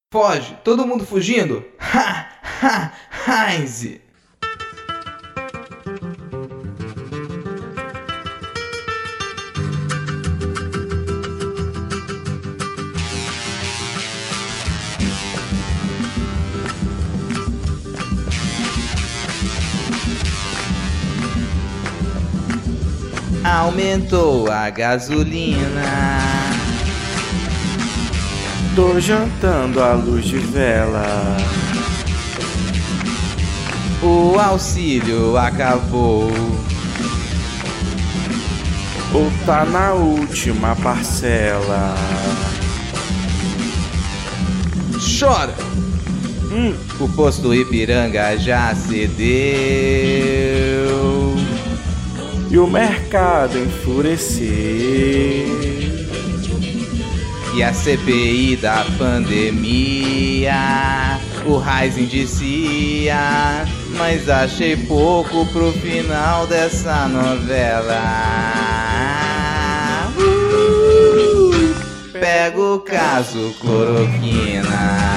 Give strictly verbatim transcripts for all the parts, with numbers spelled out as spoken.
Foge! Todo mundo fugindo! Ha! Ha! Heinz! Aumentou a gasolina. Tô jantando à luz de vela. O auxílio acabou. Ou tá na última parcela. Chora! Hum, O posto Ipiranga já cedeu. e o mercado enfureceu. E a C P I da pandemia, o Raiz indicia, mas achei pouco pro final dessa novela. Uh, pega o caso cloroquina.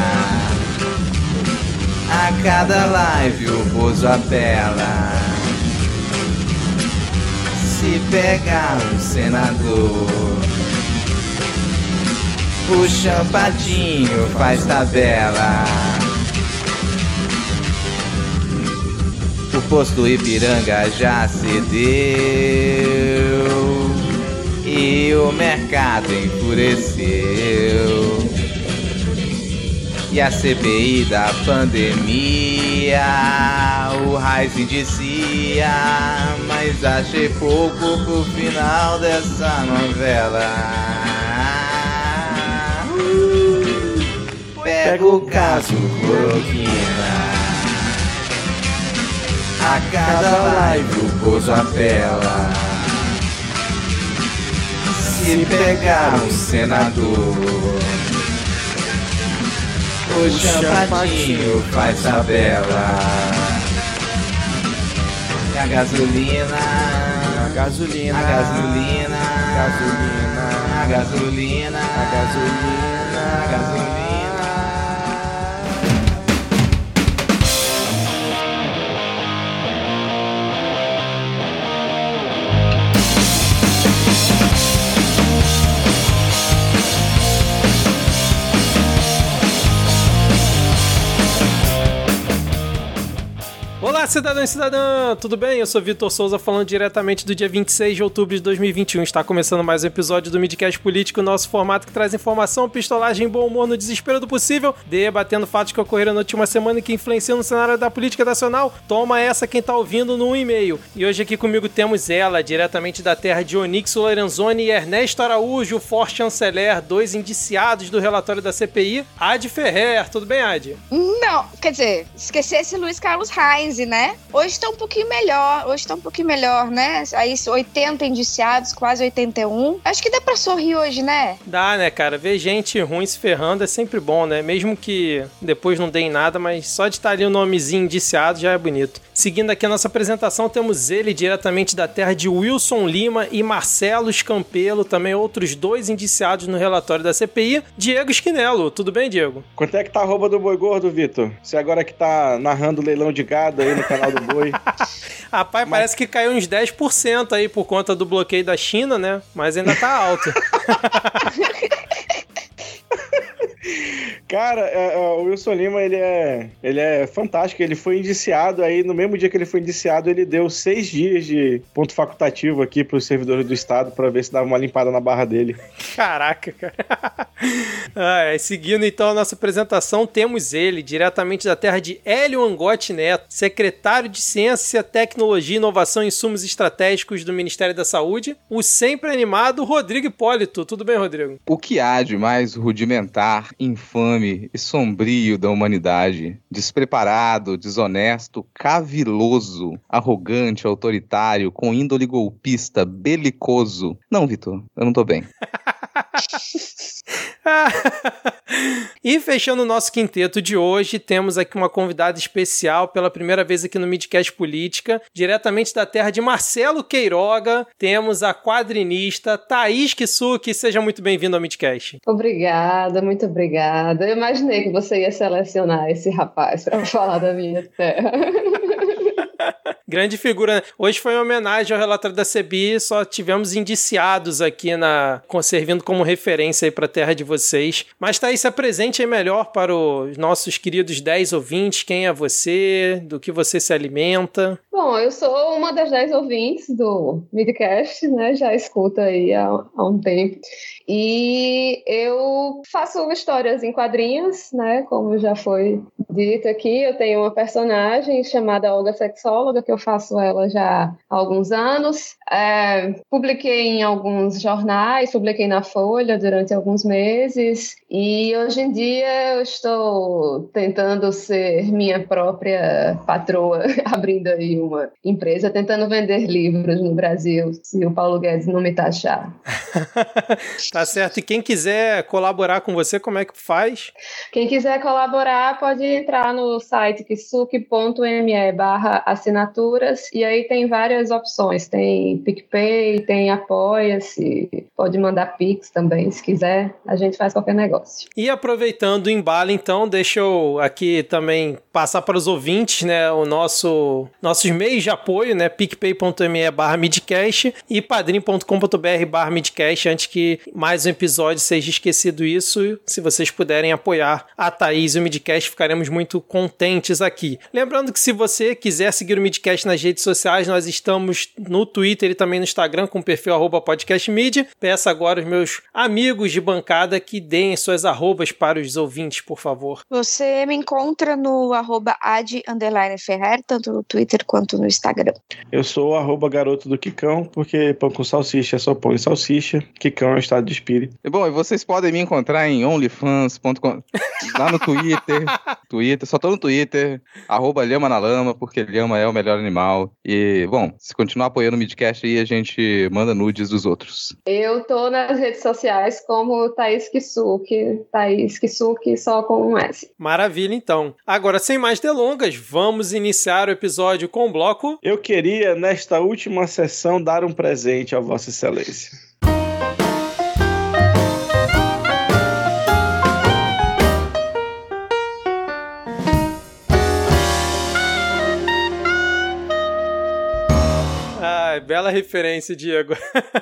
A cada live o Bozo apela. Se pegar um senador, o Champatinho faz tabela. O posto Ipiranga já cedeu e o mercado enfureceu. E a C P I da pandemia, o Raiz indicia, mas achei pouco pro final dessa novela. Pega o caso cloroquina. A cada live o Bozo apela. Se pegar um senador, o Champatinho faz tabela. E a gasolina, a gasolina, a gasolina, gasolina, a gasolina, a gasolina, a gasolina. Olá, cidadão e cidadã, tudo bem? Eu sou Vitor Souza, falando diretamente do dia vinte e seis de outubro de dois mil e vinte e um. Está começando mais um episódio do Midcast Político, nosso formato que traz informação, pistolagem e bom humor no desespero do possível, debatendo fatos que ocorreram na última semana e que influenciam no cenário da política nacional. Toma essa quem tá ouvindo no e-mail. E hoje aqui comigo temos ela, diretamente da terra de Onyx Lorenzoni e Ernesto Araújo, forte chanceler, dois indiciados do relatório da C P I, Adi Ferrer. Tudo bem, Adi? Não, quer dizer, esqueci esse Luiz Carlos Reis, né? Hoje tá um pouquinho melhor, hoje tá um pouquinho melhor, né? Aí oitenta indiciados, quase oitenta e um. Acho que dá pra sorrir hoje, né? Dá, né, cara? Ver gente ruim se ferrando é sempre bom, né? Mesmo que depois não dê em nada, mas só de estar ali o nomezinho indiciado já é bonito. Seguindo aqui a nossa apresentação, temos ele diretamente da terra de Wilson Lima e Marcelo Scampelo, também outros dois indiciados no relatório da C P I, Diego Esquinelo. Tudo bem, Diego? Quanto é que tá a arroba do Boi Gordo, Vitor? Você agora que tá narrando o leilão de gado aí no canal do Boi. Rapaz, Mas... parece que caiu uns dez por cento aí por conta do bloqueio da China, né? Mas ainda tá alto. Cara, é, é, o Wilson Lima, ele é, ele é fantástico. Ele foi indiciado aí, no mesmo dia que ele foi indiciado, ele deu seis dias de ponto facultativo aqui pros servidores do Estado pra ver se dava uma limpada na barra dele. Caraca, cara. Ah, é, seguindo então a nossa apresentação, temos ele, diretamente da terra de Hélio Angotti Neto, secretário de Ciência, Tecnologia, Inovação e Insumos Estratégicos do Ministério da Saúde, o sempre animado Rodrigo Hipólito. Tudo bem, Rodrigo? O que há de mais rudimentar, infame e sombrio da humanidade? Despreparado, desonesto, caviloso, arrogante, autoritário, com índole golpista, belicoso. Não, Vitor, eu não tô bem. E fechando o nosso quinteto de hoje, temos aqui uma convidada especial pela primeira vez aqui no Midcast Política, diretamente da terra de Marcelo Queiroga, temos a quadrinista Thaís Kisuki. Seja muito bem-vindo ao Midcast. Obrigada, muito obrigada. Eu imaginei que você ia selecionar esse rapaz para falar da minha terra. Grande figura. Hoje foi uma homenagem ao relatório da C B I, só tivemos indiciados aqui na servindo como referência aí para a terra de vocês. Mas Thaís, se apresente aí melhor para os nossos queridos dez ouvintes. Quem é você? Do que você se alimenta? Bom, eu sou uma das dez ouvintes do Midcast, né? Já escuto aí há, há um tempo. E eu faço histórias em quadrinhos, né? Como já foi dito aqui, eu tenho uma personagem chamada Olga Sexóloga, que eu faço ela já há alguns anos. É, publiquei em alguns jornais, publiquei na Folha durante alguns meses. E hoje em dia eu estou tentando ser minha própria patroa, abrindo aí uma empresa, tentando vender livros no Brasil, se o Paulo Guedes não me taxar. Tá certo. E quem quiser colaborar com você, como é que faz? Quem quiser colaborar pode entrar no site kisuki ponto me barra assinaturas e aí tem várias opções. Tem PicPay, tem Apoia-se, pode mandar Pix também, se quiser. A gente faz qualquer negócio. E aproveitando o embalo, então, deixa eu aqui também passar para os ouvintes, né, o nosso nossos meios de apoio, né, picpay ponto me barra midcast e padrim ponto com ponto br barra midcast, antes que mais um episódio seja esquecido isso. Se vocês puderem apoiar a Thaís e o Midcast, ficaremos muito contentes aqui. Lembrando que se você quiser seguir o Midcast nas redes sociais, nós estamos no Twitter e também no Instagram com o perfil arroba podcastmedia. Peço agora aos meus amigos de bancada que deem suas arrobas para os ouvintes, por favor. Você me encontra no arroba ad underline ferrer, tanto no Twitter quanto no Instagram. Eu sou o arroba garoto do Quicão, porque pão com salsicha é só pão e salsicha. Quicão é um estado de espírito. E, bom, e vocês podem me encontrar em onlyfans ponto com, lá no Twitter, Twitter, só tô no Twitter, arroba Lhama na Lama, porque Lhama é o melhor animal. E, bom, se continuar apoiando o Midcast aí, a gente manda nudes dos outros. Eu tô nas redes sociais como Thaís Kisuki, Thaís Kisuki só com um S. Maravilha, então. Agora, sem mais delongas, vamos iniciar o episódio com o bloco... Eu queria, nesta última sessão, dar um presente a Vossa Excelência. Bela referência, Diego.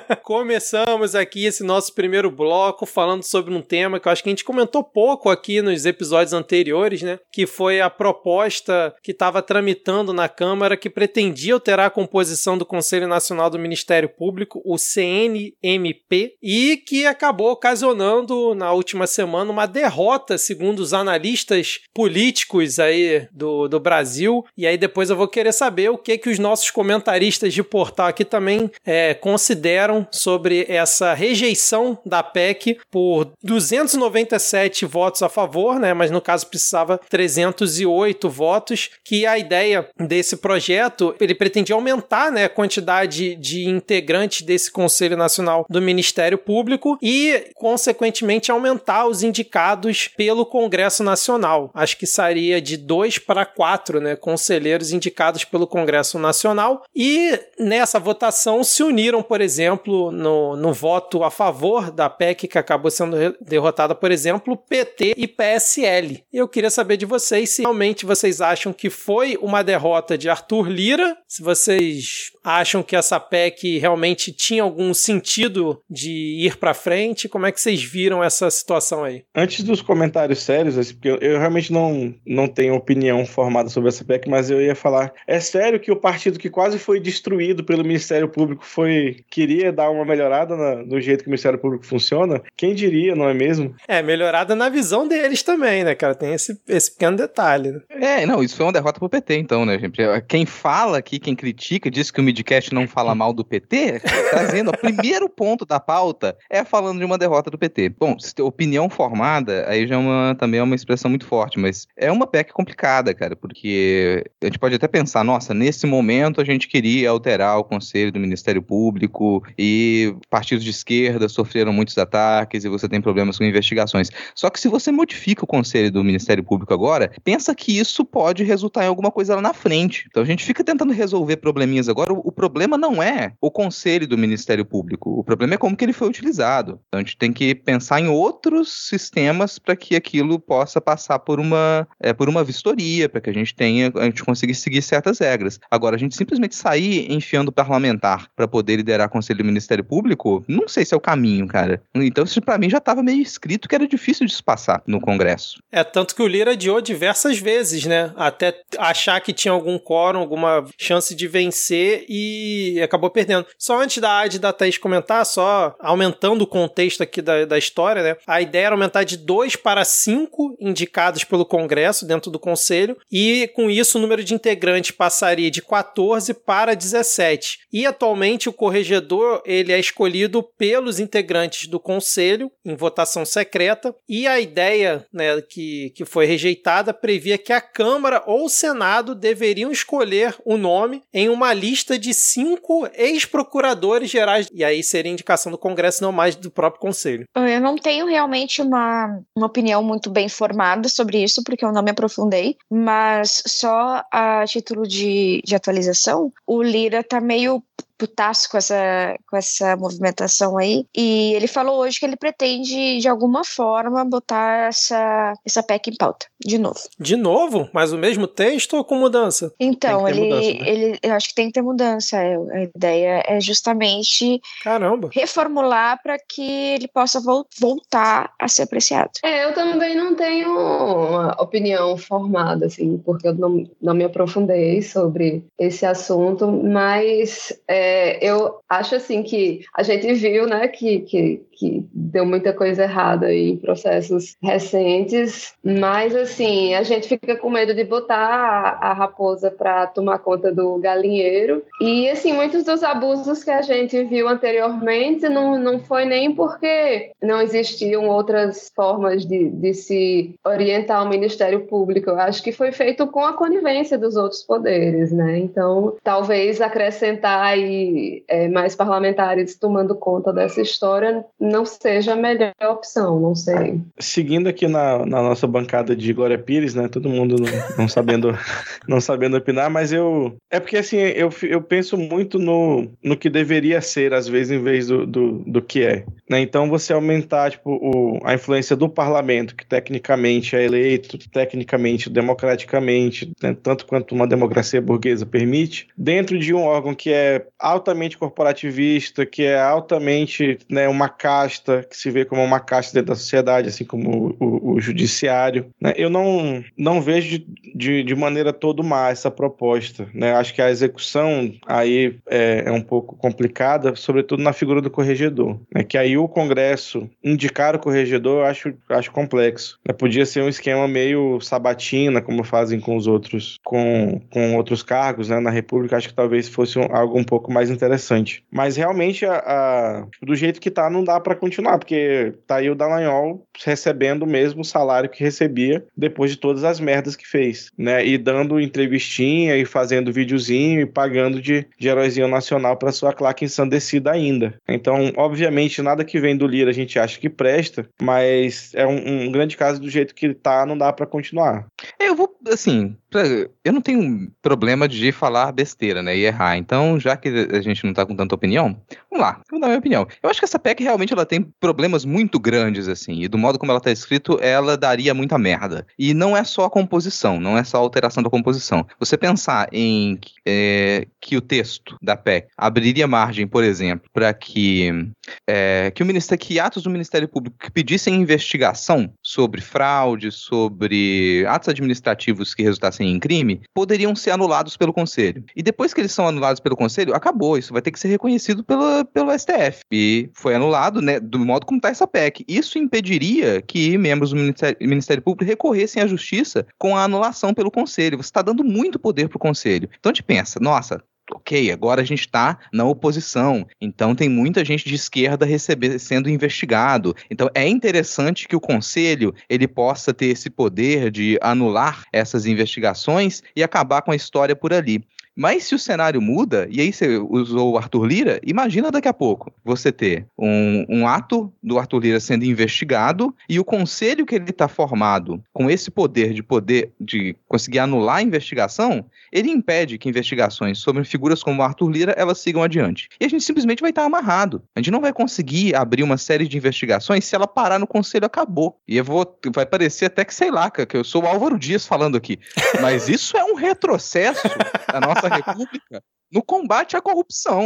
Começamos aqui esse nosso primeiro bloco falando sobre um tema que eu acho que a gente comentou pouco aqui nos episódios anteriores, né? Que foi a proposta que estava tramitando na Câmara que pretendia alterar a composição do Conselho Nacional do Ministério Público, o C N M P, e que acabou ocasionando na última semana uma derrota, segundo os analistas políticos aí do, do Brasil. E aí depois eu vou querer saber o que, que os nossos comentaristas de portal aqui também é, consideram sobre essa rejeição da P E C por duzentos e noventa e sete votos a favor, né? Mas no caso precisava trezentos e oito votos, que a ideia desse projeto, ele pretendia aumentar, né, a quantidade de integrantes desse Conselho Nacional do Ministério Público e, consequentemente, aumentar os indicados pelo Congresso Nacional. Acho que sairia de dois para quatro, né, conselheiros indicados pelo Congresso Nacional. E nessa votação se uniram, por exemplo, no, no voto a favor da P E C, que acabou sendo derrotada, por exemplo, P T e P S L. Eu queria saber de vocês se realmente vocês acham que foi uma derrota de Arthur Lira, se vocês acham que essa P E C realmente tinha algum sentido de ir para frente, como é que vocês viram essa situação aí? Antes dos comentários sérios, porque eu, eu realmente não, não tenho opinião formada sobre essa P E C, mas eu ia falar, é sério que o partido que quase foi destruído pelo Ministério Público foi, queria dar uma melhorada na, no jeito que o Ministério Público funciona? Quem diria, não é mesmo? É, melhorada na visão deles também, né, cara? Tem esse, esse pequeno detalhe. Né? É, não, isso foi uma derrota pro P T, então, né, gente? Quem fala aqui, quem critica, diz que o Midcast não fala mal do P T, trazendo o primeiro ponto da pauta, é falando de uma derrota do P T. Bom, opinião formada, aí já é uma, também é uma expressão muito forte, mas é uma P E C complicada, cara, porque a gente pode até pensar, nossa, nesse momento a gente queria alterar o conselho do Ministério Público e partidos de esquerda sofreram muitos ataques e você tem problemas com investigações. Só que se você modifica o conselho do Ministério Público agora, pensa que isso pode resultar em alguma coisa lá na frente. Então a gente fica tentando resolver probleminhas agora. O, o problema não é o conselho do Ministério Público, o problema é como que ele foi utilizado. Então a gente tem que pensar em outros sistemas para que aquilo possa passar por uma, é, por uma vistoria, para que a gente tenha, a gente consiga seguir certas regras. Agora, a gente simplesmente sair enfiando o parlamentar para poder liderar o conselho do Ministério Público, não sei se é o caminho, cara. Então isso para mim já estava meio escrito que era difícil de se passar no Congresso. É, tanto que o Lira adiou diversas vezes, né? Até achar que tinha algum quórum, alguma chance de vencer e acabou perdendo. Só antes da Adi e da Thaís comentar, só aumentando o contexto aqui da, da história, né? A ideia era aumentar de dois para cinco indicados pelo Congresso dentro do Conselho e com isso o número de integrantes passaria de quatorze para dezessete. E atualmente o corregedor ele é escolhido pelos integrantes do Conselho em votação secreta e a ideia, né, que, que foi rejeitada previa que a Câmara ou o Senado deveriam escolher o nome em uma lista de cinco ex-procuradores gerais e aí seria indicação do Congresso, não mais do próprio Conselho. Eu não tenho realmente uma, uma opinião muito bem formada sobre isso, porque eu não me aprofundei, mas só a título de, de atualização, o Lira tá meio putaço com essa, com essa movimentação aí, e ele falou hoje que ele pretende, de alguma forma, botar essa, essa P E C em pauta, de novo. De novo? Mas o mesmo texto ou com mudança? Então, ele, mudança, né? ele, eu acho que tem que ter mudança, a ideia é justamente Caramba. reformular para que ele possa vol- voltar a ser apreciado. É, eu também não tenho uma opinião formada, assim, porque eu não, não me aprofundei sobre esse assunto, mas é, eu acho, assim, que a gente viu, né, que, que, que deu muita coisa errada aí em processos recentes, mas, assim, a gente fica com medo de botar a, a raposa para tomar conta do galinheiro e, assim, muitos dos abusos que a gente viu anteriormente não, não foi nem porque não existiam outras formas de, de se orientar o Ministério Público. Eu acho que foi feito com a conivência dos outros poderes, né? Então, talvez acrescentar aí é, mais parlamentares tomando conta dessa história não seja a melhor opção, não sei. Seguindo aqui na, na nossa bancada de Glória Pires, né? Todo mundo não, não, sabendo, não sabendo opinar, mas eu... É porque, assim, eu, eu penso muito no, no que deveria ser, às vezes, em vez do, do, do que é. Né? Então, você aumentar, tipo, o, a influência do parlamento, que tecnicamente é eleito, tecnicamente, democraticamente, né? Tanto quanto uma democracia burguesa permite, dentro de um órgão que é altamente corporativista, que é altamente, né, uma casta, que se vê como uma casta dentro da sociedade, assim como o, o, o judiciário. Né? Eu não, não vejo de, de, de maneira todo má essa proposta. Né? Acho que a execução aí é, é um pouco complicada, sobretudo na figura do corregedor. Né? Que aí o Congresso indicar o corregedor, eu acho, acho complexo. Né? Podia ser um esquema meio sabatina, como fazem com os outros, com, com outros cargos, né? Na República, acho que talvez fosse um, algo um pouco mais interessante. Mas realmente, a, a, do jeito que tá, não dá para continuar, porque tá aí o Dallagnol recebendo o mesmo salário que recebia depois de todas as merdas que fez, né? E dando entrevistinha e fazendo videozinho e pagando de, de heróizinho nacional para sua claque ensandecida ainda. Então, obviamente, nada que vem do Lira a gente acha que presta, mas é um, um grande caso do jeito que tá, não dá para continuar. Eu vou, assim, eu não tenho problema de falar besteira, né, e errar. Então, já que a gente não tá com tanta opinião, vamos lá, vou dar minha opinião. Eu acho que essa P E C realmente ela tem problemas muito grandes, assim, e do modo como ela tá escrito, ela daria muita merda. E não é só a composição, não é só a alteração da composição. Você pensar em é, que o texto da P E C abriria margem, por exemplo, para que, é, que, o ministério, que atos do Ministério Público que pedissem investigação sobre fraude, sobre atos administrativos que resultassem em crime, poderiam ser anulados pelo Conselho. E depois que eles são anulados pelo Conselho, acabou. Isso vai ter que ser reconhecido pelo, pelo S T F. E foi anulado, né, do modo como está essa P E C. Isso impediria que membros do Ministério, Ministério Público recorressem à Justiça com a anulação pelo Conselho. Você está dando muito poder para o Conselho. Então a gente pensa, nossa, ok, agora a gente está na oposição, então tem muita gente de esquerda receber, sendo investigado. Então é interessante que o Conselho ele possa ter esse poder de anular essas investigações e acabar com a história por ali. Mas se o cenário muda, e aí você usou o Arthur Lira, imagina daqui a pouco você ter um, um ato do Arthur Lira sendo investigado e o conselho que ele está formado com esse poder de poder de conseguir anular a investigação, ele impede que investigações sobre figuras como o Arthur Lira, elas sigam adiante. E a gente simplesmente vai estar amarrado. A gente não vai conseguir abrir uma série de investigações se ela parar no conselho, acabou. E eu vou, vai parecer até que, sei lá, que eu sou o Álvaro Dias falando aqui. Mas isso é um retrocesso da nossa república no combate à corrupção.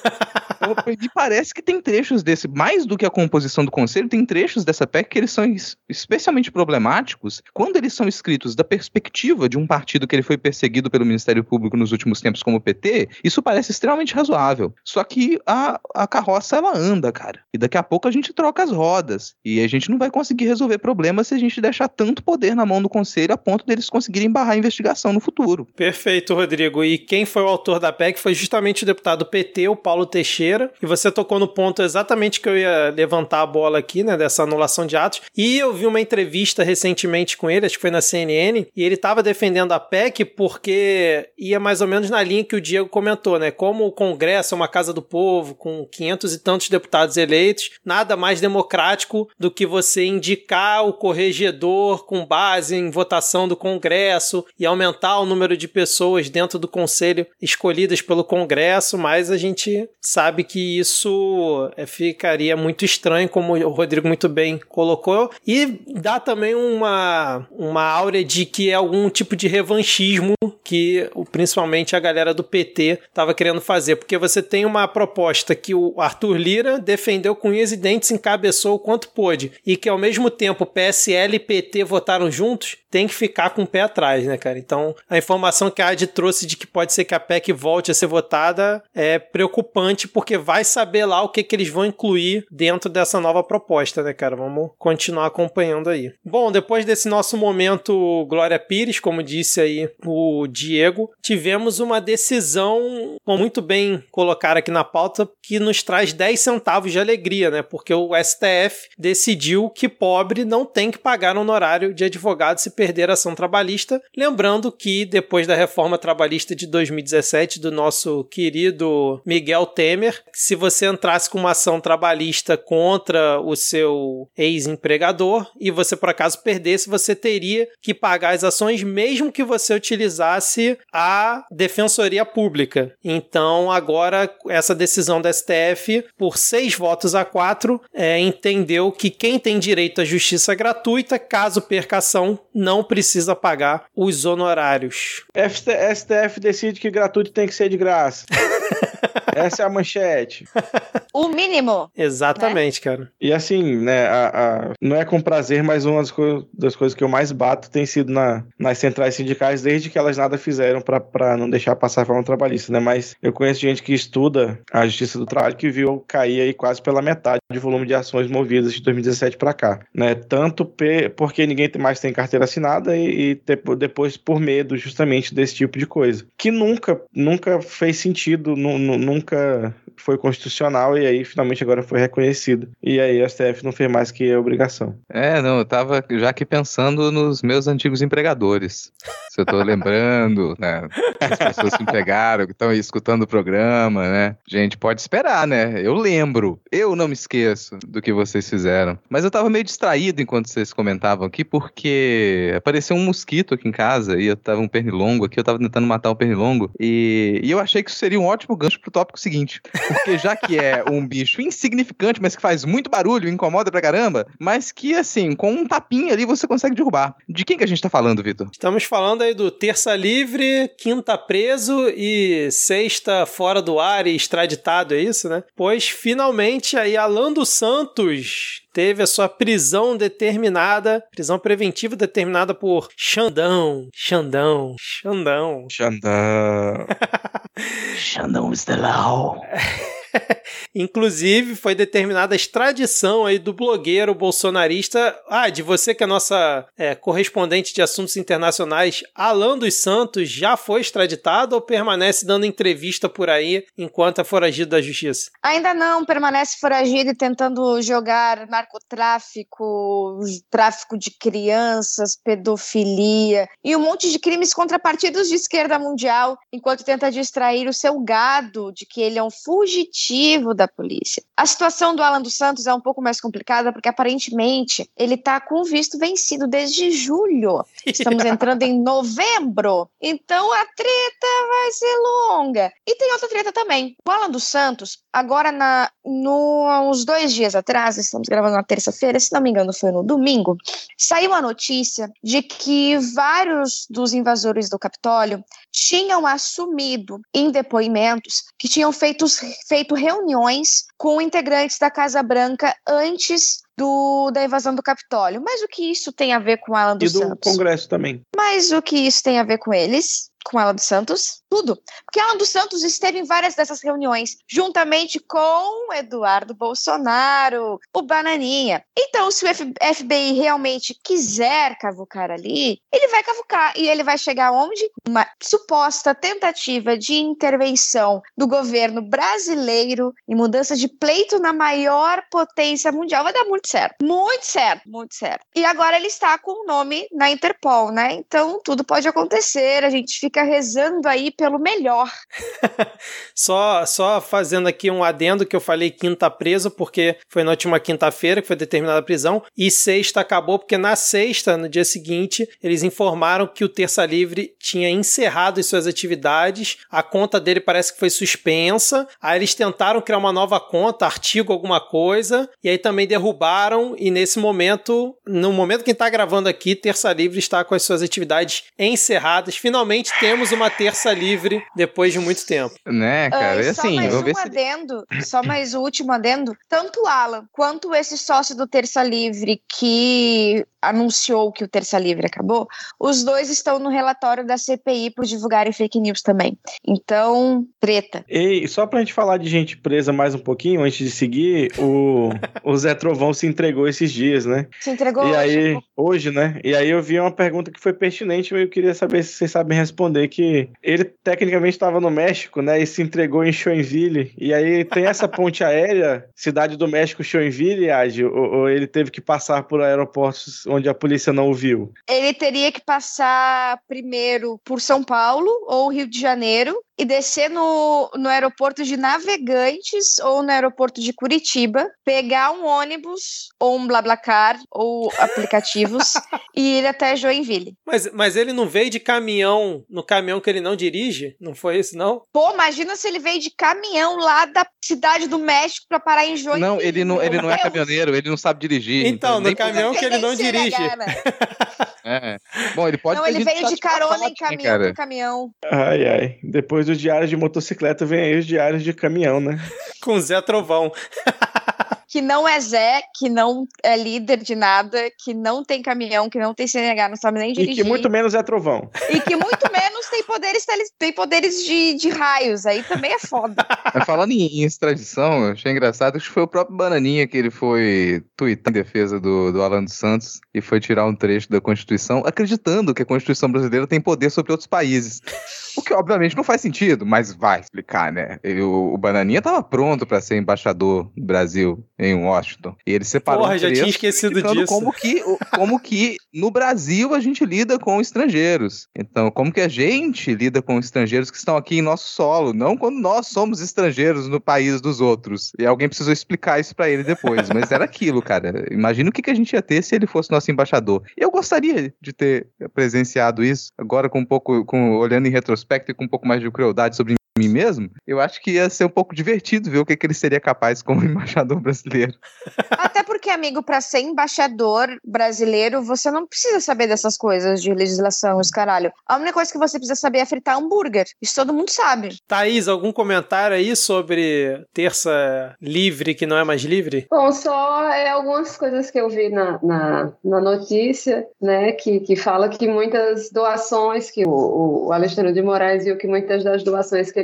Me parece que tem trechos desse, mais do que a composição do conselho, tem trechos dessa P E C que eles são es- especialmente problemáticos quando eles são escritos da perspectiva de um partido que ele foi perseguido pelo Ministério Público nos últimos tempos como o P T. Isso parece extremamente razoável. Só que a, a carroça, ela anda, cara. E daqui a pouco a gente troca as rodas. E a gente não vai conseguir resolver problemas se a gente deixar tanto poder na mão do conselho a ponto deles conseguirem barrar a investigação no futuro. Perfeito, Rodrigo. E quem foi o autor da P E C foi justamente o deputado P T, o Paulo Teixeira. E você tocou no ponto exatamente que eu ia levantar a bola aqui, né, dessa anulação de atos. E eu vi uma entrevista recentemente com ele, acho que foi na C N N, e ele estava defendendo a P E C porque ia mais ou menos na linha que o Diego comentou, né? Como o Congresso é uma casa do povo, com quinhentos e tantos deputados eleitos, nada mais democrático do que você indicar o corregedor com base em votação do Congresso e aumentar o número de pessoas dentro do Conselho escolhidas pelo Congresso, mas a gente sabe que isso é, ficaria muito estranho, como o Rodrigo muito bem colocou, e dá também uma, uma áurea de que é algum tipo de revanchismo que principalmente a galera do P T estava querendo fazer, porque você tem uma proposta que o Arthur Lira defendeu com unhas e dentes, encabeçou o quanto pôde, e que ao mesmo tempo P S L e P T votaram juntos, tem que ficar com o pé atrás, né, cara? Então, a informação que a Adi trouxe de que pode ser que a P E C volte a ser votada é preocupante, porque vai saber lá o que, que eles vão incluir dentro dessa nova proposta, né, cara? Vamos continuar acompanhando aí. Bom, depois desse nosso momento Glória Pires, como disse aí o Diego, tivemos uma decisão, muito bem colocada aqui na pauta, que nos traz dez centavos de alegria, né? Porque o S T F decidiu que pobre não tem que pagar honorário de advogado se perder a ação trabalhista. Lembrando que depois da reforma trabalhista de dois mil e dezessete do nosso querido Miguel Temer, se você entrasse com uma ação trabalhista contra o seu ex-empregador e você por acaso perdesse, você teria que pagar as ações mesmo que você utilizasse a Defensoria Pública. Então agora essa decisão da S T F, por seis votos a quatro, é, entendeu que quem tem direito à justiça gratuita, caso perca a ação, não precisa pagar os honorários. S T F decide que gratuito tem que ser de graça. Essa é a manchete. O mínimo. Exatamente, né? Cara. E assim, né, a, a, não é com prazer, mas uma das, co- das coisas que eu mais bato tem sido na, nas centrais sindicais, desde que elas nada fizeram para não deixar passar a reforma trabalhista, né? Mas eu conheço gente que estuda a Justiça do Trabalho que viu cair aí quase pela metade de volume de ações movidas de dois mil e dezessete para cá, né? Tanto pe- porque ninguém mais tem carteira assinada e, e te- depois por medo justamente desse tipo de coisa. Que nunca, nunca fez sentido, nu- nu- nunca foi constitucional e aí finalmente agora foi reconhecido. E aí a S T F não fez mais que a obrigação. É, não, eu tava já aqui pensando nos meus antigos empregadores. Se eu tô lembrando, né? As pessoas que me pegaram, que estão aí escutando o programa, né? Gente, pode esperar, né? Eu lembro. Eu não me esqueço do que vocês fizeram. Mas eu tava meio distraído enquanto vocês comentavam aqui, porque apareceu um mosquito aqui em casa e eu tava um pernilongo aqui, eu tava tentando matar um pernilongo. E, e eu achei que isso seria um ótimo gancho pro tópico seguinte. Porque já que é um bicho insignificante, mas que faz muito barulho, incomoda pra caramba, mas que, assim, com um tapinha ali você consegue derrubar. De quem que a gente tá falando, Vitor? Estamos falando aí do terça livre, quinta preso e sexta fora do ar e extraditado, é isso, né? Pois finalmente aí Alan dos Santos teve a sua prisão determinada, prisão preventiva determinada por Xandão, Xandão, Xandão. Xandão. Xandão is the law. Inclusive, foi determinada a extradição aí do blogueiro bolsonarista, ah, de você que é nossa é, correspondente de assuntos internacionais, Alan dos Santos, já foi extraditado ou permanece dando entrevista por aí enquanto é foragido da justiça? Ainda não, permanece foragido e tentando jogar narcotráfico, tráfico de crianças, pedofilia e um monte de crimes contra partidos de esquerda mundial, enquanto tenta distrair o seu gado de que ele é um fugitivo da polícia. A situação do Alan dos Santos é um pouco mais complicada porque aparentemente ele tá com o visto vencido desde julho. Estamos entrando em novembro, então a treta vai ser longa. E tem outra treta também. O Alan dos Santos, agora na, no, uns dois dias atrás, estamos gravando na terça-feira, se não me engano foi no domingo, saiu a notícia de que vários dos invasores do Capitólio tinham assumido em depoimentos que tinham feito, feito reuniões com integrantes da Casa Branca antes do, da invasão do Capitólio. Mas o que isso tem a ver com Alan dos Santos? E do Congresso também. Mas o que isso tem a ver com eles? Com Alan dos Santos? Tudo. Porque Alan dos Santos esteve em várias dessas reuniões, juntamente com Eduardo Bolsonaro, o Bananinha. Então, se o F B I realmente quiser cavucar ali, ele vai cavucar. E ele vai chegar onde? Uma suposta tentativa de intervenção do governo brasileiro em mudança de pleito na maior potência mundial. Vai dar muito certo. Muito certo, muito certo. E agora ele está com o nome na Interpol, né? Então, tudo pode acontecer. A gente fica rezando aí pelo melhor. só, só fazendo aqui um adendo que eu falei quinta preso, porque foi na última quinta-feira que foi determinada a prisão, e sexta acabou, porque na sexta, no dia seguinte, eles informaram que o Terça Livre tinha encerrado as suas atividades, a conta dele parece que foi suspensa, aí eles tentaram criar uma nova conta, artigo alguma coisa, e aí também derrubaram, e nesse momento, no momento que está gravando aqui, Terça Livre está com as suas atividades encerradas. Finalmente temos uma Terça Livre depois de muito tempo. Né, cara? Uh, e assim, só mais vou um ver se... adendo, só mais o último adendo. Tanto o Alan quanto esse sócio do Terça Livre que anunciou que o Terça Livre acabou, os dois estão no relatório da C P I por divulgarem fake news também. Então, treta. E só pra gente falar de gente presa mais um pouquinho, antes de seguir, o, o Zé Trovão se entregou esses dias, né? Se entregou e hoje? Aí, hoje, né? E aí eu vi uma pergunta que foi pertinente, mas eu queria saber se vocês sabem responder, que ele tecnicamente estava no México, né? E se entregou em Joinville. E aí tem essa ponte aérea, Cidade do México, Joinville, Adi, ou, ou ele teve que passar por aeroportos onde a polícia não o viu? Ele teria que passar primeiro por São Paulo ou Rio de Janeiro e descer no, no aeroporto de Navegantes ou no aeroporto de Curitiba, pegar um ônibus ou um BlaBlaCar ou aplicativos e ir até Joinville. Mas, mas ele não veio de caminhão, no caminhão que ele não dirige? Não foi isso, não? Pô, imagina se ele veio de caminhão lá da Cidade do México pra parar em Joinville. Não, ele não, ele não é caminhoneiro, ele não sabe dirigir. Então, no caminhão que ele não dirige. É. Bom, ele pode Não, ter ele veio de carona em né, caminhão cara? por caminhão. Ai, ai. Depois dos diários de motocicleta, vem aí os diários de caminhão, né? Com Zé Trovão. Que não é Zé, que não é líder de nada, que não tem caminhão, que não tem C N H, não sabe nem dirigir. E que muito menos é Trovão. E que muito menos tem poderes, tem poderes de, de raios. Aí também é foda. Falando em, em extradição, eu achei engraçado que foi o próprio Bananinha que ele foi tweetar em defesa do, do Alan dos Santos e foi tirar um trecho da Constituição, acreditando que a Constituição brasileira tem poder sobre outros países. O que, obviamente, não faz sentido, mas vai explicar, né? Ele, o, o Bananinha estava pronto para ser embaixador do Brasil em Washington. E ele separou Porra, um já trecho tinha esquecido disso. Como que, como que no Brasil a gente lida com estrangeiros. Então, como que a gente lida com estrangeiros que estão aqui em nosso solo, não quando nós somos estrangeiros no país dos outros. E alguém precisou explicar isso para ele depois. Mas era aquilo, cara. Imagina o que, que a gente ia ter se ele fosse nosso embaixador. E eu gostaria de ter presenciado isso, agora com um pouco, com, olhando em retrospecto e com um pouco mais de crueldade sobre mim mesmo, eu acho que ia ser um pouco divertido ver o que, que ele seria capaz como embaixador brasileiro. Até porque, amigo, para ser embaixador brasileiro, você não precisa saber dessas coisas de legislação, os caralho. A única coisa que você precisa saber é fritar hambúrguer. Isso todo mundo sabe. Thaís, algum comentário aí sobre Terça Livre que não é mais livre? Bom, só é, algumas coisas que eu vi na, na, na notícia, né, que, que fala que muitas doações que o, o Alexandre de Moraes viu que muitas das doações que ele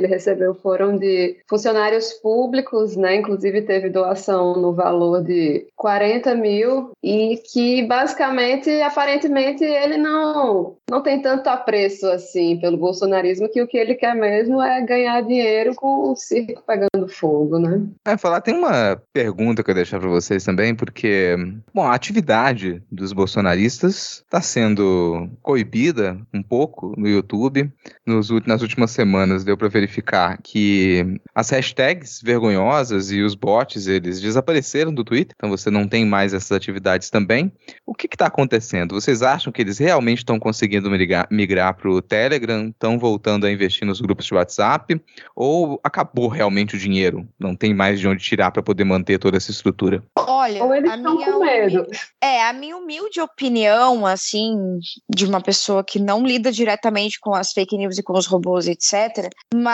ele recebeu foram de funcionários públicos, né? Inclusive teve doação no valor de quarenta mil e que basicamente, aparentemente, ele não, não tem tanto apreço assim pelo bolsonarismo, que o que ele quer mesmo é ganhar dinheiro com o circo pegando fogo, né? É, falar, tem uma pergunta que eu ia deixar para vocês também, porque, bom, a atividade dos bolsonaristas está sendo coibida um pouco no YouTube. Nos, nas últimas semanas deu para verificar que as hashtags vergonhosas e os bots, eles desapareceram do Twitter, então você não tem mais essas atividades também. O que está acontecendo? Vocês acham que eles realmente estão conseguindo migrar, migrar para o Telegram, estão voltando a investir nos grupos de WhatsApp, ou acabou realmente o dinheiro? Não tem mais de onde tirar para poder manter toda essa estrutura? Olha, Ou eles a estão minha com medo. humilde, é, a minha humilde opinião, assim, de uma pessoa que não lida diretamente com as fake news e com os robôs, etcétera,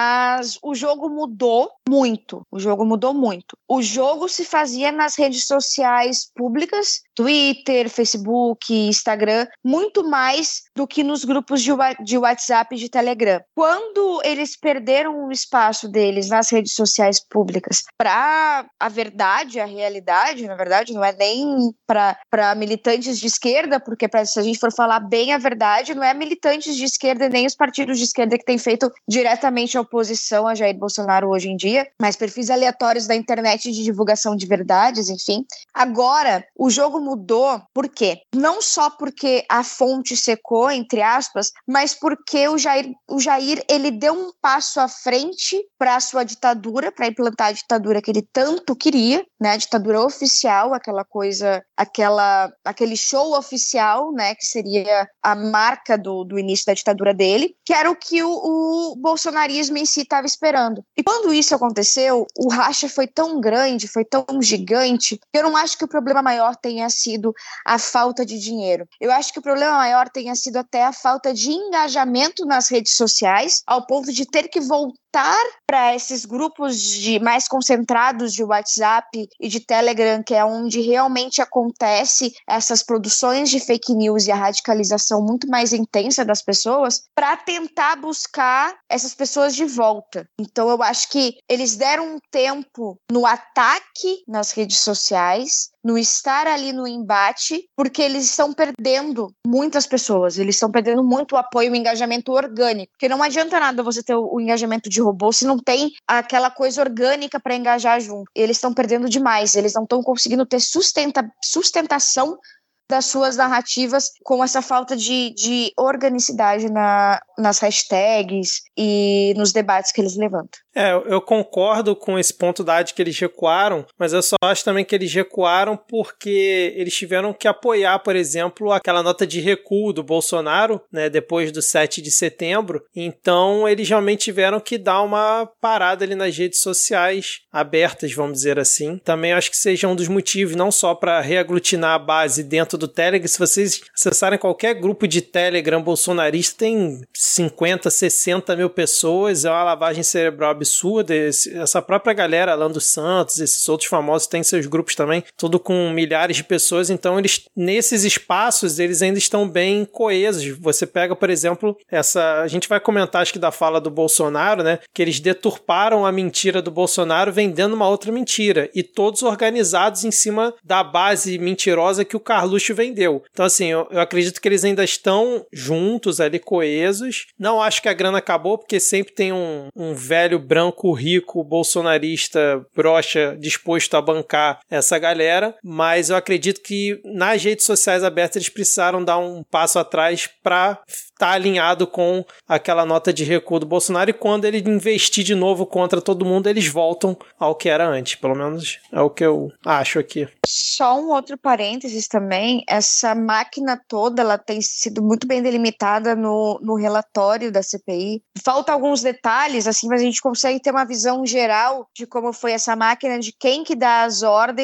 mas o jogo mudou muito, o jogo mudou muito. O jogo se fazia nas redes sociais públicas, Twitter, Facebook, Instagram, muito mais do que nos grupos de, de WhatsApp e de Telegram. Quando eles perderam o espaço deles nas redes sociais públicas para a verdade, a realidade, na verdade, não é nem para militantes de esquerda, porque pra, se a gente for falar bem a verdade, não é militantes de esquerda nem os partidos de esquerda que têm feito diretamente a oposição a Jair Bolsonaro hoje em dia, mas perfis aleatórios da internet de divulgação de verdades, enfim. Agora, o jogo mudou, por quê? Não só porque a fonte secou, entre aspas, mas porque o Jair, o Jair ele deu um passo à frente para a sua ditadura, para implantar a ditadura que ele tanto queria, né? A ditadura oficial, aquela coisa, aquela, aquele show oficial, né? Que seria a marca do, do início da ditadura dele, que era o que o, o bolsonarismo em si estava esperando. E quando isso aconteceu, o racha foi tão grande, foi tão gigante, que eu não acho que o problema maior tenha sido a falta de dinheiro. Eu acho que o problema maior tenha sido até a falta de engajamento nas redes sociais, ao ponto de ter que voltar para esses grupos de mais concentrados de WhatsApp e de Telegram, que é onde realmente acontece essas produções de fake news e a radicalização muito mais intensa das pessoas, para tentar buscar essas pessoas de volta. Então eu acho que eles deram um tempo no ataque nas redes sociais, no estar ali no embate, porque eles estão perdendo muitas pessoas, eles estão perdendo muito o apoio, o engajamento orgânico, porque não adianta nada você ter o engajamento de robô se não tem aquela coisa orgânica para engajar junto. Eles estão perdendo demais, eles não estão conseguindo ter sustenta, sustentação das suas narrativas com essa falta de, de organicidade na, nas hashtags e nos debates que eles levantam. É, eu concordo com esse ponto da de que eles recuaram, mas eu só acho também que eles recuaram porque eles tiveram que apoiar, por exemplo, aquela nota de recuo do Bolsonaro, né, depois do sete de setembro. Então, eles realmente tiveram que dar uma parada ali nas redes sociais abertas, vamos dizer assim. Também acho que seja um dos motivos, não só para reaglutinar a base dentro do Telegram. Se vocês acessarem qualquer grupo de Telegram bolsonarista, tem cinquenta, sessenta mil pessoas, é uma lavagem cerebral absurda. Essa própria galera, Alan dos Santos, esses outros famosos têm seus grupos também, tudo com milhares de pessoas. Então eles, nesses espaços, eles ainda estão bem coesos. Você pega, por exemplo, essa, a gente vai comentar acho que da fala do Bolsonaro, né, que eles deturparam a mentira do Bolsonaro vendendo uma outra mentira, e todos organizados em cima da base mentirosa que o Carluxo vendeu. Então assim, eu, eu acredito que eles ainda estão juntos ali, coesos. Não acho que a grana acabou, porque sempre tem um, um velho branco rico bolsonarista broxa disposto a bancar essa galera, mas eu acredito que nas redes sociais abertas eles precisaram dar um passo atrás para estar alinhado com aquela nota de recuo do Bolsonaro, e quando ele investir de novo contra todo mundo, eles voltam ao que era antes. Pelo menos é o que eu acho aqui. Só um outro parênteses também, essa máquina toda, ela tem sido muito bem delimitada no, no relatório da C P I. Falta alguns detalhes, assim, mas a gente consegue ter uma visão geral de como foi essa máquina, de quem que dá as ordens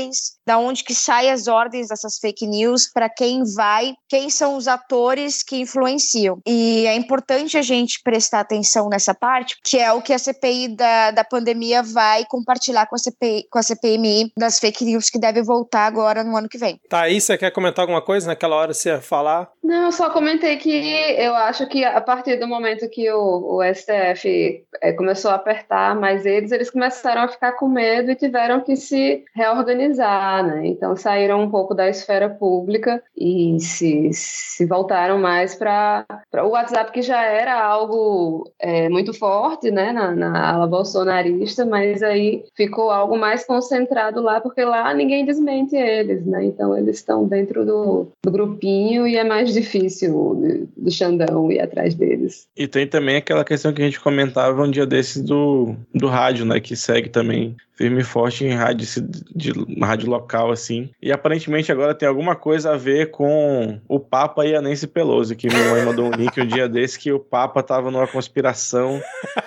da onde que saem as ordens dessas fake news, para quem vai, quem são os atores que influenciam. E é importante a gente prestar atenção nessa parte, que é o que a C P I da, da pandemia vai compartilhar com a, C P I, com a C P M I das fake news, que deve voltar agora no ano que vem. Tá, aí você quer comentar alguma coisa? Naquela hora você ia falar? Não, eu só comentei que eu acho que a partir do momento que o, o S T F é, começou a apertar mais eles, eles começaram a ficar com medo e tiveram que se reorganizar, né? Então saíram um pouco da esfera pública e se, se voltaram mais para o WhatsApp, que já era algo é, muito forte, né, na, na ala bolsonarista, mas aí ficou algo mais concentrado lá, porque lá ninguém desmente eles, né? Então eles estão dentro do, do grupinho e é mais difícil do, do Xandão ir atrás deles. E tem também aquela questão que a gente comentava um dia desses do, do rádio, né, que segue também firme e forte em rádio, de, de rádio local, assim. E aparentemente agora tem alguma coisa a ver com o Papa e a Nancy Pelosi, que minha mãe mandou um link um dia desse que o Papa tava numa conspiração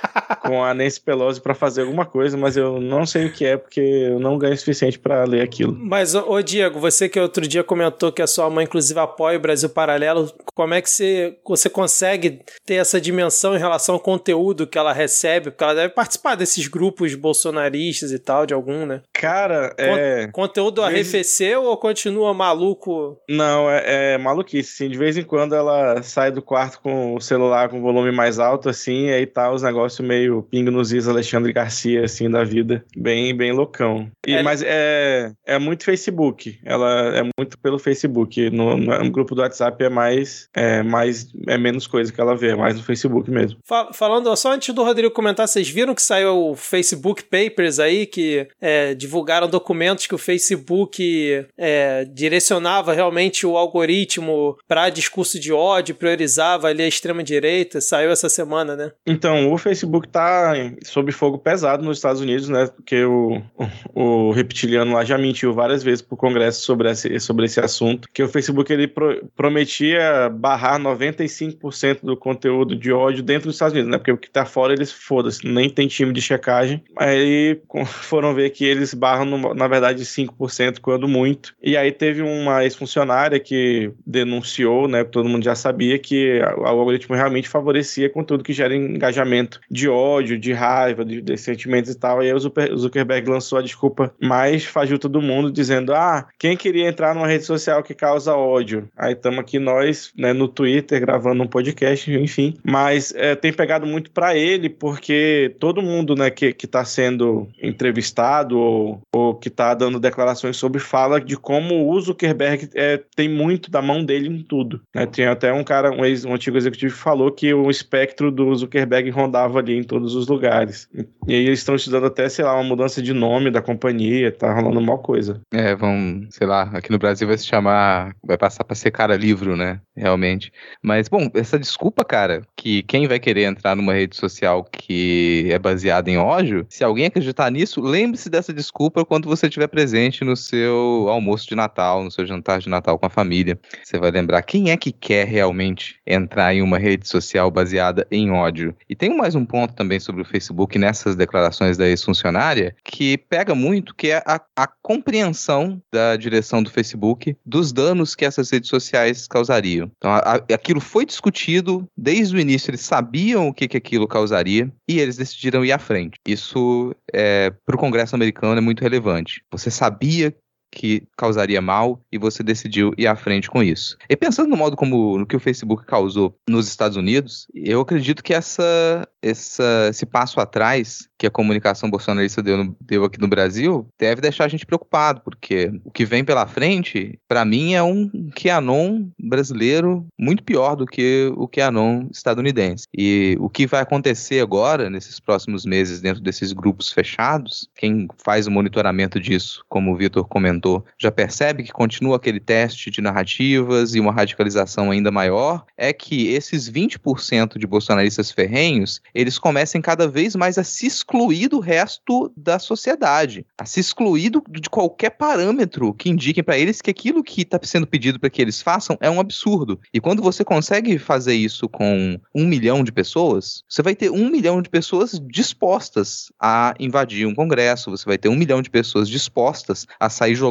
com a Nancy Pelosi pra fazer alguma coisa, mas eu não sei o que é, porque eu não ganho o suficiente pra ler aquilo. Mas, ô Diego, você que outro dia comentou que a sua mãe, inclusive, apoia o Brasil Paralelo, como é que você, você consegue ter essa dimensão em relação ao conteúdo que ela recebe? Porque ela deve participar desses grupos bolsonaristas e tal, de algum, né? Cara, é... Con- conteúdo arrefeceu ou continua maluco? Não, é, é maluquice, assim. De vez em quando ela sai do quarto com o celular com o volume mais alto, assim, e aí tá os negócios meio pingo nos is Alexandre Garcia, assim, da vida. Bem, bem loucão. E, É. Mas é, é muito Facebook. Ela é muito pelo Facebook. No, no grupo do WhatsApp é mais, é mais... É menos coisa que ela vê, é mais no Facebook mesmo. Fal- Falando, só antes do Rodrigo comentar, vocês viram que saiu o Facebook Papers aí, que é, divulgaram documentos que o Facebook é, direcionava realmente o algoritmo para discurso de ódio, priorizava ali a extrema-direita, saiu essa semana, né? Então, o Facebook tá sob fogo pesado nos Estados Unidos, né? Porque o, o, o reptiliano lá já mentiu várias vezes pro Congresso sobre esse, sobre esse assunto, que o Facebook ele pro, prometia barrar noventa e cinco por cento do conteúdo de ódio dentro dos Estados Unidos, né? Porque o que tá fora, eles foda-se, nem tem time de checagem. Aí foram ver que eles barram, no, na verdade, cinco por cento, quando muito. E aí teve uma ex-funcionária que denunciou, né? Todo mundo já sabia que o algoritmo realmente favorecia conteúdo que gera engajamento de ódio, de raiva, de, de sentimentos e tal. E aí o Zuckerberg lançou a desculpa mais fajuta do mundo, dizendo: ah, quem queria entrar numa rede social que causa ódio? Aí estamos aqui nós, né, no Twitter, gravando um podcast, enfim. Mas é, tem pegado muito para ele, porque todo mundo, né, que, que tá sendo entrevistado ou, ou que tá dando declarações sobre, fala de como o Zuckerberg é, tem muito da mão dele em tudo, né? Tem até um cara, um, ex, um antigo executivo que falou que o espectro do Zuckerberg rondava ali em todos os lugares. E aí eles estão estudando até, sei lá, uma mudança de nome da companhia, tá rolando mal coisa. É, vão, sei lá, aqui no Brasil vai se chamar, vai passar pra ser cara livro, né? Realmente. Mas, bom, essa desculpa, cara, que quem vai querer entrar numa rede social que é baseada em ódio, se alguém acreditar nisso, lembre-se dessa desculpa quando você estiver presente no seu almoço de Natal, no seu jantar de Natal com a família. Você vai lembrar quem é que quer realmente entrar em uma rede social baseada em ódio. E tem mais um ponto também sobre o Facebook nessas declarações da ex-funcionária que pega muito, que é a, a compreensão da direção do Facebook dos danos que essas redes sociais causariam. Então, a, a, aquilo foi discutido desde o início, eles sabiam o que, que aquilo causaria e eles decidiram ir à frente. Isso, é, para o Congresso americano, é muito relevante. Você sabia que causaria mal e você decidiu ir à frente com isso. E pensando no modo como no que o Facebook causou nos Estados Unidos, eu acredito que essa, essa, esse passo atrás que a comunicação bolsonarista deu, no, deu aqui no Brasil deve deixar a gente preocupado, porque o que vem pela frente, para mim, é um QAnon brasileiro muito pior do que o QAnon estadunidense. E o que vai acontecer agora, nesses próximos meses, dentro desses grupos fechados, quem faz o monitoramento disso, como o Vitor comentou, já percebe que continua aquele teste de narrativas e uma radicalização ainda maior, é que esses vinte por cento de bolsonaristas ferrenhos, eles comecem cada vez mais a se excluir do resto da sociedade, a se excluir do, de qualquer parâmetro que indiquem para eles que aquilo que está sendo pedido para que eles façam é um absurdo. E quando você consegue fazer isso com um milhão de pessoas, você vai ter um milhão de pessoas dispostas a invadir um congresso, você vai ter um milhão de pessoas dispostas a sair jogando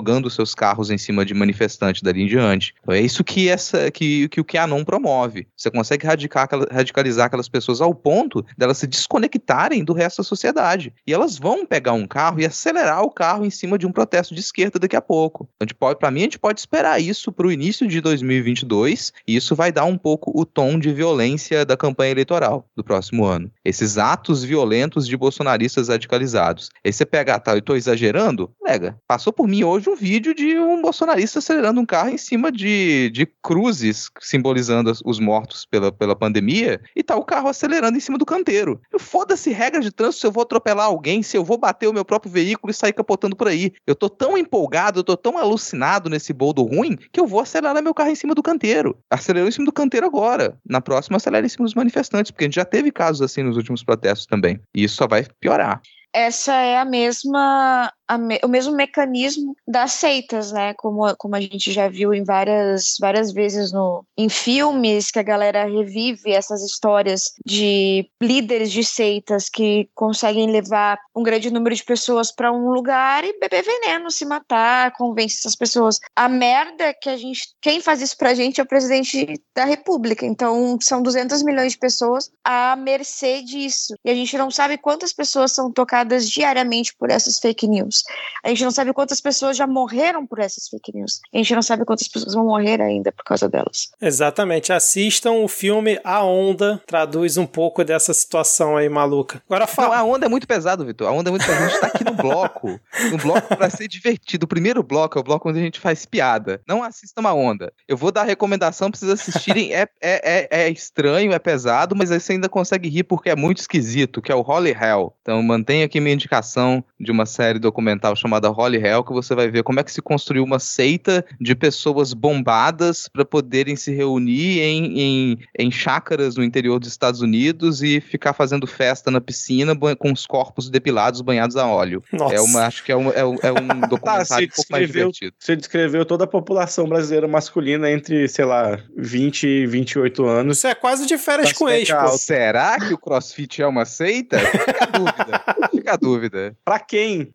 jogando seus carros em cima de manifestantes dali em diante. Então é isso que, essa, que, que o QAnon promove. Você consegue radicar, radicalizar aquelas pessoas ao ponto delas se desconectarem do resto da sociedade. E elas vão pegar um carro e acelerar o carro em cima de um protesto de esquerda daqui a pouco. Então, para mim, a gente pode esperar isso para o início de dois mil e vinte e dois, e isso vai dar um pouco o tom de violência da campanha eleitoral do próximo ano. Esses atos violentos de bolsonaristas radicalizados. Aí você pega, tá, eu tô exagerando? Lega, passou por mim hoje um vídeo de um bolsonarista acelerando um carro em cima de, de cruzes, simbolizando os mortos pela, pela pandemia, e tá o carro acelerando em cima do canteiro. Foda-se regra de trânsito se eu vou atropelar alguém, se eu vou bater o meu próprio veículo e sair capotando por aí. Eu tô tão empolgado, eu tô tão alucinado nesse boldo ruim, que eu vou acelerar meu carro em cima do canteiro. Acelerou em cima do canteiro agora. Na próxima, acelera em cima dos manifestantes, porque a gente já teve casos assim nos últimos protestos também. E isso só vai piorar. Essa é a mesma, a me, o mesmo mecanismo das seitas, né? Como, como a gente já viu em várias, várias vezes no, em filmes, que a galera revive essas histórias de líderes de seitas que conseguem levar um grande número de pessoas para um lugar e beber veneno, se matar, convence essas pessoas. A merda é que a gente, quem faz isso pra gente é o presidente da República. Então, são duzentos milhões de pessoas à mercê disso. E a gente não sabe quantas pessoas são tocadas diariamente por essas fake news. A gente não sabe quantas pessoas já morreram por essas fake news. A gente não sabe quantas pessoas vão morrer ainda por causa delas. Exatamente. Assistam o filme A Onda, traduz um pouco dessa situação aí maluca. Agora fala. Não, a onda é muito pesado, Vitor. A onda é muito pesada. A gente tá aqui no bloco. No bloco pra ser divertido. O primeiro bloco é o bloco onde a gente faz piada. Não assistam a onda. Eu vou dar a recomendação pra vocês assistirem. É, é, é, é estranho, é pesado, mas aí você ainda consegue rir porque é muito esquisito, que é o Holy Hell. Então mantenha aqui minha indicação de uma série documental chamada Holy Hell, que você vai ver como é que se construiu uma seita de pessoas bombadas para poderem se reunir em, em, em chácaras no interior dos Estados Unidos e ficar fazendo festa na piscina com os corpos depilados banhados a óleo. Nossa. É uma, acho que é um, é um, é um documentário tá, um pouco mais divertido. Você descreveu toda a população brasileira masculina entre, sei lá, vinte e vinte e oito anos. Isso é quase de férias com ex, pô. Será que o CrossFit é uma seita? Fica a dúvida. Fica a dúvida. Pra quem?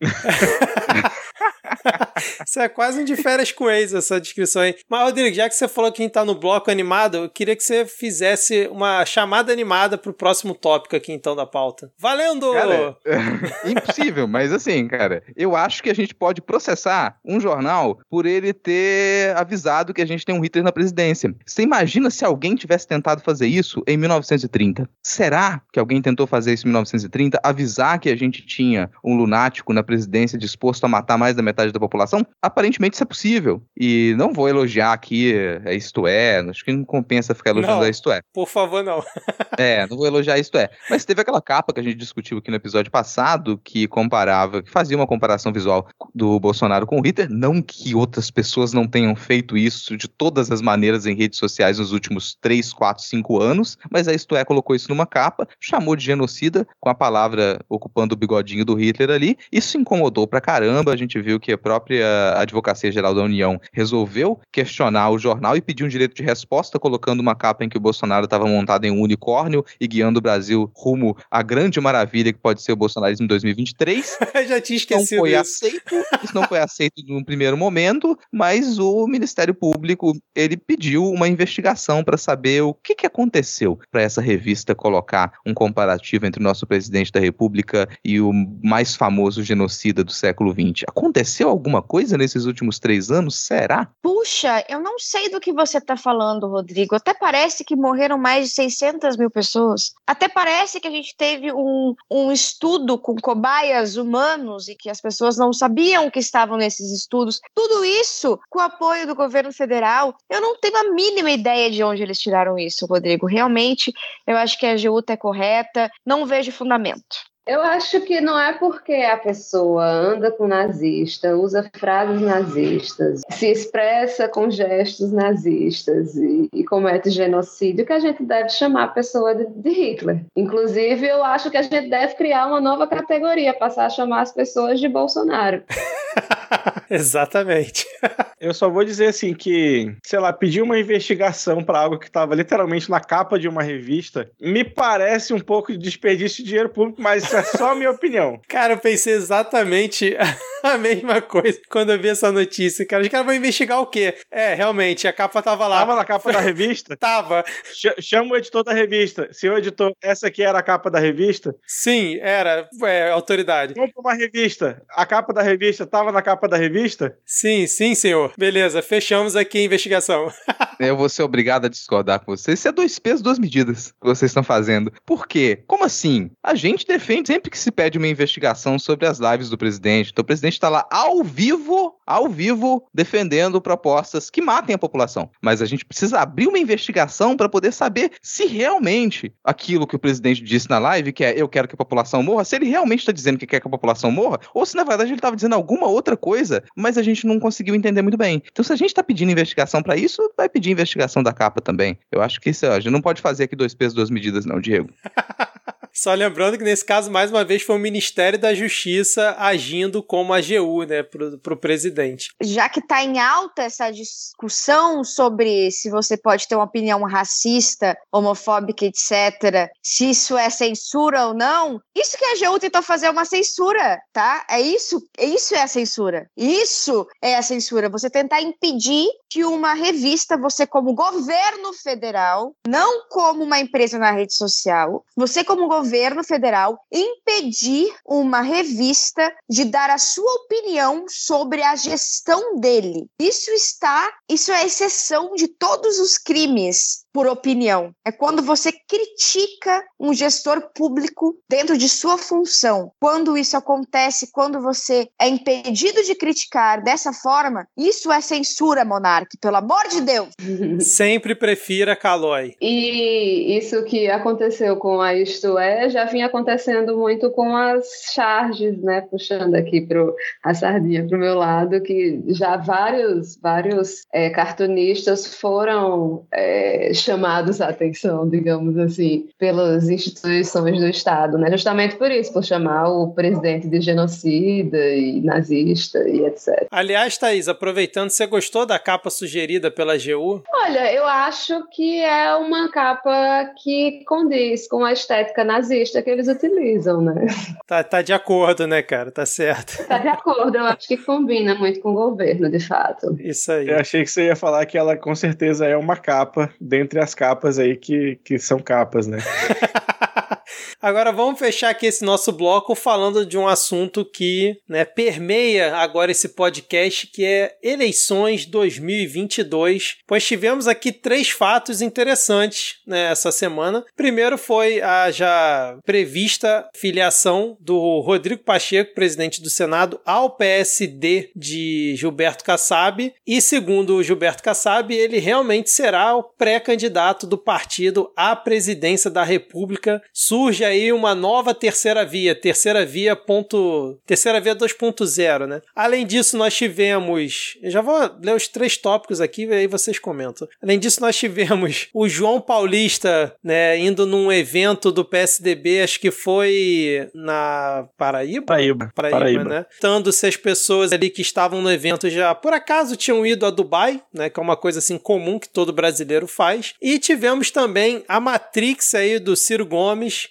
Isso é quase um de férias com ex, essa descrição aí. Mas, Rodrigo, já que você falou que a gente tá no bloco animado, eu queria que você fizesse uma chamada animada pro próximo tópico aqui, então, da pauta. Valendo! Cara, impossível, mas assim, cara, eu acho que a gente pode processar um jornal por ele ter avisado que a gente tem um Hitler na presidência. Você imagina se alguém tivesse tentado fazer isso em mil novecentos e trinta? Será que alguém tentou fazer isso em mil novecentos e trinta? Avisar que a gente tinha um lunático na presidência disposto a matar mais da metade da população? Aparentemente isso é possível. E não vou elogiar aqui é, Isto É, acho que não compensa ficar elogiando não, a Isto É. Por favor, não. É, não vou elogiar Isto É. Mas teve aquela capa que a gente discutiu aqui no episódio passado, que comparava, que fazia uma comparação visual do Bolsonaro com o Hitler. Não que outras pessoas não tenham feito isso de todas as maneiras em redes sociais nos últimos três, quatro, cinco anos, mas a Isto É colocou isso numa capa, chamou de genocida, com a palavra ocupando o bigodinho do Hitler ali. Isso incomodou pra caramba. A gente viu que a própria Advocacia Geral da União resolveu questionar o jornal e pedir um direito de resposta, colocando uma capa em que o Bolsonaro estava montado em um unicórnio e guiando o Brasil rumo à grande maravilha que pode ser o bolsonarismo em dois mil e vinte e três. Já tinha esquecido não foi isso. aceito, isso não foi aceito num primeiro momento, mas o Ministério Público, ele pediu uma investigação para saber o que, que aconteceu para essa revista colocar um comparativo entre o nosso presidente da República e o mais famoso genocida do século vinte. Aconteceu alguma coisa nesses últimos três anos? Será? Puxa, eu não sei do que você está falando, Rodrigo. Até parece que morreram mais de seiscentas mil pessoas. Até parece que a gente teve um, um estudo com cobaias humanos e que as pessoas não sabiam que estavam nesses estudos. Tudo isso com o apoio do governo federal. Eu não tenho a mínima ideia de onde eles tiraram isso, Rodrigo. Realmente, eu acho que a G U está correta. Não vejo fundamento. Eu acho que não é porque a pessoa anda com nazista, usa frases nazistas, se expressa com gestos nazistas e, e comete genocídio que a gente deve chamar a pessoa de, de Hitler. Inclusive, eu acho que a gente deve criar uma nova categoria, passar a chamar as pessoas de Bolsonaro. Exatamente. Eu só vou dizer assim que, sei lá, pedir uma investigação para algo que estava literalmente na capa de uma revista me parece um pouco de desperdício de dinheiro público, mas isso é só a minha opinião. Cara, eu pensei exatamente a mesma coisa quando eu vi essa notícia, cara. Os caras vão investigar o quê? É, realmente, a capa tava lá. Tava na capa da revista? Tava. Ch- chama o editor da revista. Senhor editor, essa aqui era a capa da revista? Sim, era. É, autoridade. Vamos pra uma revista. A capa da revista tava na capa da revista? Sim, sim, senhor. Beleza, fechamos aqui a investigação. Eu vou ser obrigado a discordar com vocês. Isso é dois pesos, duas medidas que vocês estão fazendo. Por quê? Como assim? A gente defende sempre que se pede uma investigação sobre as lives do presidente. Então o presidente está lá ao vivo, ao vivo, defendendo propostas que matem a população. Mas a gente precisa abrir uma investigação para poder saber se realmente aquilo que o presidente disse na live, que é eu quero que a população morra, se ele realmente está dizendo que quer que a população morra, ou se na verdade ele estava dizendo alguma outra coisa, mas a gente não conseguiu entender muito bem. Então se a gente está pedindo investigação para isso, vai pedir investigação da capa também. Eu acho que isso, a gente não pode fazer aqui dois pesos, duas medidas não, Diego. Só lembrando que nesse caso, mais uma vez, foi o Ministério da Justiça agindo como a A G U, né, pro, pro presidente. Já que tá em alta essa discussão sobre se você pode ter uma opinião racista, homofóbica, etcétera, se isso é censura ou não, isso que a A G U tentou fazer é uma censura, tá? É isso, isso é a censura. Isso é a censura. Você tentar impedir que uma revista, você como governo federal, não como uma empresa na rede social, você como governo federal, impedir uma revista de dar a sua opinião sobre a gestão dele. Isso está, isso é a exceção de todos os crimes por opinião. É quando você critica um gestor público dentro de sua função. Quando isso acontece, quando você é impedido de criticar dessa forma, isso é censura, Monark, pelo amor de Deus. Sempre prefira Calói. E isso que aconteceu com a Isto É, já vinha acontecendo muito com as charges, né? Puxando aqui pro, a sardinha pro meu lado, que já vários, vários é, cartunistas foram é, chamados à atenção, digamos assim, pelas instituições do Estado, né? Justamente por isso, por chamar o presidente de genocida e nazista e etcétera. Aliás, Thaís, aproveitando, você gostou da capa sugerida pela A G U? Olha, eu acho que é uma capa que condiz com a estética nazista que eles utilizam, né? Tá, tá de acordo, né, cara? Tá certo. Tá de acordo, eu acho que combina muito com o governo, de fato. Isso aí. Eu achei que você ia falar que ela com certeza é uma capa, dentre as capas aí que, que são capas, né? Agora vamos fechar aqui esse nosso bloco falando de um assunto que, né, permeia agora esse podcast, que é eleições dois mil e vinte e dois, pois tivemos aqui três fatos interessantes, né, essa semana. Primeiro foi a já prevista filiação do Rodrigo Pacheco, presidente do Senado, ao P S D de Gilberto Kassab, e segundo o Gilberto Kassab, ele realmente será o pré-candidato do partido à presidência da República. Surge aí uma nova terceira via, terceira via ponto, terceira via dois ponto zero, né? Além disso, nós tivemos, eu já vou ler os três tópicos aqui e aí vocês comentam. Além disso, nós tivemos o João Paulista, né, indo num evento do P S D B, acho que foi na Paraíba? Paraíba. Paraíba, Paraíba. né? Tanto se as pessoas ali que estavam no evento já, por acaso, tinham ido a Dubai, né, que é uma coisa assim comum que todo brasileiro faz. E tivemos também a Matrix aí do Ciro Gomes,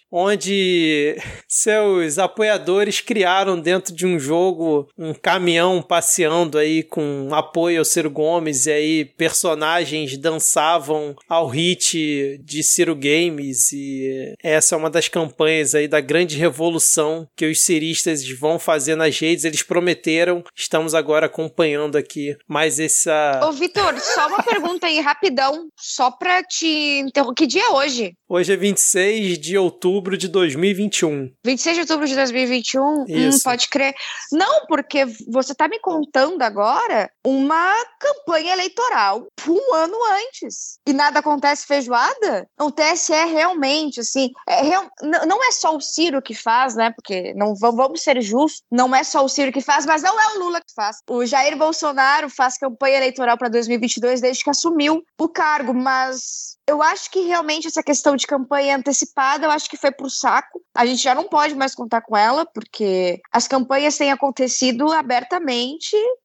onde seus apoiadores criaram dentro de um jogo um caminhão passeando aí com apoio ao Ciro Gomes, e aí personagens dançavam ao hit de Ciro Games, e essa é uma das campanhas aí da grande revolução que os ciristas vão fazer nas redes. Eles prometeram, estamos agora acompanhando aqui mais essa... Ô, Vitor, só uma pergunta aí, rapidão, só pra te interromper. Que dia é hoje? Hoje é vinte e seis de outubro de dois mil e vinte e um. vinte e seis de outubro de dois mil e vinte e um? Isso. Hum, pode crer. Não, porque você tá me contando agora uma campanha eleitoral um ano antes. E nada acontece feijoada? O T S E realmente, assim, é real, n- não é só o Ciro que faz, né? Porque não v- vamos ser justos, não é só o Ciro que faz, mas não é o Lula que faz. O Jair Bolsonaro faz campanha eleitoral para dois mil e vinte e dois desde que assumiu o cargo, mas eu acho que realmente essa questão de campanha antecipada, eu acho que foi pro saco. A gente já não pode mais contar com ela, porque as campanhas têm acontecido abertamente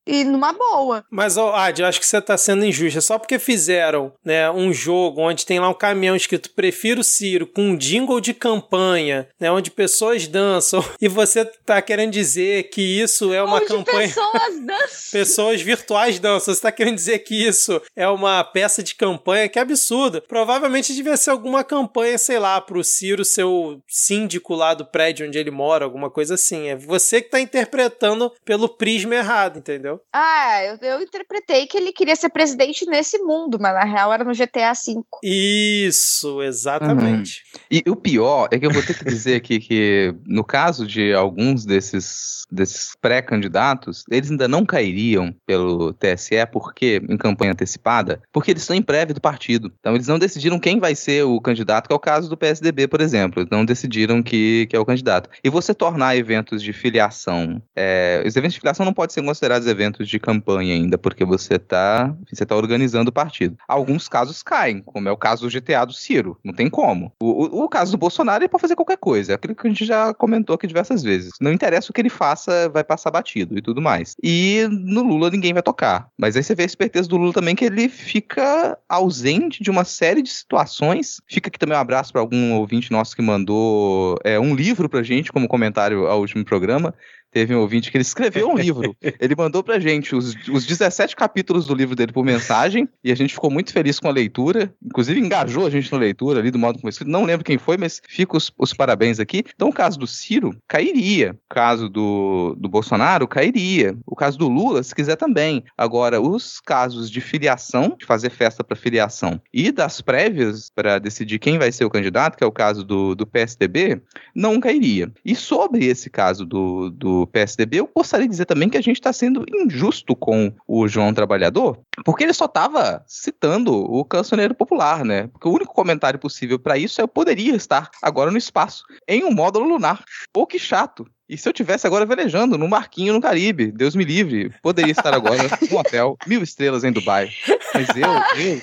e numa boa. Mas, ó, Adi, eu acho que você tá sendo injusta. Só porque fizeram, né, um jogo onde tem lá um caminhão escrito Prefiro Ciro, com um jingle de campanha, né, onde pessoas dançam, e você tá querendo dizer que isso é uma onde campanha... pessoas dançam. Pessoas virtuais dançam. Você tá querendo dizer que isso é uma peça de campanha? Que absurdo. Provavelmente devia ser alguma campanha, sei lá, pro Ciro ser o síndico lá do prédio onde ele mora, alguma coisa assim. É você que tá interpretando pelo prisma errado, entendeu? Ah, eu, eu interpretei que ele queria ser presidente nesse mundo, mas na real era no G T A cinco. Isso, exatamente. Uhum. E o pior é que eu vou ter que dizer aqui que, no caso de alguns desses, desses pré-candidatos, eles ainda não cairiam pelo T S E, porque, em campanha antecipada, porque eles estão em prévia do partido. Então eles não decidiram quem vai ser o candidato, que é o caso do P S D B, por exemplo. Eles não decidiram que, que é o candidato. E você tornar eventos de filiação... É, os eventos de filiação não podem ser considerados eventos de campanha ainda, porque você está você tá organizando o partido. Alguns casos caem, como é o caso do G T A do Ciro. Não tem como. O, o, o caso do Bolsonaro ele pode fazer qualquer coisa. É aquilo que a gente já comentou aqui diversas vezes. Não interessa o que ele faça, vai passar batido e tudo mais. E no Lula ninguém vai tocar. Mas aí você vê a esperteza do Lula também, que ele fica ausente de uma série de situações. Fica aqui também um abraço para algum ouvinte nosso que mandou é, um livro pra gente, como comentário ao último programa. Teve um ouvinte que ele escreveu um livro. Ele mandou pra gente os, os dezessete capítulos do livro dele por mensagem, e a gente ficou muito feliz com a leitura. Inclusive engajou a gente na leitura ali, do modo como escrito. Não lembro quem foi, mas fica os, os parabéns aqui. Então o caso do Ciro cairia. O caso do, do Bolsonaro cairia. O caso do Lula, se quiser, também. Agora, os casos de filiação, de fazer festa para filiação, e das prévias para decidir quem vai ser o candidato, que é o caso do, do P S D B, não cairia. E sobre esse caso do, do P S D B, eu gostaria de dizer também que a gente está sendo injusto com o João Trabalhador, porque ele só estava citando o cancioneiro popular, né? Porque o único comentário possível para isso é eu poderia estar agora no espaço, em um módulo lunar. Pô, que chato. E se eu tivesse agora velejando num barquinho no Caribe, Deus me livre, poderia estar agora num hotel, mil estrelas em Dubai. Mas eu, eu,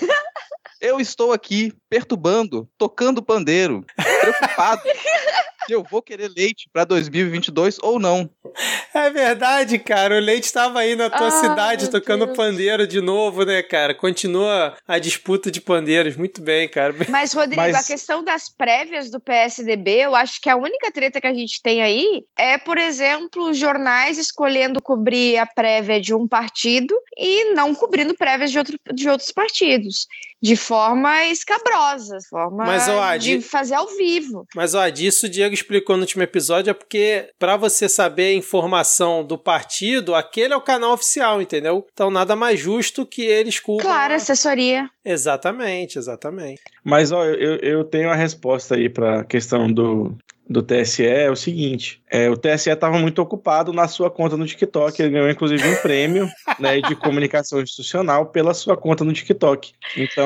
eu estou aqui perturbando, tocando pandeiro, preocupado se eu vou querer leite pra dois mil e vinte e dois ou não. É verdade, cara. O Leite estava aí na tua Ah, cidade meu tocando Deus. pandeiro de novo, né, cara? Continua a disputa de pandeiros. Muito bem, cara. Mas, Rodrigo, Mas- a questão das prévias do P S D B, eu acho que a única treta que a gente tem aí é, por exemplo, os jornais escolhendo cobrir a prévia de um partido e não cobrindo prévias de, outro, de outros partidos. De forma escabrosa, forma Mas, ó, de Adi- fazer ao vivo. Mas, ó, disso o Diego explicou no último episódio, é porque pra você saber a informação do partido, aquele é o canal oficial, entendeu? Então nada mais justo que eles cubram. Claro, a- assessoria. Exatamente, exatamente. Mas, ó, eu, eu tenho a resposta aí para a questão do, do T S E, é o seguinte, é, o T S E estava muito ocupado na sua conta no TikTok, ele ganhou inclusive um prêmio, né, de comunicação institucional pela sua conta no TikTok. Então,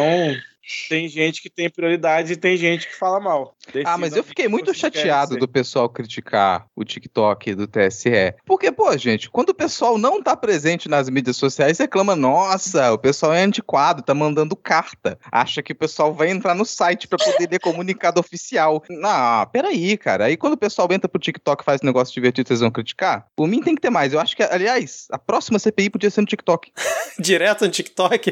tem gente que tem prioridade e tem gente que fala mal. Ah, mas eu fiquei muito Vocês querem chateado ser. do pessoal criticar o TikTok do T S E. Porque, pô, gente, quando o pessoal não tá presente nas mídias sociais, reclama, nossa, o pessoal é antiquado, tá mandando carta. Acha que o pessoal vai entrar no site pra poder ler comunicado oficial. Não, peraí, cara. Aí quando o pessoal entra pro TikTok e faz um negócio divertido, vocês vão criticar? Por mim tem que ter mais. Eu acho que, aliás, a próxima C P I podia ser no TikTok. Direto no TikTok.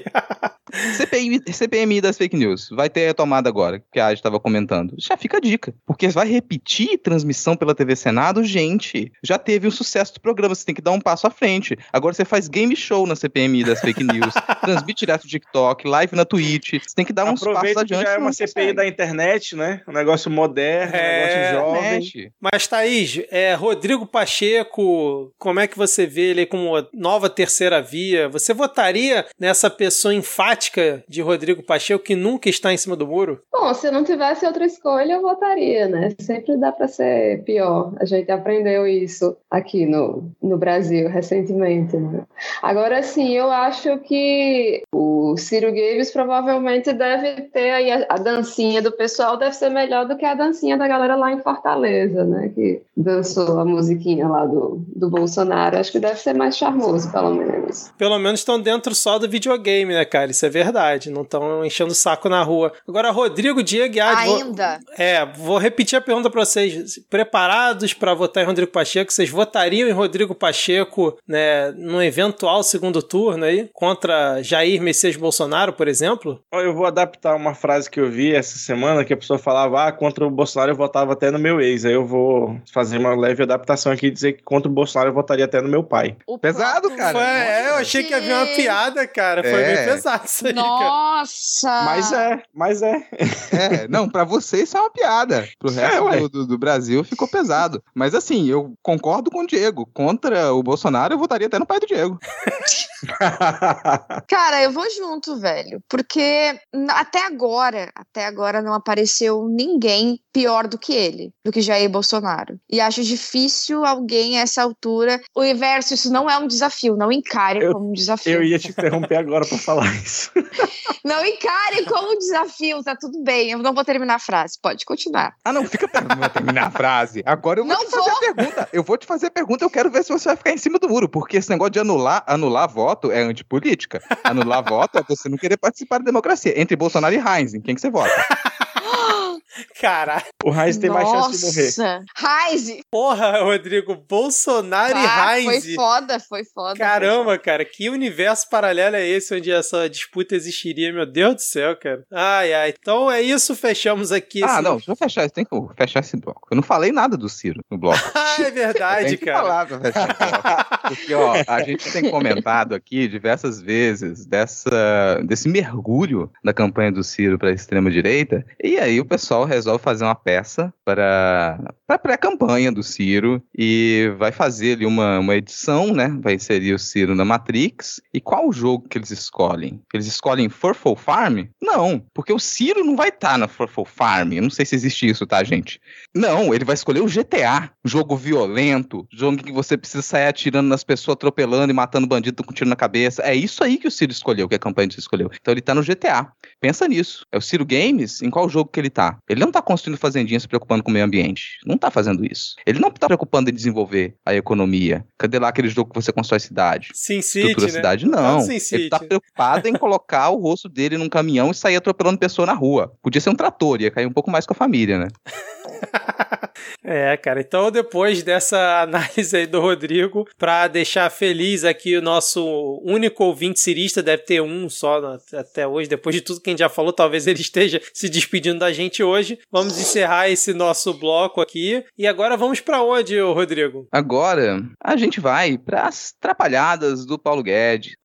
C P I, C P M I das fake news. Vai ter retomada agora, que a Adi estava comentando. Já fica a dica. Porque vai repetir transmissão pela T V Senado, gente. Já teve o sucesso do programa, você tem que dar um passo à frente. Agora você faz game show na C P M I das fake news. Transmite direto no TikTok, live na Twitch. Você tem que dar uns passos Aproveita que adiante. já é não uma C P I consegue. da internet, né? Um negócio moderno, É, um negócio jovem. Internet. Mas, Thaís, é, Rodrigo Pacheco, como é que você vê ele como a nova terceira via? Você votaria nessa pessoa enfática de Rodrigo Pacheco que nunca está em cima do muro? Bom, se não tivesse outra escolha, eu votaria, né? Sempre dá para ser pior. A gente aprendeu isso aqui no, no Brasil recentemente, né? Agora sim, eu acho que o Ciro Gomes provavelmente deve ter aí a, a dancinha do pessoal deve ser melhor do que a dancinha da galera lá em Fortaleza, né? Que dançou a musiquinha lá do, do Bolsonaro. Acho que deve ser mais charmoso, pelo menos. Pelo menos estão dentro só do videogame, né, cara? Isso é verdade. Não estão enchendo o saco na rua. Agora, Rodrigo, Diego e Adi... Ainda? Vou, é, vou repetir a pergunta pra vocês. Preparados pra votar em Rodrigo Pacheco? Vocês votariam em Rodrigo Pacheco, né, num eventual segundo turno aí, contra Jair Messias Bolsonaro, por exemplo? Eu vou adaptar uma frase que eu vi essa semana, que a pessoa falava, ah, contra o Bolsonaro eu votava até no meu ex. Aí eu vou fazer uma leve adaptação aqui e dizer que contra o Bolsonaro eu votaria até no meu pai. O pesado, cara. Foi, é, eu achei que havia uma piada, cara. Foi É. bem pesado isso aí, Nossa! cara. Mas é, mas é. É, não, pra você isso é uma piada. Pro resto É, do, do, do Brasil ficou pesado. Mas assim, eu concordo com o Diego. Contra o Bolsonaro, eu votaria até no pai do Diego. Cara, eu vou junto, velho. Porque até agora, até agora não apareceu ninguém pior do que ele, do que Jair Bolsonaro. E acho difícil alguém a essa altura... O inverso, isso não é um desafio. Não encare Eu- como um desafio. Eu ia te interromper agora pra falar isso. Não encare como um desafio, tá tudo bem. Eu não vou terminar a frase. Pode continuar. Ah, não, fica pra não terminar a frase. Agora eu vou Não te fazer vou. a pergunta. Eu vou te fazer a pergunta, eu quero ver se você vai ficar em cima do muro, porque esse negócio de anular, anular voto é antipolítica. Anular voto é você não querer participar da democracia. Entre Bolsonaro e Heinz, em quem que você vota? Caralho. O Heinz tem mais chance de morrer. Nossa! Heinz! Porra, Rodrigo, Bolsonaro Ah, e foi Heinz. foda, foi foda. Caramba, cara, que universo paralelo é esse onde essa disputa existiria? Meu Deus do céu, cara. Ai, ai. Então é isso, fechamos aqui. Ah, esse... não, deixa eu fechar, tem que fechar esse bloco. Eu não falei nada do Ciro no bloco. Ah, é verdade, Tem que cara. falar pra fechar o bloco. Porque, ó, a gente tem comentado aqui diversas vezes dessa, desse mergulho da campanha do Ciro para a extrema-direita, e aí o pessoal resolve fazer uma peça para a pré-campanha do Ciro e vai fazer ali uma, uma edição, né? Vai inserir o Ciro na Matrix. E qual o jogo que eles escolhem? Eles escolhem Furful Farm? Não, porque o Ciro não vai estar na Furful Farm. Eu não sei se existe isso, tá, gente? Não, ele vai escolher o G T A. Jogo violento, jogo em que você precisa sair atirando nas pessoas, atropelando e matando bandido com tiro na cabeça. É isso aí que o Ciro escolheu, que a campanha do Ciro escolheu. Então ele tá no G T A. Pensa nisso. É o Ciro Games, em qual jogo que ele tá? Ele não tá construindo fazendinha se preocupando com o meio ambiente. Não tá fazendo isso. Ele não tá preocupando em desenvolver a economia. Cadê lá aquele jogo que você constrói cidade? Sin Estrutura City, a né? cidade? Não. Sin City. Ele tá preocupado em colocar o rosto dele num caminhão e sair atropelando pessoa na rua. Podia ser um trator, ia cair um pouco mais com a família, né? É, cara, então depois dessa análise aí do Rodrigo, pra deixar feliz aqui o nosso único ouvinte cirista, deve ter um só no, até hoje, depois de tudo que a gente já falou, talvez ele esteja se despedindo da gente hoje. Vamos encerrar esse nosso bloco aqui. E agora vamos pra onde, ô Rodrigo? Agora, a gente vai pras trapalhadas do Paulo Guedes.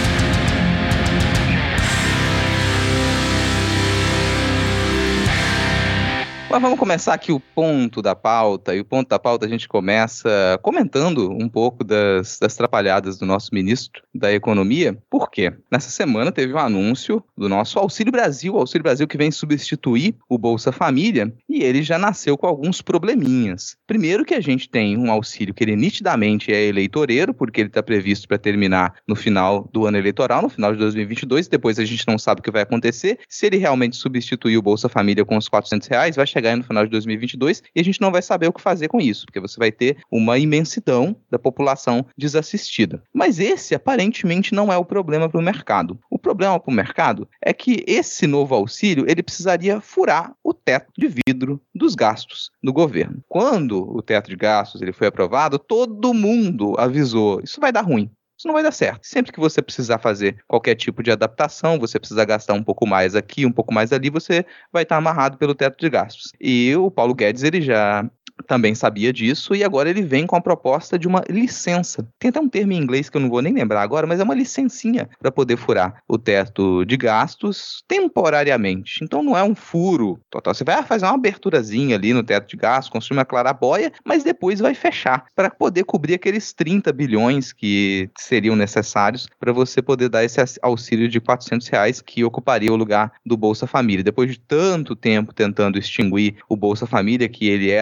Mas vamos começar aqui o ponto da pauta, e o ponto da pauta a gente começa comentando um pouco das, das trapalhadas do nosso ministro da Economia. Por quê? Nessa semana teve um anúncio do nosso Auxílio Brasil, o Auxílio Brasil que vem substituir o Bolsa Família, e ele já nasceu com alguns probleminhas. Primeiro que a gente tem um auxílio que ele nitidamente é eleitoreiro, porque ele está previsto para terminar no final do ano eleitoral, no final de dois mil e vinte e dois, depois a gente não sabe o que vai acontecer. Se ele realmente substituir o Bolsa Família com os quatrocentos reais, vai chegar no final de dois mil e vinte e dois e a gente não vai saber o que fazer com isso, porque você vai ter uma imensidão da população desassistida. Mas esse aparentemente não é o problema para o mercado. O problema para o mercado é que esse novo auxílio ele precisaria furar o teto de vidro dos gastos do governo. Quando o teto de gastos ele foi aprovado, todo mundo avisou, isso vai dar ruim. Isso não vai dar certo. Sempre que você precisar fazer qualquer tipo de adaptação, você precisa gastar um pouco mais aqui, um pouco mais ali, você vai estar amarrado pelo teto de gastos. E o Paulo Guedes, ele já também sabia disso e agora ele vem com a proposta de uma licença. Tem até um termo em inglês que eu não vou nem lembrar agora, mas é uma licencinha para poder furar o teto de gastos temporariamente. Então não é um furo total. Você vai fazer uma aberturazinha ali no teto de gastos, construir uma clarabóia, mas depois vai fechar para poder cobrir aqueles trinta bilhões que seriam necessários para você poder dar esse auxílio de quatrocentos reais que ocuparia o lugar do Bolsa Família. Depois de tanto tempo tentando extinguir o Bolsa Família, que ele é atrelado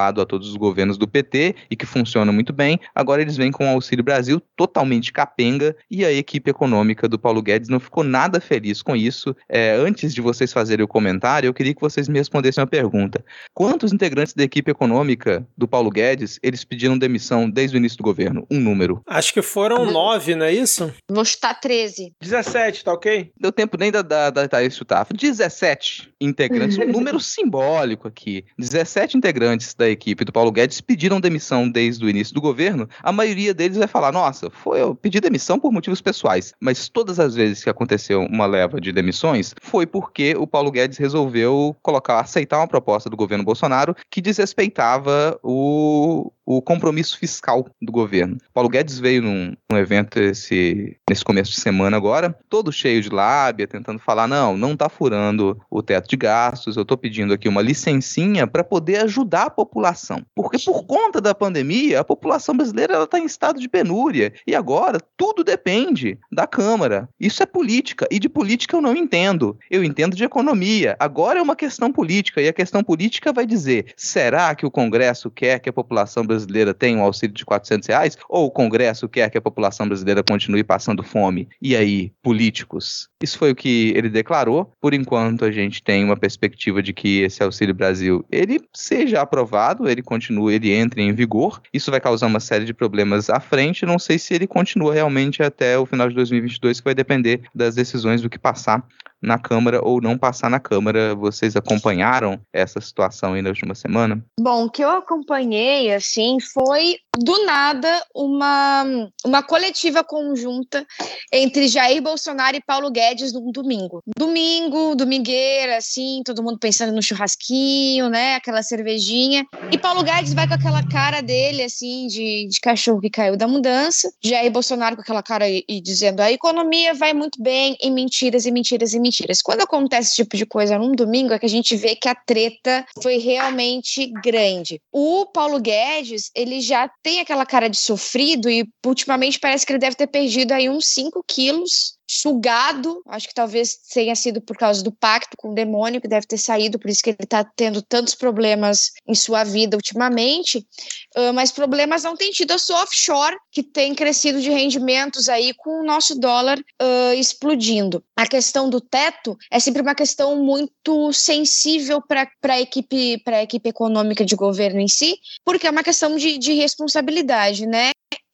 habituado a todos os governos do P T e que funciona muito bem. Agora eles vêm com o Auxílio Brasil totalmente capenga e a equipe econômica do Paulo Guedes não ficou nada feliz com isso. É, antes de vocês fazerem o comentário, eu queria que vocês me respondessem uma pergunta. Quantos integrantes da equipe econômica do Paulo Guedes eles pediram demissão desde o início do governo? Um número. Acho que foram nove, não é isso? Vou chutar treze. dezessete, tá ok? Deu tempo nem da, da, da Thaís chutar. dezessete integrantes, um número simbólico aqui. dezessete integrantes da equipe do Paulo Guedes pediram demissão desde o início do governo. A maioria deles vai falar, nossa, foi eu pedi demissão por motivos pessoais. Mas todas as vezes que aconteceu uma leva de demissões, foi porque o Paulo Guedes resolveu colocar, aceitar uma proposta do governo Bolsonaro que desrespeitava o... o compromisso fiscal do governo. Paulo Guedes veio num, num evento esse, nesse começo de semana agora, todo cheio de lábia, tentando falar, não, não tá furando o teto de gastos, eu tô pedindo aqui uma licencinha para poder ajudar a população. Porque por conta da pandemia, a população brasileira ela tá em estado de penúria. E agora, tudo depende da Câmara. Isso é política. E de política eu não entendo. Eu entendo de economia. Agora é uma questão política. E a questão política vai dizer, será que o Congresso quer que a população brasileira tenha um auxílio de quatrocentos reais? Ou o Congresso quer que a população brasileira continue passando fome? E aí, políticos? Isso foi o que ele declarou. Por enquanto, a gente tem uma perspectiva de que esse Auxílio Brasil, ele seja aprovado, ele continue, ele entre em vigor. Isso vai causar uma série de problemas à frente. Não sei se ele continua realmente até o final de dois mil e vinte e dois, que vai depender das decisões do que passar na Câmara ou não passar na Câmara. Vocês acompanharam essa situação aí na última semana? Bom, o que eu acompanhei, assim, foi, do nada, uma, uma coletiva conjunta entre Jair Bolsonaro e Paulo Guedes num domingo. Domingo, domingueira, assim, todo mundo pensando no churrasquinho, né, aquela cervejinha. E Paulo Guedes vai com aquela cara dele, assim, de, de cachorro que caiu da mudança. Jair Bolsonaro com aquela cara e, e dizendo a economia vai muito bem, e mentiras, e mentiras, e mentiras. Quando acontece esse tipo de coisa num domingo, é que a gente vê que a treta foi realmente grande. O Paulo Guedes, ele já tem aquela cara de sofrido e ultimamente parece que ele deve ter perdido aí uns cinco quilos. Sugado, acho que talvez tenha sido por causa do pacto com o demônio que deve ter saído, por isso que ele está tendo tantos problemas em sua vida ultimamente, uh, mas problemas não tem tido a sua offshore, que tem crescido de rendimentos aí com o nosso dólar uh, explodindo. A questão do teto é sempre uma questão muito sensível para a equipe, para a equipe econômica de governo em si, porque é uma questão de, de responsabilidade, né?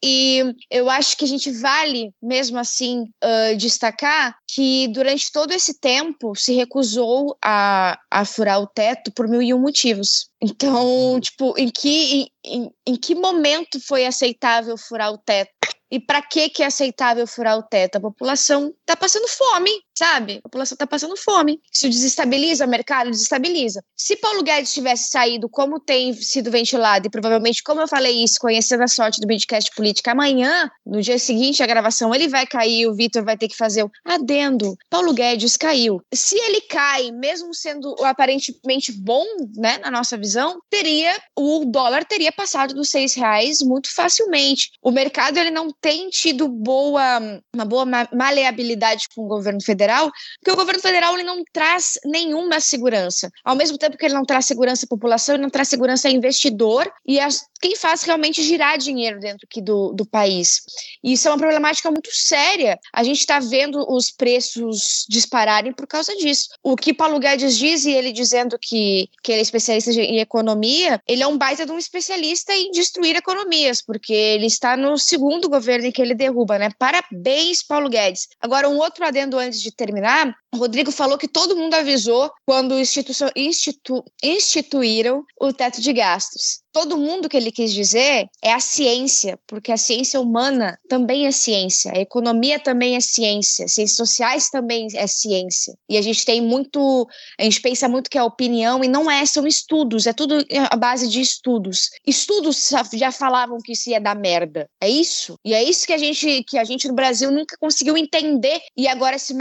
E eu acho que a gente vale, mesmo assim, uh, destacar que durante todo esse tempo se recusou a, a furar o teto por mil e um motivos. Então, tipo, em que, em, em que momento foi aceitável furar o teto? E para que que é aceitável furar o teto? A população está passando fome, sabe? A população está passando fome. Isso desestabiliza o mercado? Desestabiliza. Se Paulo Guedes tivesse saído como tem sido ventilado, e provavelmente, como eu falei isso, conhecendo a sorte do Midcast Política, amanhã, no dia seguinte à gravação, ele vai cair, o Vitor vai ter que fazer o adendo. Paulo Guedes caiu. Se ele cai, mesmo sendo aparentemente bom, né, na nossa visão, teria, o dólar teria passado dos seis reais muito facilmente. O mercado, ele não tem tido boa, uma boa maleabilidade com o governo federal, porque o governo federal ele não traz nenhuma segurança. Ao mesmo tempo que ele não traz segurança à população, ele não traz segurança a investidor e a quem faz realmente girar dinheiro dentro aqui do, do país. E isso é uma problemática muito séria. A gente está vendo os preços dispararem por causa disso. O que Paulo Guedes diz, e ele dizendo que, que ele é especialista em economia, ele é um baita de um especialista em destruir economias, porque ele está no segundo governo em que ele derruba, né? Parabéns, Paulo Guedes. Agora, um outro adendo antes de terminar. O Rodrigo falou que todo mundo avisou quando institu institu instituíram o teto de gastos. Todo mundo que ele quis dizer é a ciência, porque a ciência humana também é ciência, a economia também é ciência, ciências sociais também é ciência. E a gente tem muito, a gente pensa muito que é opinião e não é, são estudos, é tudo a base de estudos. Estudos já falavam que isso ia dar merda, é isso? E é isso que a gente, que a gente no Brasil nunca conseguiu entender e agora se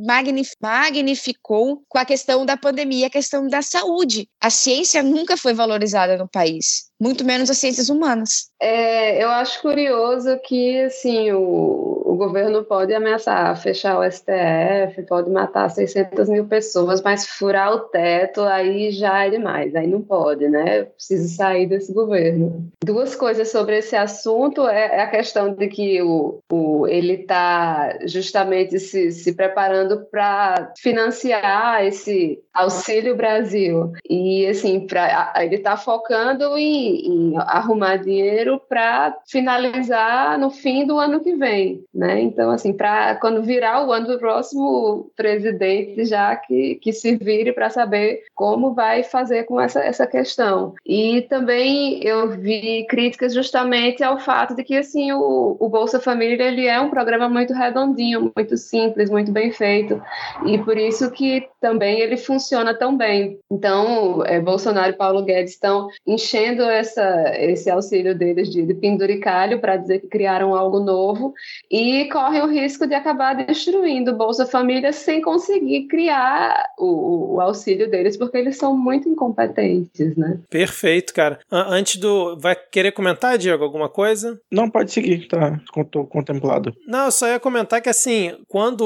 magnificou com a questão da pandemia, a questão da saúde. A ciência nunca foi valorizada no país. muito menos as ciências humanas. É, eu acho curioso que, assim, o, o governo pode ameaçar fechar o S T F, pode matar seiscentas mil pessoas, mas furar o teto aí já é demais, aí não pode, né? Precisa sair desse governo. Duas coisas sobre esse assunto é a questão de que o, o, ele está justamente se, se preparando para financiar esse Auxílio Brasil. E, assim, pra, ele está focando em, em arrumar dinheiro para finalizar no fim do ano que vem, né? Então, assim, para quando virar o ano do próximo presidente, já que, que se vire para saber como vai fazer com essa, essa questão. E também eu vi críticas justamente ao fato de que, assim, o, o Bolsa Família, ele é um programa muito redondinho, muito simples, muito bem feito, e por isso que também ele funciona tão bem. Então, é, Bolsonaro e Paulo Guedes estão enchendo essa, esse auxílio deles de, de penduricalho para dizer que criaram algo novo e correm o risco de acabar destruindo o Bolsa Família sem conseguir criar o, o auxílio deles, porque eles são muito incompetentes, né? Perfeito, cara. Antes do... Vai querer comentar, Diego, alguma coisa? Não, pode seguir, tá contemplado. Não, eu só ia comentar que, assim, quando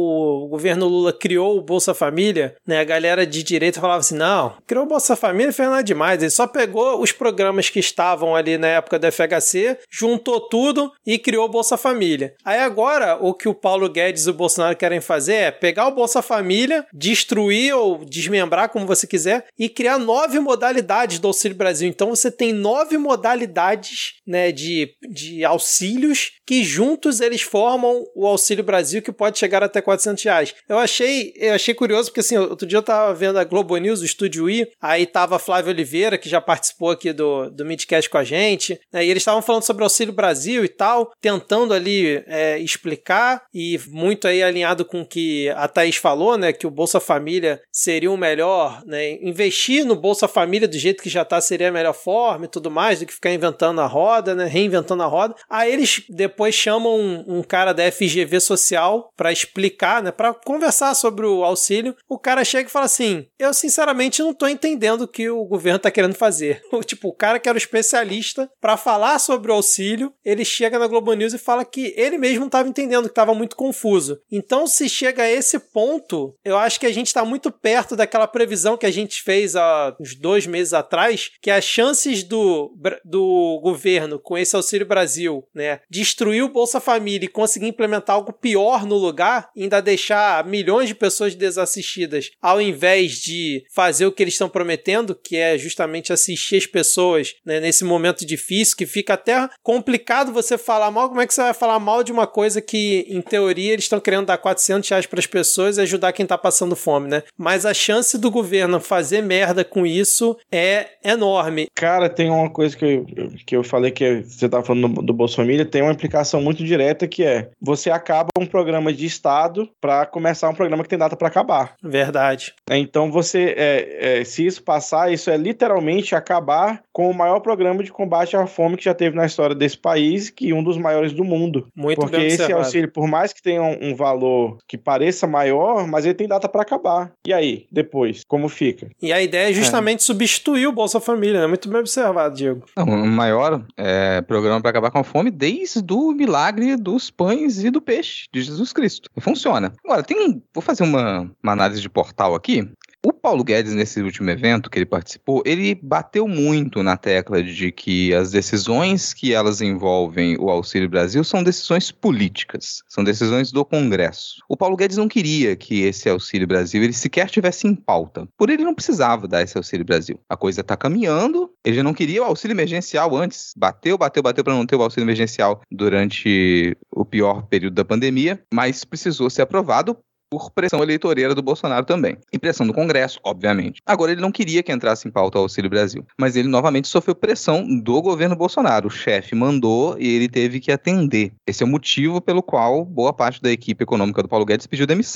o governo Lula criou o Bolsa Família, né, a galera de direita falava assim, não, criou o Bolsa Família, fez nada demais, ele só pegou os programas que estavam ali na época do F H C, juntou tudo e criou o Bolsa Família. Aí agora, o que o Paulo Guedes e o Bolsonaro querem fazer é pegar o Bolsa Família, destruir ou desmembrar, como você quiser, e criar nove modalidades do Auxílio Brasil. Então você tem nove modalidades, né, de, de auxílios que juntos eles formam o Auxílio Brasil, que pode chegar até quatrocentos reais. Eu achei, eu achei curioso, porque assim, outro dia eu tava vendo a Globo News, o Estúdio I, aí tava a Flávia Oliveira, que já participou aqui do, do Midcast com a gente, né, e eles estavam falando sobre o Auxílio Brasil e tal, tentando ali é, explicar, e muito aí alinhado com o que a Thaís falou, né, que o Bolsa Família seria o melhor, né, investir no Bolsa Família do jeito que já tá seria a melhor forma e tudo mais, do que ficar inventando a roda, né, reinventando a roda. Aí eles depois chamam um, um cara da F G V Social pra explicar, né, pra conversar sobre o auxílio. O cara chega e fala assim, eu sinceramente não tô entendendo o que o governo tá querendo fazer. Tipo, o cara que era o especialista pra falar sobre o auxílio, ele chega na Globo News e fala que ele mesmo não tava entendendo, que tava muito confuso. Então, se chega a esse ponto, eu acho que a gente tá muito perto daquela previsão que a gente fez há uns dois meses atrás, que as chances do, do governo com esse Auxílio Brasil, né, destruir o Bolsa Família e conseguir implementar algo pior no lugar, ainda deixar milhões de pessoas desassistidas, ao invés de fazer o que eles estão prometendo, que é justamente assistir as pessoas, né, nesse momento difícil, que fica até complicado você falar mal. Como é que você vai falar mal de uma coisa que, em teoria, eles estão querendo dar quatrocentos reais para as pessoas e ajudar quem tá passando fome, né? Mas a chance do governo fazer merda com isso é enorme. Cara, tem uma coisa que eu, que eu falei que você tava falando do, do Bolsa Família, tem uma implicação muito direta que é, você acaba um programa de Estado para começar um programa que tem data para acabar. Verdade. Então você, é, é, se isso passar, isso é literalmente acabar com o maior programa de combate à fome que já teve na história desse país, que um dos maiores do mundo. Muito Porque bem esse observado. auxílio, por mais que tenha um, um valor que pareça maior, mas ele tem data para acabar. E aí, depois, como fica? E a ideia é justamente é. substituir o Bolsa Família, né? Muito bem observado, Diego. Não, o maior é, programa para acabar com a fome desde o milagre dos pães e do peixe de Jesus Cristo. E funciona. Agora, tem um, vou fazer uma, uma análise de portal aqui. O Paulo Guedes, nesse último evento que ele participou, ele bateu muito na tecla de que as decisões que elas envolvem o Auxílio Brasil são decisões políticas, são decisões do Congresso. O Paulo Guedes não queria que esse Auxílio Brasil ele sequer tivesse em pauta. Por ele não precisava dar esse Auxílio Brasil. A coisa está caminhando, ele já não queria o auxílio emergencial antes. Bateu, bateu, bateu para não ter o auxílio emergencial durante o pior período da pandemia, mas precisou ser aprovado por pressão eleitoreira do Bolsonaro também. E pressão do Congresso, obviamente. Agora, ele não queria que entrasse em pauta o Auxílio Brasil, mas ele novamente sofreu pressão do governo Bolsonaro. O chefe mandou e ele teve que atender. Esse é o motivo pelo qual boa parte da equipe econômica do Paulo Guedes pediu demissão.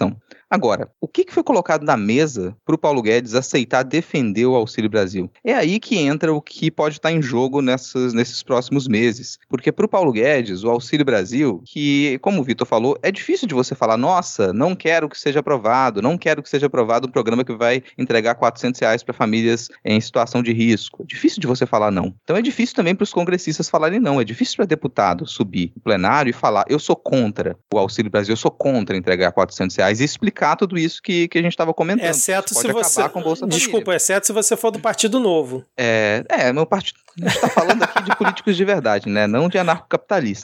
Agora, o que, que foi colocado na mesa para o Paulo Guedes aceitar defender o Auxílio Brasil? É aí que entra o que pode estar em jogo nessas, nesses próximos meses. Porque para o Paulo Guedes, o Auxílio Brasil, que, como o Vitor falou, é difícil de você falar, nossa, não quero que seja aprovado, não quero que seja aprovado um programa que vai entregar quatrocentos reais para famílias em situação de risco. É difícil de você falar não. Então é difícil também para os congressistas falarem não. É difícil para deputado subir no plenário e falar, eu sou contra o Auxílio Brasil, eu sou contra entregar quatrocentos reais e explicar tudo isso que, que a gente estava comentando. Exceto pode se você... com Bolsa Desculpa, Família. exceto se você for do Partido Novo. É, é meu partido... A gente está falando aqui de políticos de verdade, né? Não de anarcocapitalista.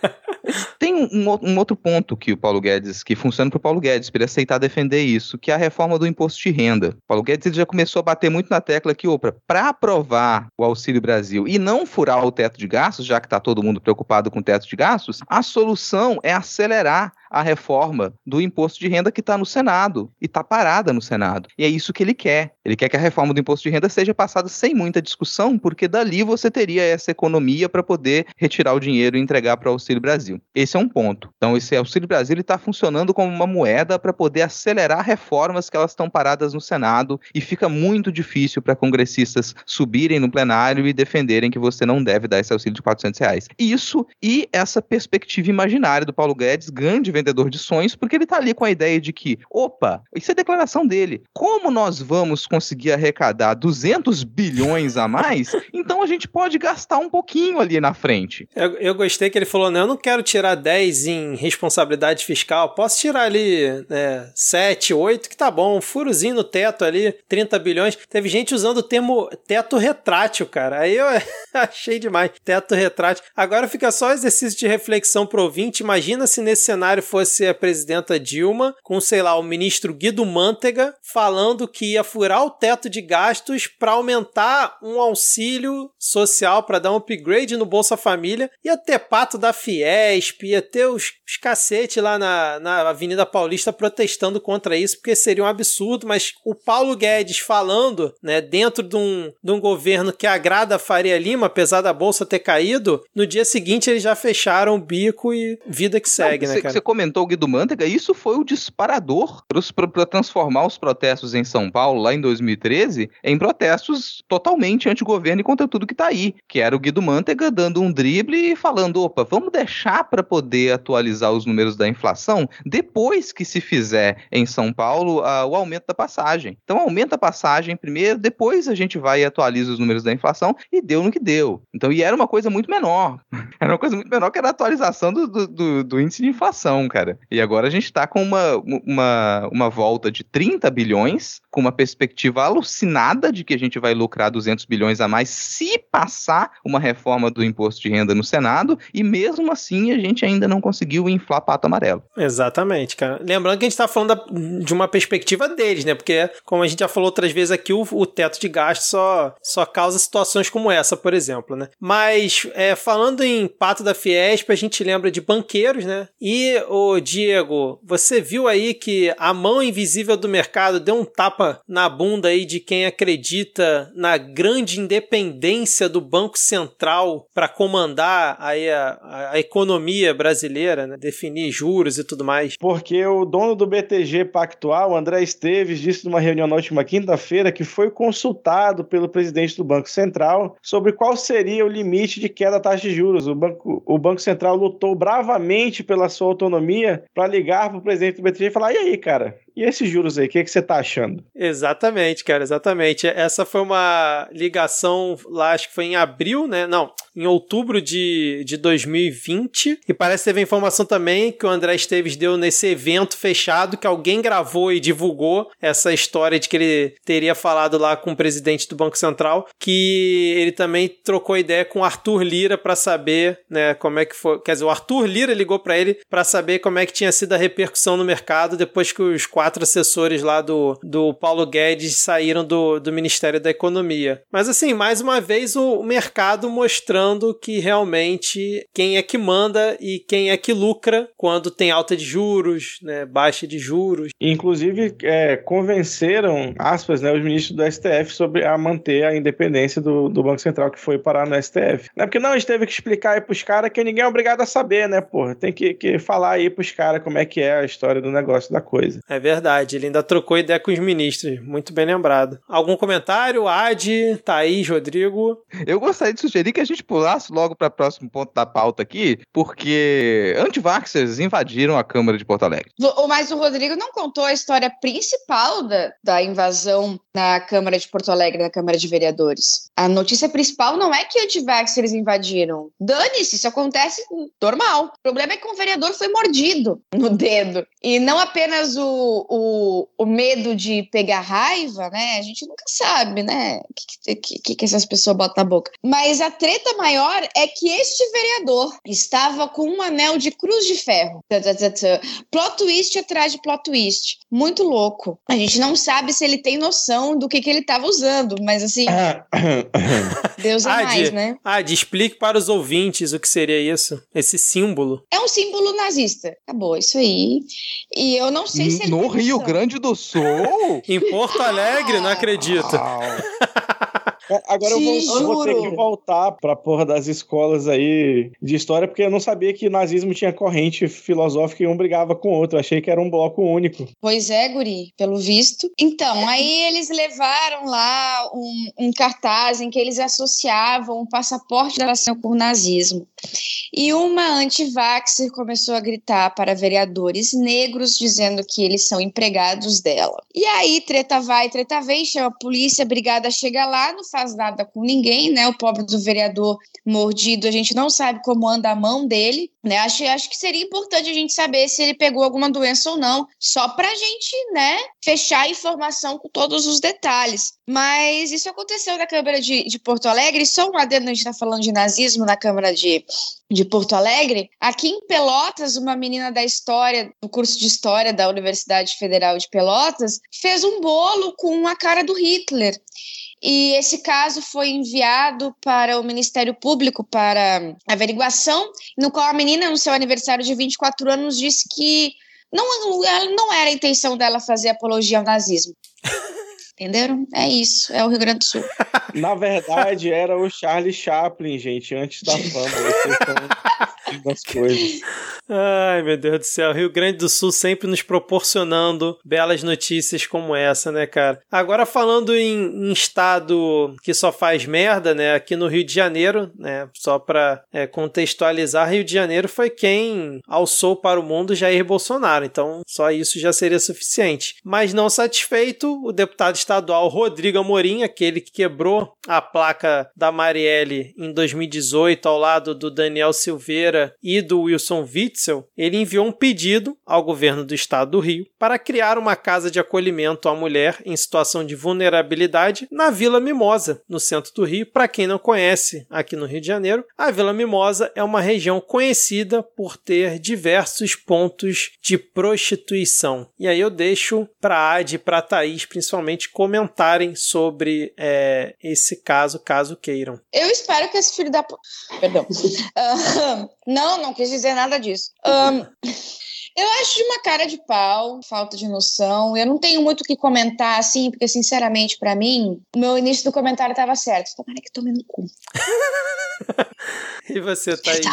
Tem um, um outro ponto que o Paulo Guedes, que funciona para o Paulo Guedes, para ele aceitar defender isso, que é a reforma do imposto de renda. O Paulo Guedes ele já começou a bater muito na tecla que, opa, para aprovar o Auxílio Brasil e não furar o teto de gastos, já que está todo mundo preocupado com o teto de gastos, a solução é acelerar a reforma do imposto de renda que está no Senado, e está parada no Senado. E é isso que ele quer. Ele quer que a reforma do imposto de renda seja passada sem muita discussão, porque dali você teria essa economia para poder retirar o dinheiro e entregar para o Auxílio Brasil. Esse é um ponto. Então, esse Auxílio Brasil está funcionando como uma moeda para poder acelerar reformas que elas estão paradas no Senado, e fica muito difícil para congressistas subirem no plenário e defenderem que você não deve dar esse auxílio de quatrocentos reais. Isso e essa perspectiva imaginária do Paulo Guedes, grande vendedor de sonhos, porque ele está ali com a ideia de que, opa, isso é declaração dele, como nós vamos conseguir arrecadar duzentos bilhões a mais, então a gente pode gastar um pouquinho ali na frente. Eu, eu gostei que ele falou, não, eu não quero tirar dez em responsabilidade fiscal, posso tirar ali né, sete, oito, que tá bom, um furozinho no teto ali, trinta bilhões. Teve gente usando o termo teto retrátil, cara, aí eu achei demais, teto retrátil. Agora fica só exercício de reflexão pro ouvinte, imagina se nesse cenário fosse a presidenta Dilma, com, sei lá, o ministro Guido Mantega, falando que ia furar o teto de gastos para aumentar um auxílio social, para dar um upgrade no Bolsa Família, ia ter pato da Fiesp, ia ter os, os cacete lá na, na Avenida Paulista protestando contra isso, porque seria um absurdo, mas o Paulo Guedes falando, né, dentro de um, de um governo que agrada a Faria Lima, apesar da Bolsa ter caído, no dia seguinte eles já fecharam o bico e vida que segue, Não, né, cê, cara? Você comentou o Guido Mantega, isso foi o disparador para transformar os protestos em São Paulo, lá em dois mil e treze, em protestos totalmente anti-governo e contra tudo que tá aí, que era o Guido Mantega dando um drible e falando, opa, vamos deixar para poder atualizar os números da inflação depois que se fizer em São Paulo uh, o aumento da passagem. Então aumenta a passagem primeiro, depois a gente vai e atualiza os números da inflação, e deu no que deu. Então, e era uma coisa muito menor, era uma coisa muito menor que era a atualização do, do, do, do índice de inflação, cara. E agora a gente está com uma, uma, uma volta de trinta bilhões, com uma perspectiva alucinada de que a gente vai lucrar duzentos bilhões a mais se passar uma reforma do imposto de renda no Senado, e mesmo assim a gente ainda não conseguiu inflar pato amarelo. Exatamente, cara. Lembrando que a gente está falando da, de uma perspectiva deles, né? Porque, como a gente já falou outras vezes aqui, o, o teto de gasto só, só causa situações como essa, por exemplo, né? Mas, é, falando em pato da Fiesp, a gente lembra de banqueiros, né? E, ô Diego, você viu aí que a mão invisível do mercado deu um tapa na bunda aí de quem acredita na grande independência do Banco Central para comandar aí a, a, a economia brasileira, né? Definir juros e tudo mais. Porque o dono do B T G Pactual, André Esteves, disse numa reunião na última quinta-feira que foi consultado pelo presidente do Banco Central sobre qual seria o limite de queda da taxa de juros. O Banco, o Banco Central lutou bravamente pela sua autonomia para ligar para o presidente do B T G e falar, e aí, cara? E esses juros aí, o que, que você tá achando? Exatamente, cara, exatamente. Essa foi uma ligação lá, acho que foi em abril, né? Não, em outubro de, de dois mil e vinte. E parece que teve informação também que o André Esteves deu nesse evento fechado, que alguém gravou e divulgou essa história de que ele teria falado lá com o presidente do Banco Central, que ele também trocou ideia com o Arthur Lira para saber, né, como é que foi. Quer dizer, o Arthur Lira ligou para ele para saber como é que tinha sido a repercussão no mercado depois que os quatro quatro assessores lá do, do Paulo Guedes saíram do, do Ministério da Economia. Mas assim, mais uma vez o, o mercado mostrando que realmente quem é que manda e quem é que lucra quando tem alta de juros, né, baixa de juros. Inclusive, é, convenceram, aspas, né, os ministros do S T F sobre a manter a independência do, do Banco Central que foi parar no S T F. Não é porque não, a gente teve que explicar aí pros caras que ninguém é obrigado a saber, né, porra? Tem que, que falar aí pros caras como é que é a história do negócio da coisa. É verdade. verdade. Ele ainda trocou ideia com os ministros. Muito bem lembrado. Algum comentário? Adi, Thaís, Rodrigo? Eu gostaria de sugerir que a gente pulasse logo para o próximo ponto da pauta aqui, porque antivaxxers invadiram a Câmara de Porto Alegre. Mas o Rodrigo não contou a história principal da, da invasão na Câmara de Porto Alegre, na Câmara de Vereadores. A notícia principal não é que antivaxxers invadiram. Dane-se, isso acontece normal. O problema é que um vereador foi mordido no dedo. E não apenas o, o, o medo de pegar raiva, né? A gente nunca sabe, né? O que, que, que essas pessoas botam na boca. Mas a treta maior é que este vereador estava com um anel de cruz de ferro. Plot twist atrás de plot twist. Muito louco. A gente não sabe se ele tem noção do que, que ele estava usando, mas assim... Deus é ah, mais, de, né? Ah, de explique para os ouvintes o que seria isso. Esse símbolo. É um símbolo nazista. Acabou, isso aí. E eu não sei se ele No Rio Grande do Sul? Em Porto Alegre, não acredito. Agora eu vou, eu vou ter que voltar pra porra das escolas aí de história, porque eu não sabia que o nazismo tinha corrente filosófica e um brigava com o outro. Eu achei que era um bloco único. Pois é, guri, pelo visto. Então, aí eles levaram lá um, um cartaz em que eles associavam o passaporte da nação com o nazismo. E uma anti-vaxxer começou a gritar para vereadores negros, dizendo que eles são empregados dela. E aí, treta vai, treta vem, chama a polícia, a brigada chega lá, não faz nada com ninguém, né? O pobre do vereador mordido, a gente não sabe como anda a mão dele, né? Acho, acho que seria importante a gente saber se ele pegou alguma doença ou não, só pra gente, né, fechar a informação com todos os detalhes. Mas isso aconteceu na Câmara de, de Porto Alegre, só um adendo, a gente tá falando de nazismo na Câmara de, de Porto Alegre. Aqui em Pelotas, uma menina da história, do curso de História da Universidade Federal de Pelotas, fez um bolo com a cara do Hitler. E esse caso foi enviado para o Ministério Público para averiguação, no qual a menina, no seu aniversário de vinte e quatro anos, disse que não, não era a intenção dela fazer apologia ao nazismo. Entenderam? É isso, é o Rio Grande do Sul. Na verdade, era o Charlie Chaplin, gente, antes da fama. Vocês estão das coisas. Ai, meu Deus do céu. Rio Grande do Sul sempre nos proporcionando belas notícias como essa, né, cara? Agora, falando em, em estado que só faz merda, né, aqui no Rio de Janeiro, né, só pra é, contextualizar, Rio de Janeiro foi quem alçou para o mundo Jair Bolsonaro, então só isso já seria suficiente. Mas não satisfeito, o deputado estadual Rodrigo Amorim, aquele que quebrou a placa da Marielle em dois mil e dezoito ao lado do Daniel Silveira e do Wilson Witzel, ele enviou um pedido ao governo do estado do Rio para criar uma casa de acolhimento à mulher em situação de vulnerabilidade na Vila Mimosa, no centro do Rio. Para quem não conhece, aqui no Rio de Janeiro, a Vila Mimosa é uma região conhecida por ter diversos pontos de prostituição. E aí eu deixo para a Adi e para a Thaís, principalmente, comentarem sobre é, esse caso, caso queiram. Eu espero que esse filho da... P... Perdão. Uh, não, não quis dizer nada disso. Um, eu acho de uma cara de pau, falta de noção. Eu não tenho muito o que comentar, assim, porque, sinceramente, pra mim, o meu início do comentário estava certo. Tomara que tome no cu. E você, Thaís?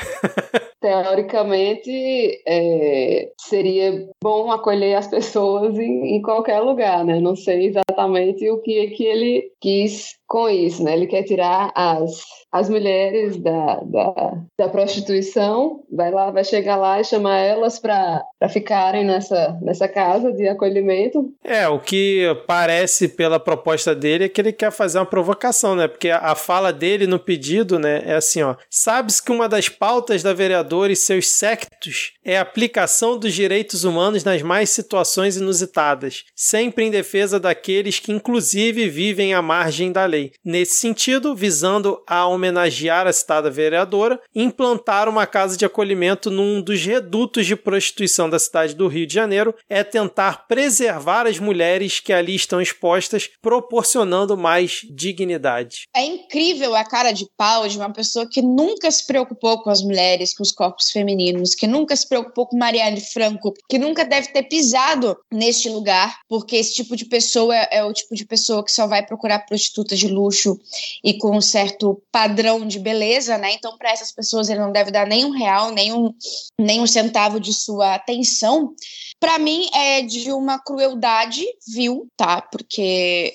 Teoricamente, é, seria bom acolher as pessoas em, em qualquer lugar, né? Não sei exatamente o que, que ele quis com isso, né? Ele quer tirar as, as mulheres da, da, da prostituição, vai lá, vai chegar lá e chamar elas para ficarem nessa, nessa casa de acolhimento. É, o que parece pela proposta dele é que ele quer fazer uma provocação, né? Porque a, a fala dele no pedido, né, é assim, ó: sabe-se que uma das pautas da vereadora e seus séquitos é a aplicação dos direitos humanos nas mais situações inusitadas, sempre em defesa daqueles que inclusive vivem à margem da lei. Nesse sentido, visando a homenagear a citada vereadora, implantar uma casa de acolhimento num dos redutos de prostituição da cidade do Rio de Janeiro é tentar preservar as mulheres que ali estão expostas, proporcionando mais dignidade. É incrível a cara de pau de uma pessoa que nunca se preocupou com as mulheres, com os corpos femininos, que nunca se preocupou com Marielle Franco, que nunca deve ter pisado neste lugar, porque esse tipo de pessoa é, é o tipo de pessoa que só vai procurar prostituta de luxo e com um certo padrão de beleza, né? Então, para essas pessoas, ele não deve dar nem um real, nem um, nem um centavo de sua atenção. Para mim, é de uma crueldade vil, tá? Porque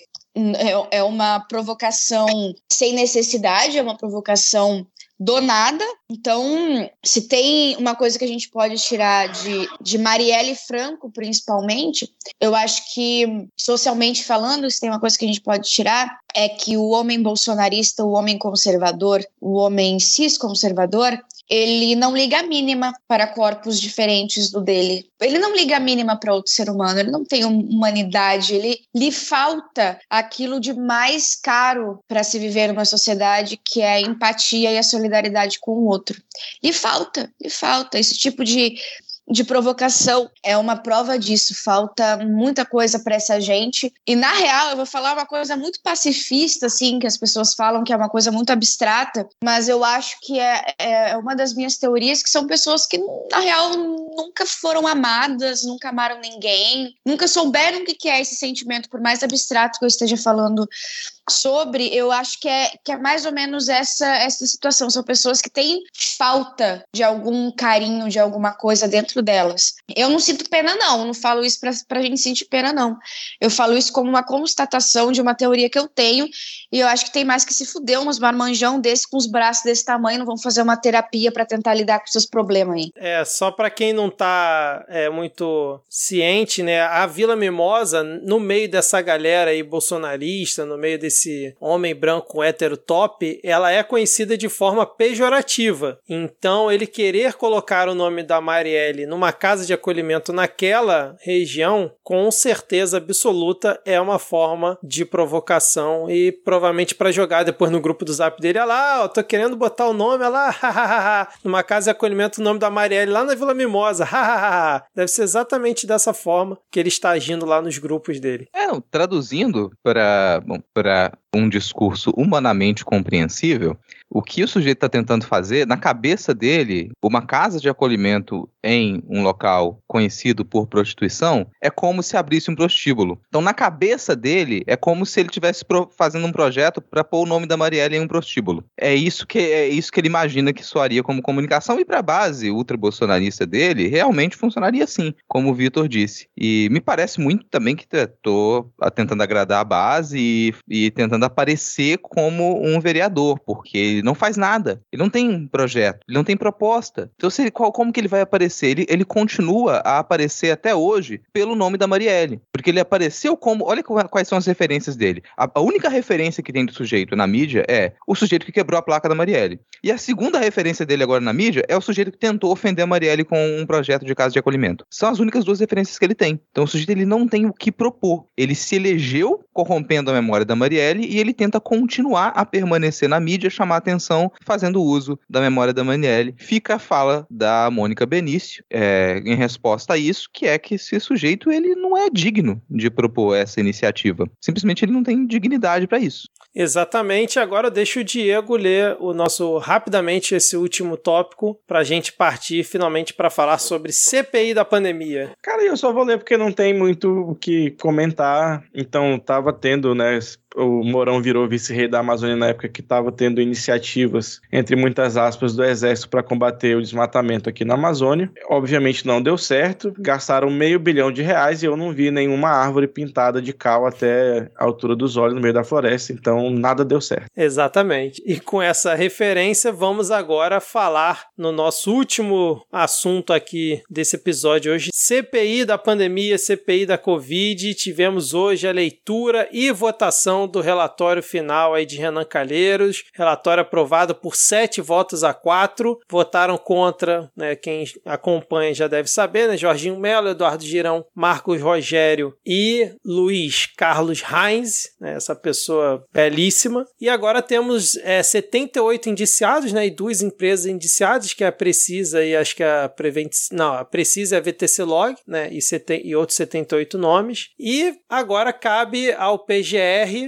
é uma provocação sem necessidade, é uma provocação do nada. Então, se tem uma coisa que a gente pode tirar de, de Marielle Franco, principalmente, eu acho que, socialmente falando, se tem uma coisa que a gente pode tirar, é que o homem bolsonarista, o homem conservador, o homem cis conservador, ele não liga a mínima para corpos diferentes do dele. Ele não liga a mínima para outro ser humano, ele não tem humanidade, ele lhe falta aquilo de mais caro para se viver numa sociedade, que é a empatia e a solidariedade com o outro. Lhe falta, lhe falta esse tipo de... de provocação, é uma prova disso, falta muita coisa para essa gente, e na real eu vou falar uma coisa muito pacifista, assim, que as pessoas falam que é uma coisa muito abstrata, mas eu acho que é, é uma das minhas teorias, que são pessoas que na real nunca foram amadas, nunca amaram ninguém, nunca souberam o que é esse sentimento, por mais abstrato que eu esteja falando sobre, eu acho que é, que é mais ou menos essa, essa situação. São pessoas que têm falta de algum carinho, de alguma coisa dentro delas. Eu não sinto pena, não. Eu não falo isso pra, pra gente sentir pena, não. Eu falo isso como uma constatação de uma teoria que eu tenho, e eu acho que tem mais que se fuder uns marmanjão desse com os braços desse tamanho, não vão fazer uma terapia pra tentar lidar com seus problemas aí. É, só pra quem não tá é, muito ciente, né, a Vila Mimosa, no meio dessa galera aí bolsonarista, no meio desse esse homem branco hétero top, ela é conhecida de forma pejorativa. Então, ele querer colocar o nome da Marielle numa casa de acolhimento naquela região, com certeza absoluta, é uma forma de provocação e provavelmente para jogar depois no grupo do Zap dele, olha lá, ó, tô querendo botar o nome, olha lá, numa casa de acolhimento o nome da Marielle lá na Vila Mimosa, deve ser exatamente dessa forma que ele está agindo lá nos grupos dele. É, traduzindo para para um discurso humanamente compreensível, o que o sujeito está tentando fazer, na cabeça dele, uma casa de acolhimento em um local conhecido por prostituição, é como se abrisse um prostíbulo. Então, na cabeça dele, é como se ele estivesse fazendo um projeto para pôr o nome da Marielle em um prostíbulo. É isso que, é isso que ele imagina que soaria como comunicação, e para a base ultra-bolsonarista dele, realmente funcionaria assim, como o Vitor disse. E me parece muito também que estou tentando agradar a base e, e tentando aparecer como um vereador, porque ele não faz nada, ele não tem projeto, ele não tem proposta. Então, se ele, qual, como que ele vai aparecer? Ele, ele continua a aparecer até hoje pelo nome da Marielle, porque ele apareceu como, olha quais são as referências dele. A, a única referência que tem do sujeito na mídia é o sujeito que quebrou a placa da Marielle. E a segunda referência dele agora na mídia é o sujeito que tentou ofender a Marielle com um projeto de casa de acolhimento. São as únicas duas referências que ele tem. Então, o sujeito ele não tem o que propor. Ele se elegeu corrompendo a memória da Marielle e ele tenta continuar a permanecer na mídia, chamar a atenção, fazendo uso da memória da Marielle. Fica a fala da Mônica Benício, é, em resposta a isso, que é que esse sujeito ele não é digno de propor essa iniciativa. Simplesmente ele não tem dignidade para isso. Exatamente. Agora eu deixo o Diego ler o nosso, rapidamente, esse último tópico, pra gente partir finalmente para falar sobre C P I da pandemia. Cara, eu só vou ler porque não tem muito o que comentar. Então, tava tendo, né... O Mourão virou vice-rei da Amazônia na época que estava tendo iniciativas, entre muitas aspas, do Exército para combater o desmatamento aqui na Amazônia. Obviamente não deu certo, gastaram meio bilhão de reais e eu não vi nenhuma árvore pintada de cal até a altura dos olhos no meio da floresta, então nada deu certo. Exatamente. E com essa referência, vamos agora falar no nosso último assunto aqui desse episódio hoje, C P I da pandemia, C P I da Covid. Tivemos hoje a leitura e votação do relatório final aí de Renan Calheiros, relatório aprovado por sete votos a quatro, votaram contra, né, quem acompanha já deve saber, né, Jorginho Melo, Eduardo Girão, Marcos Rogério e Luiz Carlos Reins, né, essa pessoa belíssima, e agora temos é, setenta e oito indiciados, né, e duas empresas indiciadas, que é a Precisa e acho que a Prevent... não, a Precisa é a V T C Log, né, e, seten... e outros setenta e oito nomes, e agora cabe ao P G R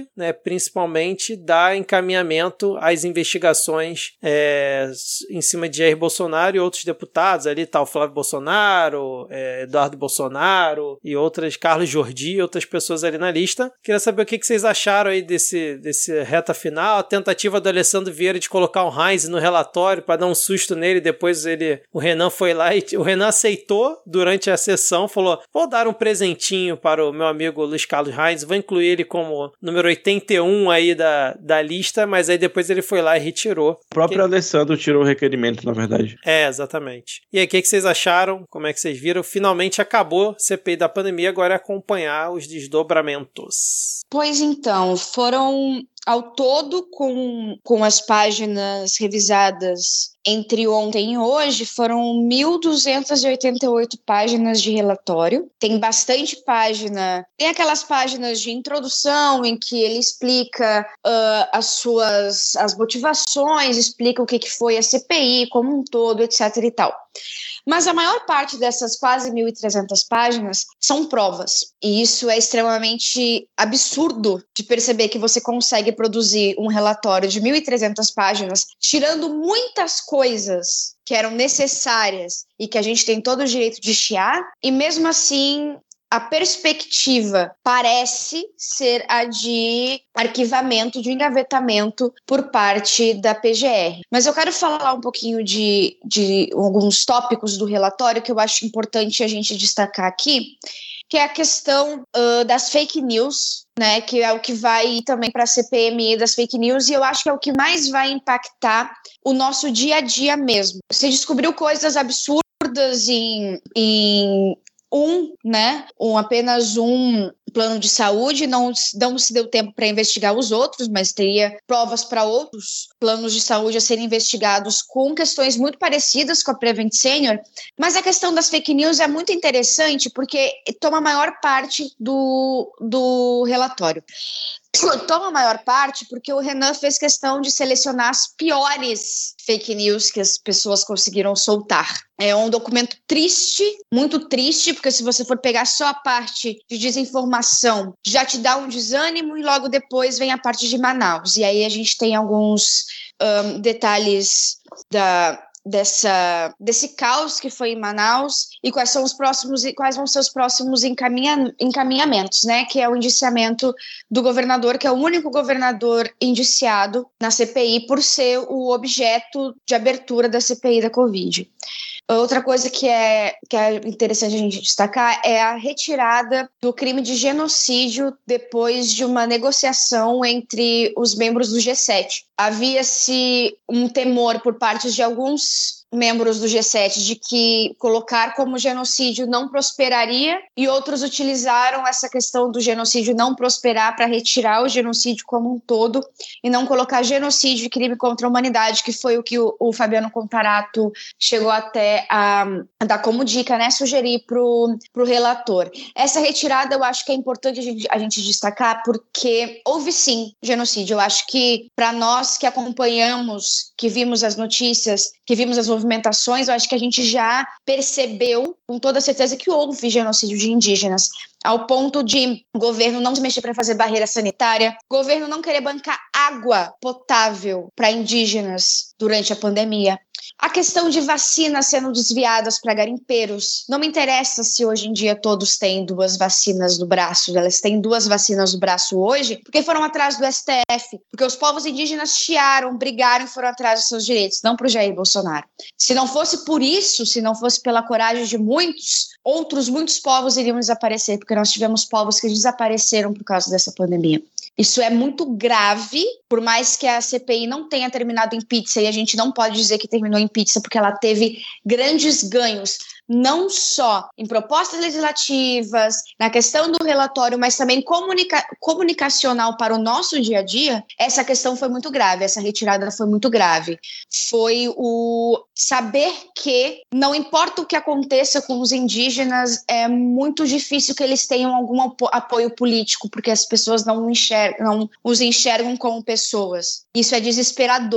né, principalmente, dá encaminhamento às investigações é, em cima de Jair Bolsonaro e outros deputados, ali tá o Flávio Bolsonaro, é, Eduardo Bolsonaro e outras, Carlos Jordi e outras pessoas ali na lista. Queria saber o que vocês acharam aí desse, desse reta final, a tentativa do Alessandro Vieira de colocar o Heinz no relatório para dar um susto nele, depois ele, o Renan foi lá e o Renan aceitou durante a sessão, falou, vou dar um presentinho para o meu amigo Luiz Carlos Heinz, vou incluir ele como número oitenta e um aí da, da lista, mas aí depois ele foi lá e retirou. O próprio que... Alessandro tirou o requerimento, na verdade. É, exatamente. E aí, o que, que vocês acharam? Como é que vocês viram? Finalmente acabou a C P I da pandemia, agora é acompanhar os desdobramentos. Pois então, foram ao todo, com, com as páginas revisadas entre ontem e hoje, foram mil duzentas e oitenta e oito páginas de relatório. Tem bastante página, tem aquelas páginas de introdução em que ele explica uh, as suas as motivações, explica o que, que foi a C P I como um todo, etc e tal. Mas a maior parte dessas quase mil e trezentas páginas são provas. E isso é extremamente absurdo de perceber que você consegue produzir um relatório de mil e trezentas páginas, tirando muitas coisas que eram necessárias e que a gente tem todo o direito de chiar, e mesmo assim a perspectiva parece ser a de arquivamento, de engavetamento por parte da P G R. Mas eu quero falar um pouquinho de, de alguns tópicos do relatório que eu acho importante a gente destacar aqui, que é a questão uh, das fake news, né, que é o que vai também para a C P M I das fake news, e eu acho que é o que mais vai impactar o nosso dia a dia mesmo. Você descobriu coisas absurdas em... em um, né, um, apenas um plano de saúde, não, não se deu tempo para investigar os outros, mas teria provas para outros planos de saúde a serem investigados com questões muito parecidas com a Prevent Senior, mas a questão das fake news é muito interessante porque toma a maior parte do, do relatório. Toma a maior parte porque o Renan fez questão de selecionar as piores fake news que as pessoas conseguiram soltar. É um documento triste, muito triste, porque se você for pegar só a parte de desinformação, já te dá um desânimo e logo depois vem a parte de Manaus. E aí a gente tem alguns um, detalhes da... Dessa, desse caos que foi em Manaus e quais são os próximos e quais vão ser os próximos encaminha, encaminhamentos, né? Que é o indiciamento do governador, que é o único governador indiciado na C P I por ser o objeto de abertura da C P I da Covid. Outra coisa que é, que é interessante a gente destacar é a retirada do crime de genocídio depois de uma negociação entre os membros do G sete. Havia-se um temor por parte de alguns membros do G sete de que colocar como genocídio não prosperaria, e outros utilizaram essa questão do genocídio não prosperar para retirar o genocídio como um todo e não colocar genocídio e crime contra a humanidade, que foi o que o, o Fabiano Contarato chegou até a, a dar como dica, né, sugerir para o relator. Essa retirada eu acho que é importante a gente, a gente destacar, porque houve sim genocídio. Eu acho que para nós que acompanhamos, que vimos as notícias, que vimos as movimentações, eu acho que a gente já percebeu com toda certeza que houve genocídio de indígenas, ao ponto de o governo não se mexer para fazer barreira sanitária, governo não querer bancar água potável para indígenas durante a pandemia. A questão de vacinas sendo desviadas para garimpeiros. Não me interessa se hoje em dia todos têm duas vacinas no braço. Elas têm duas vacinas no braço hoje porque foram atrás do S T F. Porque os povos indígenas chiaram, brigaram e foram atrás dos seus direitos, não para o Jair Bolsonaro. Se não fosse por isso, se não fosse pela coragem de muitos, outros muitos povos iriam desaparecer, porque nós tivemos povos que desapareceram por causa dessa pandemia. Isso é muito grave, por mais que a C P I não tenha terminado em pizza, e a gente não pode dizer que terminou em pizza, porque ela teve grandes ganhos, não só em propostas legislativas, na questão do relatório, mas também comunica- comunicacional para o nosso dia a dia. Essa questão foi muito grave, essa retirada foi muito grave. Foi o saber que não importa o que aconteça com os indígenas, é muito difícil que eles tenham algum apo- apoio político, porque as pessoas não, enxergam, não os enxergam como pessoas. Isso é desesperador.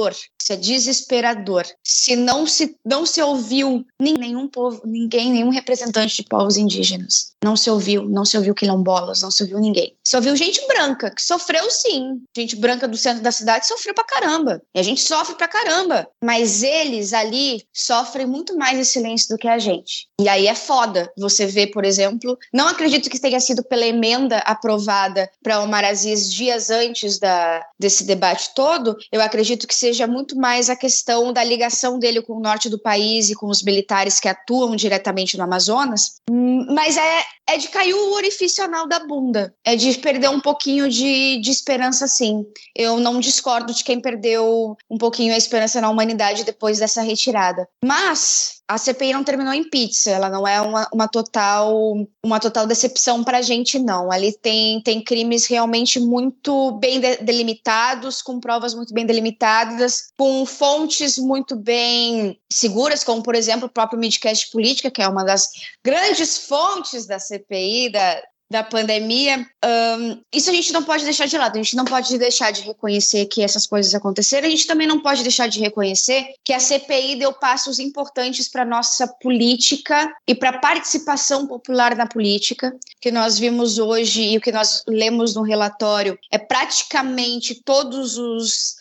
Isso é desesperador. Se não se, não se ouviu nenhum povo, ninguém, nenhum representante de povos indígenas. Não se ouviu, não se ouviu quilombolas, não se ouviu ninguém. Se ouviu gente branca, que sofreu sim. Gente branca do centro da cidade sofreu pra caramba. E a gente sofre pra caramba. Mas eles ali sofrem muito mais em silêncio do que a gente. E aí é foda. Você vê, por exemplo, não acredito que tenha sido pela emenda aprovada para Omar Aziz dias antes da, desse debate todo. Eu acredito que seja muito mais a questão da ligação dele com o norte do país e com os militares que atuam diretamente no Amazonas. Mas é, é de cair o orifício anal da bunda. É de perder um pouquinho de, de esperança, sim. Eu não discordo de quem perdeu um pouquinho a esperança na humanidade depois dessa retirada. Mas a C P I não terminou em pizza. Ela não é uma, uma, total, uma total decepção pra gente, não. Ali tem, tem crimes realmente muito bem de, delimitados, com provas muito bem delimitadas, com fontes muito bem seguras, como, por exemplo, o próprio Midcast Política, que é uma das grandes fontes da C P I, da, da pandemia. Um, isso a gente não pode deixar de lado, a gente não pode deixar de reconhecer que essas coisas aconteceram, a gente também não pode deixar de reconhecer que a C P I deu passos importantes para a nossa política e para a participação popular na política, que nós vimos hoje e o que nós lemos no relatório é praticamente todos os,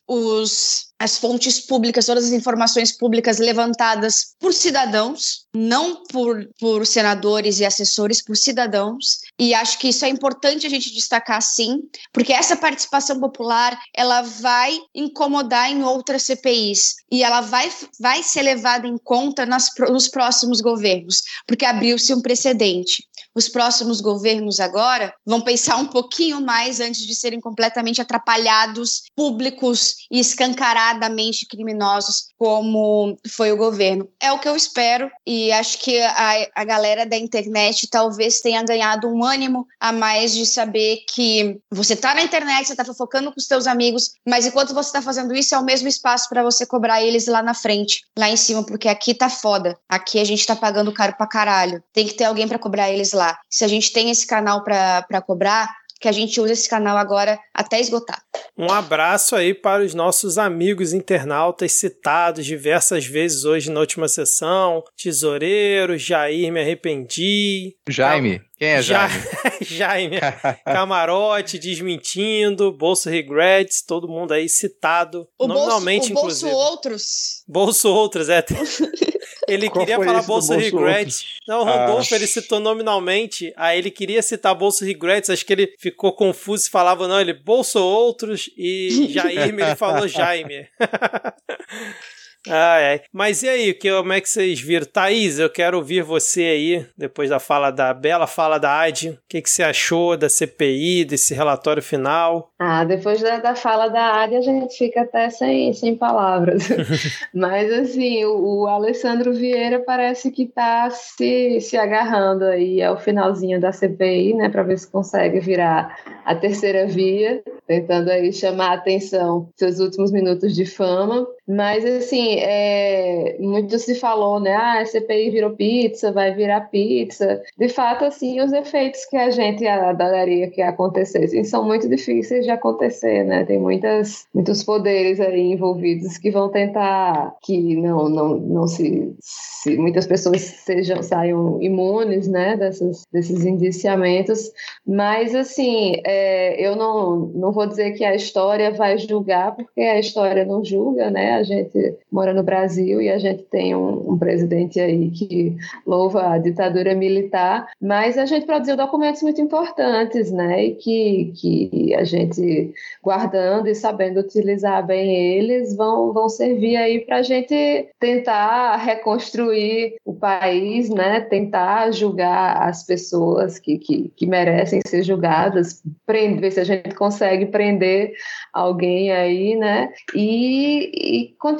os as fontes públicas, todas as informações públicas levantadas por cidadãos, não por, por senadores e assessores, por cidadãos. E acho que isso é importante a gente destacar, sim, porque essa participação popular, ela vai incomodar em outras C P Is e ela vai, vai ser levada em conta nas, nos próximos governos, porque abriu-se um precedente. Os próximos governos agora vão pensar um pouquinho mais antes de serem completamente atrapalhados, públicos e escancaradamente criminosos, como foi o governo. É o que eu espero e acho que a, a galera da internet talvez tenha ganhado um ânimo a mais de saber que você tá na internet, você tá fofocando com os teus amigos, mas enquanto você tá fazendo isso, é o mesmo espaço para você cobrar eles lá na frente, lá em cima, porque aqui tá foda. Aqui a gente tá pagando caro pra caralho. Tem que ter alguém para cobrar eles lá. Se a gente tem esse canal para para cobrar, que a gente usa esse canal agora até esgotar. Um abraço aí para os nossos amigos internautas citados diversas vezes hoje na última sessão. Tesoureiro, Jair, me arrependi. Jaime. Cam... Quem é Jaime? Jaime. Camarote, desmentindo, Bolso Regrets, todo mundo aí citado. O nominalmente, bolso, o inclusive. Bolso Outros. Bolso Outros, é. Ele Qual queria foi falar esse do Bolso Bolso Regrets. Não, o Randolfo, ah. ele citou nominalmente, aí ele queria citar Bolso Regrets, acho que ele ficou confuso e falava, não, ele Bolso Outros e Jair, ele falou Jaime. Ah, é. Mas e aí, como é que vocês viram? Thaís, eu quero ouvir você aí, depois da fala da bela fala da Adi. O que, que você achou da C P I, desse relatório final? Ah, depois da, da fala da Adi, a gente fica até sem, sem palavras. Mas, assim, o, o Alessandro Vieira parece que está se, se agarrando aí ao finalzinho da C P I, né, para ver se consegue virar a terceira via, tentando aí chamar a atenção seus últimos minutos de fama. Mas, assim, é, muito se falou, né? Ah, a C P I virou pizza, vai virar pizza. De fato, assim, os efeitos que a gente adoraria que acontecessem são muito difíceis de acontecer, né? Tem muitas, muitos poderes aí envolvidos que vão tentar que não, não, não se, se muitas pessoas sejam, saiam imunes, né? Dessas, desses indiciamentos. Mas, assim, é, eu não, não vou dizer que a história vai julgar, porque a história não julga, né? A gente mora no Brasil e a gente tem um, um presidente aí que louva a ditadura militar, mas a gente produziu documentos muito importantes, né? E que, que a gente, guardando e sabendo utilizar bem eles, vão, vão servir aí para a gente tentar reconstruir o país, né? Tentar julgar as pessoas que, que, que merecem ser julgadas, prender, ver se a gente consegue prender alguém aí, né? E, e continuar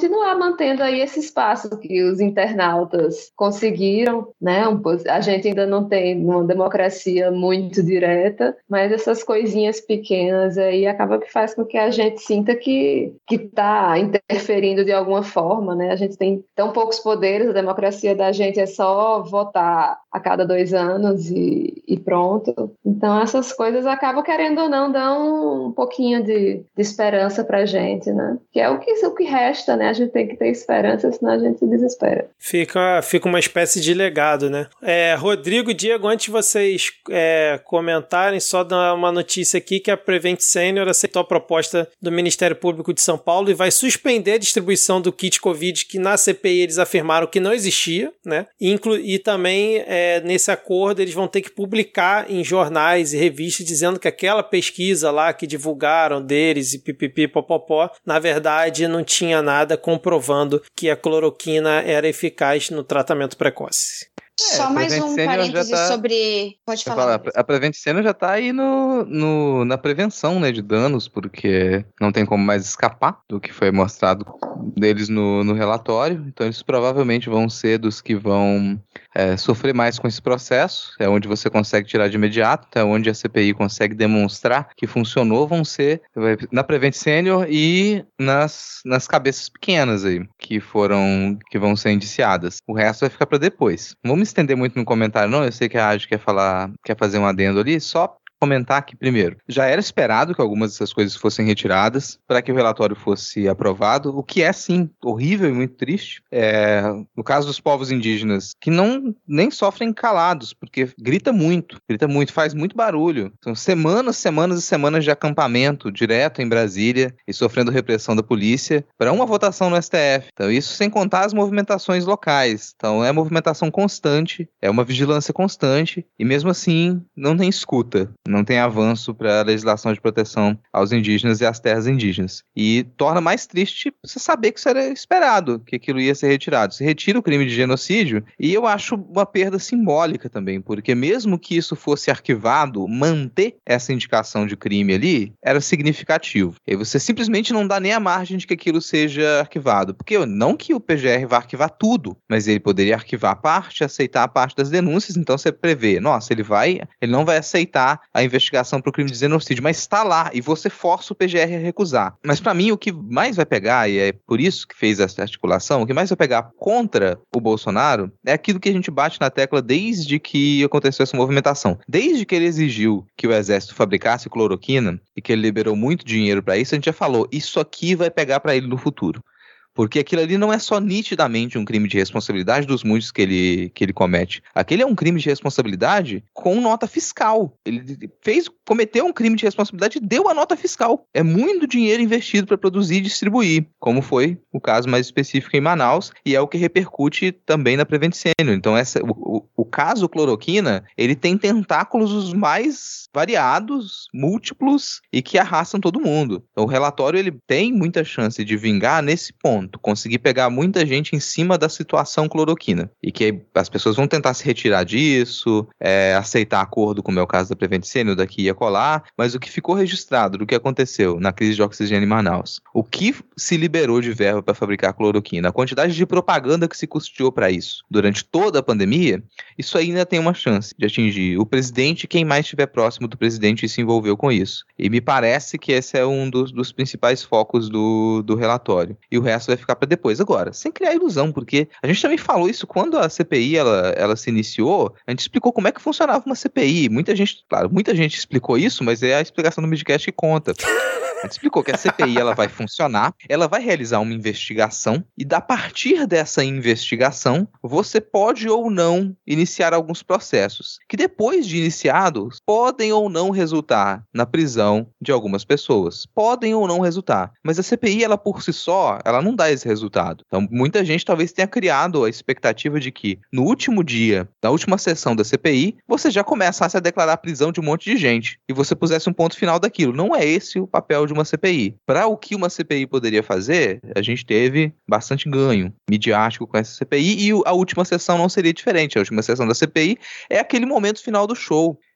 mantendo aí esse espaço que os internautas conseguiram, né? Um, a gente ainda não tem uma democracia muito direta, mas essas coisinhas pequenas aí acaba que faz com que a gente sinta que que está interferindo de alguma forma, né? A gente tem tão poucos poderes, a democracia da gente é só votar a cada dois anos e, e pronto. Então essas coisas acabam, querendo ou não, dar um, um pouquinho de, de esperança pra gente, né? Que é o que, o que resta, né? A gente tem que ter esperança, senão a gente se desespera. Fica, fica uma espécie de legado, né? É, Rodrigo, Diego, antes de vocês é, comentarem, só dar uma notícia aqui que a Prevent Senior aceitou a proposta do Ministério Público de São Paulo e vai suspender a distribuição do kit Covid que na C P I eles afirmaram que não existia, né? E, inclu- e também é, nesse acordo eles vão ter que publicar em jornais e revistas dizendo que aquela pesquisa lá que divulgaram deles e pipipi popopó, na verdade não tinha nada comprovando que a cloroquina era eficaz no tratamento precoce. É, Só mais um parêntese tá... sobre... Pode falar. falar a Prevent Senior já está aí no, no, na prevenção, né, de danos, porque não tem como mais escapar do que foi mostrado deles no, no relatório. Então eles provavelmente vão ser dos que vão é, sofrer mais com esse processo. É onde você consegue tirar de imediato, é onde a C P I consegue demonstrar que funcionou, vão ser na Prevent Senior e nas, nas cabeças pequenas aí, que foram, que vão ser indiciadas. O resto vai ficar para depois. Vamos me estender muito no comentário, não. Eu sei que a Adi quer falar, quer fazer um adendo ali, só comentar aqui primeiro. Já era esperado que algumas dessas coisas fossem retiradas para que o relatório fosse aprovado, o que é, sim, horrível e muito triste. É, no caso dos povos indígenas, que não nem sofrem calados, porque grita muito, grita muito, faz muito barulho. São semanas, semanas e semanas de acampamento direto em Brasília e sofrendo repressão da polícia para uma votação no S T F. Então, isso sem contar as movimentações locais. Então, é movimentação constante, é uma vigilância constante e, mesmo assim, não tem escuta. Não tem avanço para a legislação de proteção aos indígenas e às terras indígenas. E torna mais triste você saber que isso era esperado, que aquilo ia ser retirado. Se retira o crime de genocídio, e eu acho uma perda simbólica também, porque mesmo que isso fosse arquivado, manter essa indicação de crime ali era significativo. E você simplesmente não dá nem a margem de que aquilo seja arquivado. Porque não que o P G R vá arquivar tudo, mas ele poderia arquivar a parte, aceitar a parte das denúncias, então você prevê, nossa, ele vai, ele não vai aceitar a investigação para o crime de genocídio, mas está lá e você força o P G R a recusar. Mas para mim o que mais vai pegar, e é por isso que fez essa articulação, o que mais vai pegar contra o Bolsonaro é aquilo que a gente bate na tecla desde que aconteceu essa movimentação. Desde que ele exigiu que o exército fabricasse cloroquina e que ele liberou muito dinheiro para isso, a gente já falou, isso aqui vai pegar para ele no futuro. Porque aquilo ali não é só nitidamente um crime de responsabilidade dos muitos que ele, que ele comete. Aquele é um crime de responsabilidade com nota fiscal. Ele fez, cometeu um crime de responsabilidade e deu a nota fiscal. É muito dinheiro investido para produzir e distribuir, como foi o caso mais específico em Manaus, e é o que repercute também na Prevent Senior. Então, essa, o, o, o caso cloroquina, ele tem tentáculos os mais variados, múltiplos, e que arrastam todo mundo. Então, o relatório ele tem muita chance de vingar nesse ponto. Conseguir pegar muita gente em cima da situação cloroquina. E que as pessoas vão tentar se retirar disso, é, aceitar acordo, como é o caso da Prevent Senior, daqui e acolá, mas o que ficou registrado do que aconteceu na crise de oxigênio em Manaus, o que se liberou de verba para fabricar cloroquina, a quantidade de propaganda que se custeou para isso durante toda a pandemia, isso ainda tem uma chance de atingir o presidente e quem mais estiver próximo do presidente e se envolveu com isso. E me parece que esse é um dos, dos principais focos do, do relatório. E o resto vai ficar para depois. Agora, sem criar ilusão, porque a gente também falou isso quando a C P I ela, ela se iniciou, a gente explicou como é que funcionava uma C P I. Muita gente, claro, muita gente explicou isso, mas é a explicação do Midcast que conta. A gente explicou que a C P I ela vai funcionar, ela vai realizar uma investigação e, a partir dessa investigação, você pode ou não iniciar alguns processos, que depois de iniciados, podem ou não resultar na prisão de algumas pessoas. Podem ou não resultar. Mas a C P I, ela por si só, ela não dá esse resultado. Então, muita gente talvez tenha criado a expectativa de que, no último dia, na última sessão da C P I, você já começasse a declarar a prisão de um monte de gente e você pusesse um ponto final daquilo. Não é esse o papel de uma C P I. Para o que uma C P I poderia fazer, a gente teve bastante ganho midiático com essa C P I e a última sessão não seria diferente. A última sessão da C P I é aquele momento final do show.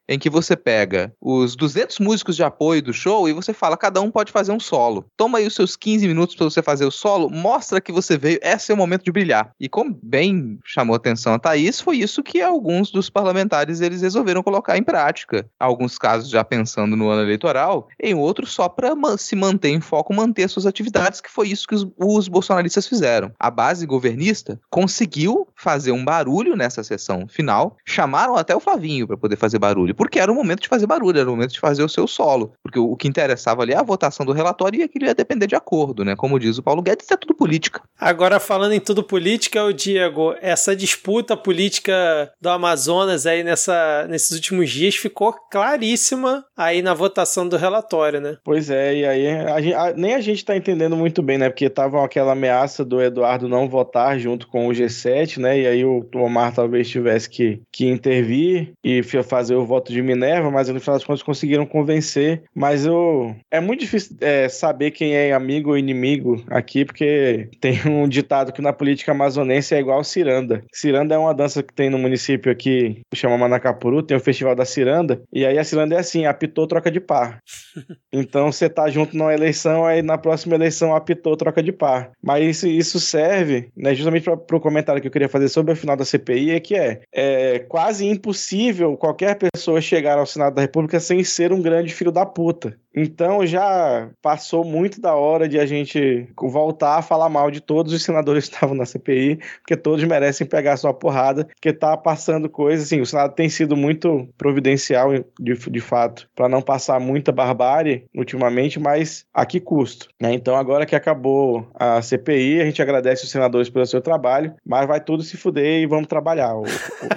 em que você pega os duzentos músicos de apoio do show e você fala, cada um pode fazer um solo. Toma aí os seus quinze minutos para você fazer o solo, mostra que você veio, esse é o momento de brilhar. E como bem chamou atenção a Thaís, foi isso que alguns dos parlamentares eles resolveram colocar em prática. Alguns casos já pensando no ano eleitoral, em outros só para se manter em foco, manter suas atividades, que foi isso que os, os bolsonaristas fizeram. A base governista conseguiu fazer um barulho nessa sessão final, chamaram até o Flavinho para poder fazer barulho, porque era o momento de fazer barulho, era o momento de fazer o seu solo, porque o, o que interessava ali é a votação do relatório e aquilo ia depender de acordo, né? Como diz o Paulo Guedes, é tudo política. Agora, falando em tudo política, o Diego, essa disputa política do Amazonas aí nessa, nesses últimos dias ficou claríssima aí na votação do relatório, né? Pois é, e aí a gente, a, nem a gente tá entendendo muito bem, né? Porque tava aquela ameaça do Eduardo não votar junto com o G sete, né? E aí o Omar talvez tivesse que, que intervir e fazer o voto de Minerva, mas no final das contas conseguiram convencer. Mas eu, é muito difícil é, saber quem é amigo ou inimigo aqui, porque tem um ditado que na política amazonense é igual ciranda. Ciranda é uma dança que tem no município aqui, que chama Manacapuru, tem o Festival da Ciranda, e aí a ciranda é assim, apitou, troca de par. Então você tá junto numa eleição, aí na próxima eleição apitou, troca de par. Mas isso, isso serve, né, justamente para o comentário que eu queria fazer sobre o final da C P I, é que é, é quase impossível qualquer pessoa chegar ao Senado da República sem ser um grande filho da puta. Então já passou muito da hora de a gente voltar a falar mal de todos os senadores que estavam na C P I, porque todos merecem pegar a sua porrada, porque tá passando coisas, assim, o Senado tem sido muito providencial, de, de fato, para não passar muita barbárie ultimamente, mas a que custo, né? Então agora que acabou a C P I, a gente agradece os senadores pelo seu trabalho, mas vai tudo se fuder e vamos trabalhar. O, o...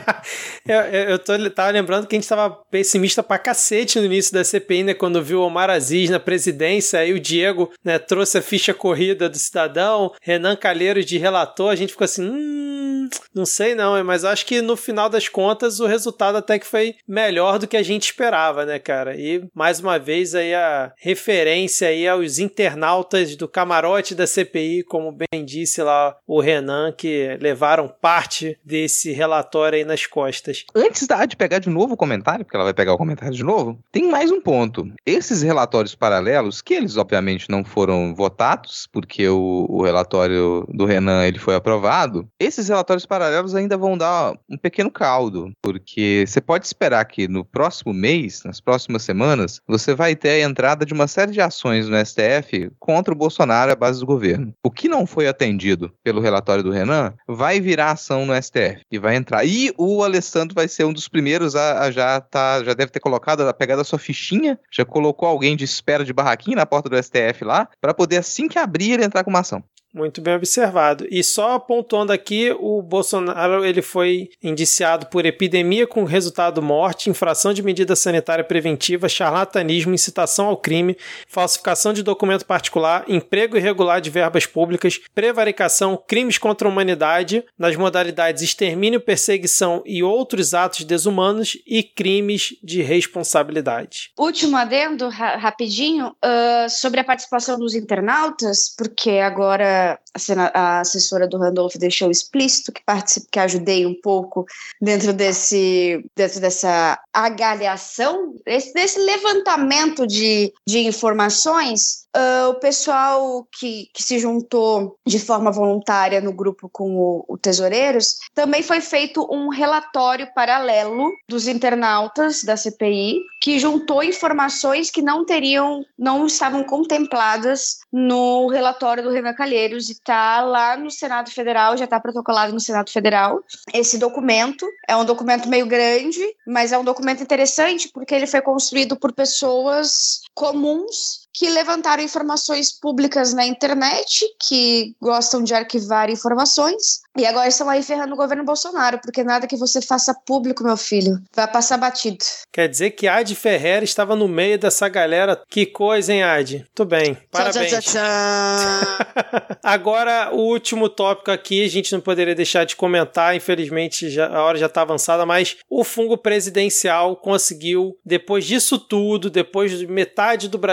eu eu tô, tava lembrando que a gente tava pessimista pra cacete no início da C P I, né, quando viu o Omar Aziz na presidência, aí o Diego, né, trouxe a ficha corrida do cidadão, Renan Calheiros de relator, a gente ficou assim, hum, não sei não, mas acho que no final das contas o resultado até que foi melhor do que a gente esperava, né, cara? E mais uma vez aí a referência aí aos internautas do camarote da C P I, como bem disse lá o Renan, que levaram parte desse relatório aí nas costas. Antes da Adi pegar de novo o comentário, porque ela vai pegar o comentário de novo, tem mais um ponto. Esses relatórios paralelos, que eles obviamente não foram votados, porque o, o relatório do Renan ele foi aprovado, esses relatórios paralelos ainda vão dar um pequeno caldo, porque você pode esperar que no próximo mês, nas próximas semanas, você vai ter a entrada de uma série de ações no S T F contra o Bolsonaro e a base do governo. O que não foi atendido pelo relatório do Renan vai virar ação no S T F e vai entrar. E o Alessandro vai ser um dos primeiros a, a já tá, já deve ter colocado, a pegada a sua fichinha, já colocou alguém de espera de barraquinha na porta do S T F lá, para poder assim que abrir ele entrar com uma ação. Muito bem observado. E só pontuando aqui, o Bolsonaro ele foi indiciado por epidemia com resultado morte, infração de medida sanitária preventiva, charlatanismo, incitação ao crime, falsificação de documento particular, emprego irregular de verbas públicas, prevaricação, crimes contra a humanidade, nas modalidades extermínio, perseguição e outros atos desumanos e crimes de responsabilidade. Último adendo, ra- rapidinho, uh, sobre a participação dos internautas, porque agora A, sena- a assessora do Randolph deixou explícito que participe, que ajudei um pouco dentro desse, dentro dessa agaliação, desse, desse levantamento de, de informações. Uh, o pessoal que, que se juntou de forma voluntária no grupo com o, o Tesoureiros, também foi feito um relatório paralelo dos internautas da C P I, que juntou informações que não teriam, não estavam contempladas no relatório do Renan Calheiros, e está lá no Senado Federal, já está protocolado no Senado Federal. Esse documento é um documento meio grande, mas é um documento interessante porque ele foi construído por pessoas comuns que levantaram informações públicas na internet, que gostam de arquivar informações, e agora estão aí ferrando o governo Bolsonaro, porque nada que você faça público, meu filho, vai passar batido. Quer dizer que Adi Ferreira estava no meio dessa galera. Que coisa, hein, Adi? Tudo bem, parabéns. Tchá, tchá, tchá. Agora, o último tópico aqui, a gente não poderia deixar de comentar, infelizmente já, a hora já está avançada, mas o fungo presidencial conseguiu, depois disso tudo, depois de metade do Brasil já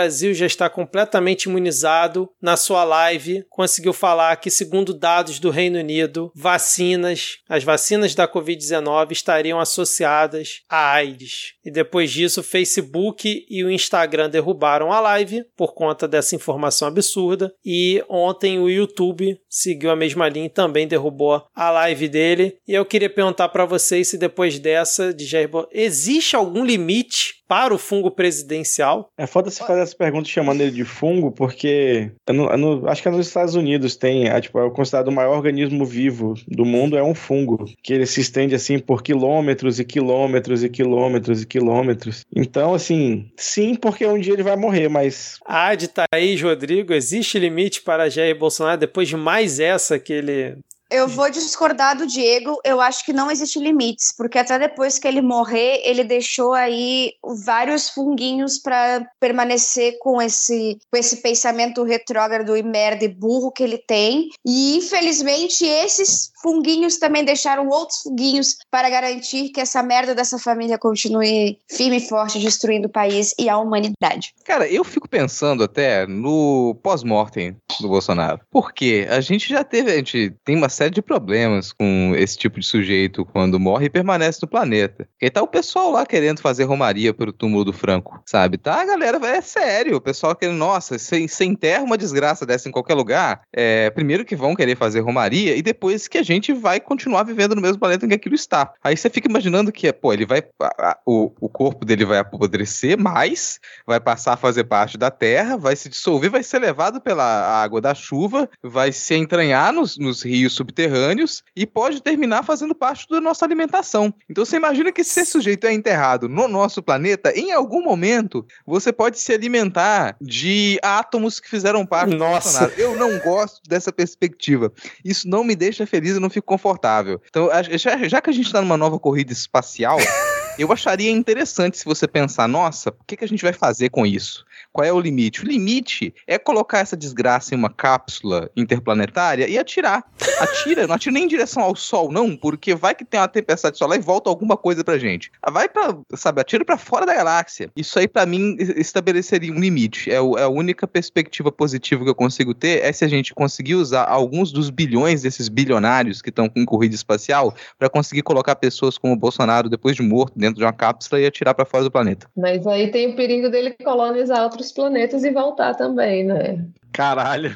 está completamente imunizado, na sua live conseguiu falar que, segundo dados do Reino Unido, vacinas, as vacinas da covid dezenove estariam associadas à AIDS. E depois disso, o Facebook e o Instagram derrubaram a live por conta dessa informação absurda. E ontem o YouTube seguiu a mesma linha e também derrubou a live dele. E eu queria perguntar para vocês se depois dessa, de Jair Bolsonaro, existe algum limite para o fungo presidencial? É foda se fazer essa pergunta chamando ele de fungo, porque eu não, eu não, acho que nos Estados Unidos tem, é, tipo, é considerado o maior organismo vivo do mundo, é um fungo, que ele se estende assim por quilômetros e quilômetros e quilômetros e quilômetros. Então, assim, sim, porque um dia ele vai morrer, mas... Ah, de Thaís, Rodrigo, existe limite para Jair Bolsonaro depois de mais essa que ele... Eu vou discordar do Diego, eu acho que não existe limites, porque até depois que ele morrer, ele deixou aí vários funguinhos para permanecer com esse, com esse pensamento retrógrado e merda e burro que ele tem, e infelizmente esses funguinhos também deixaram outros funguinhos para garantir que essa merda dessa família continue firme e forte, destruindo o país e a humanidade. Cara, eu fico pensando até no pós-mortem do Bolsonaro, porque a gente já teve, a gente tem uma série de problemas com esse tipo de sujeito quando morre e permanece no planeta. E tá o pessoal lá querendo fazer romaria pro túmulo do Franco, sabe? Tá, galera, é sério, o pessoal querendo, nossa, se, se enterra uma desgraça dessa em qualquer lugar, é, primeiro que vão querer fazer romaria e depois que a gente vai continuar vivendo no mesmo planeta em que aquilo está. Aí você fica imaginando que, pô, ele vai, a, a, o, o corpo dele vai apodrecer mais, vai passar a fazer parte da terra, vai se dissolver, vai ser levado pela água da chuva, vai se entranhar nos, nos rios subterrâneos e pode terminar fazendo parte da nossa alimentação. Então você imagina que se esse sujeito é enterrado no nosso planeta, em algum momento você pode se alimentar de átomos que fizeram parte do Bolsonaro. Eu não gosto dessa perspectiva. Isso não me deixa feliz, eu não fico confortável. Então, já, já que a gente está numa nova corrida espacial, eu acharia interessante se você pensar, nossa, o que, que a gente vai fazer com isso? Qual é o limite? O limite é colocar essa desgraça em uma cápsula interplanetária e atirar. Atira, não atira nem em direção ao Sol, não, porque vai que tem uma tempestade solar e volta alguma coisa pra gente. Vai pra, sabe, atira pra fora da galáxia. Isso aí, pra mim, estabeleceria um limite. É, o, é a única perspectiva positiva que eu consigo ter, é se a gente conseguir usar alguns dos bilhões desses bilionários que estão com corrida espacial pra conseguir colocar pessoas como o Bolsonaro, depois de morto, dentro de uma cápsula e atirar pra fora do planeta. Mas aí tem o perigo dele colonizar outros planetas e voltar também, né? Caralho.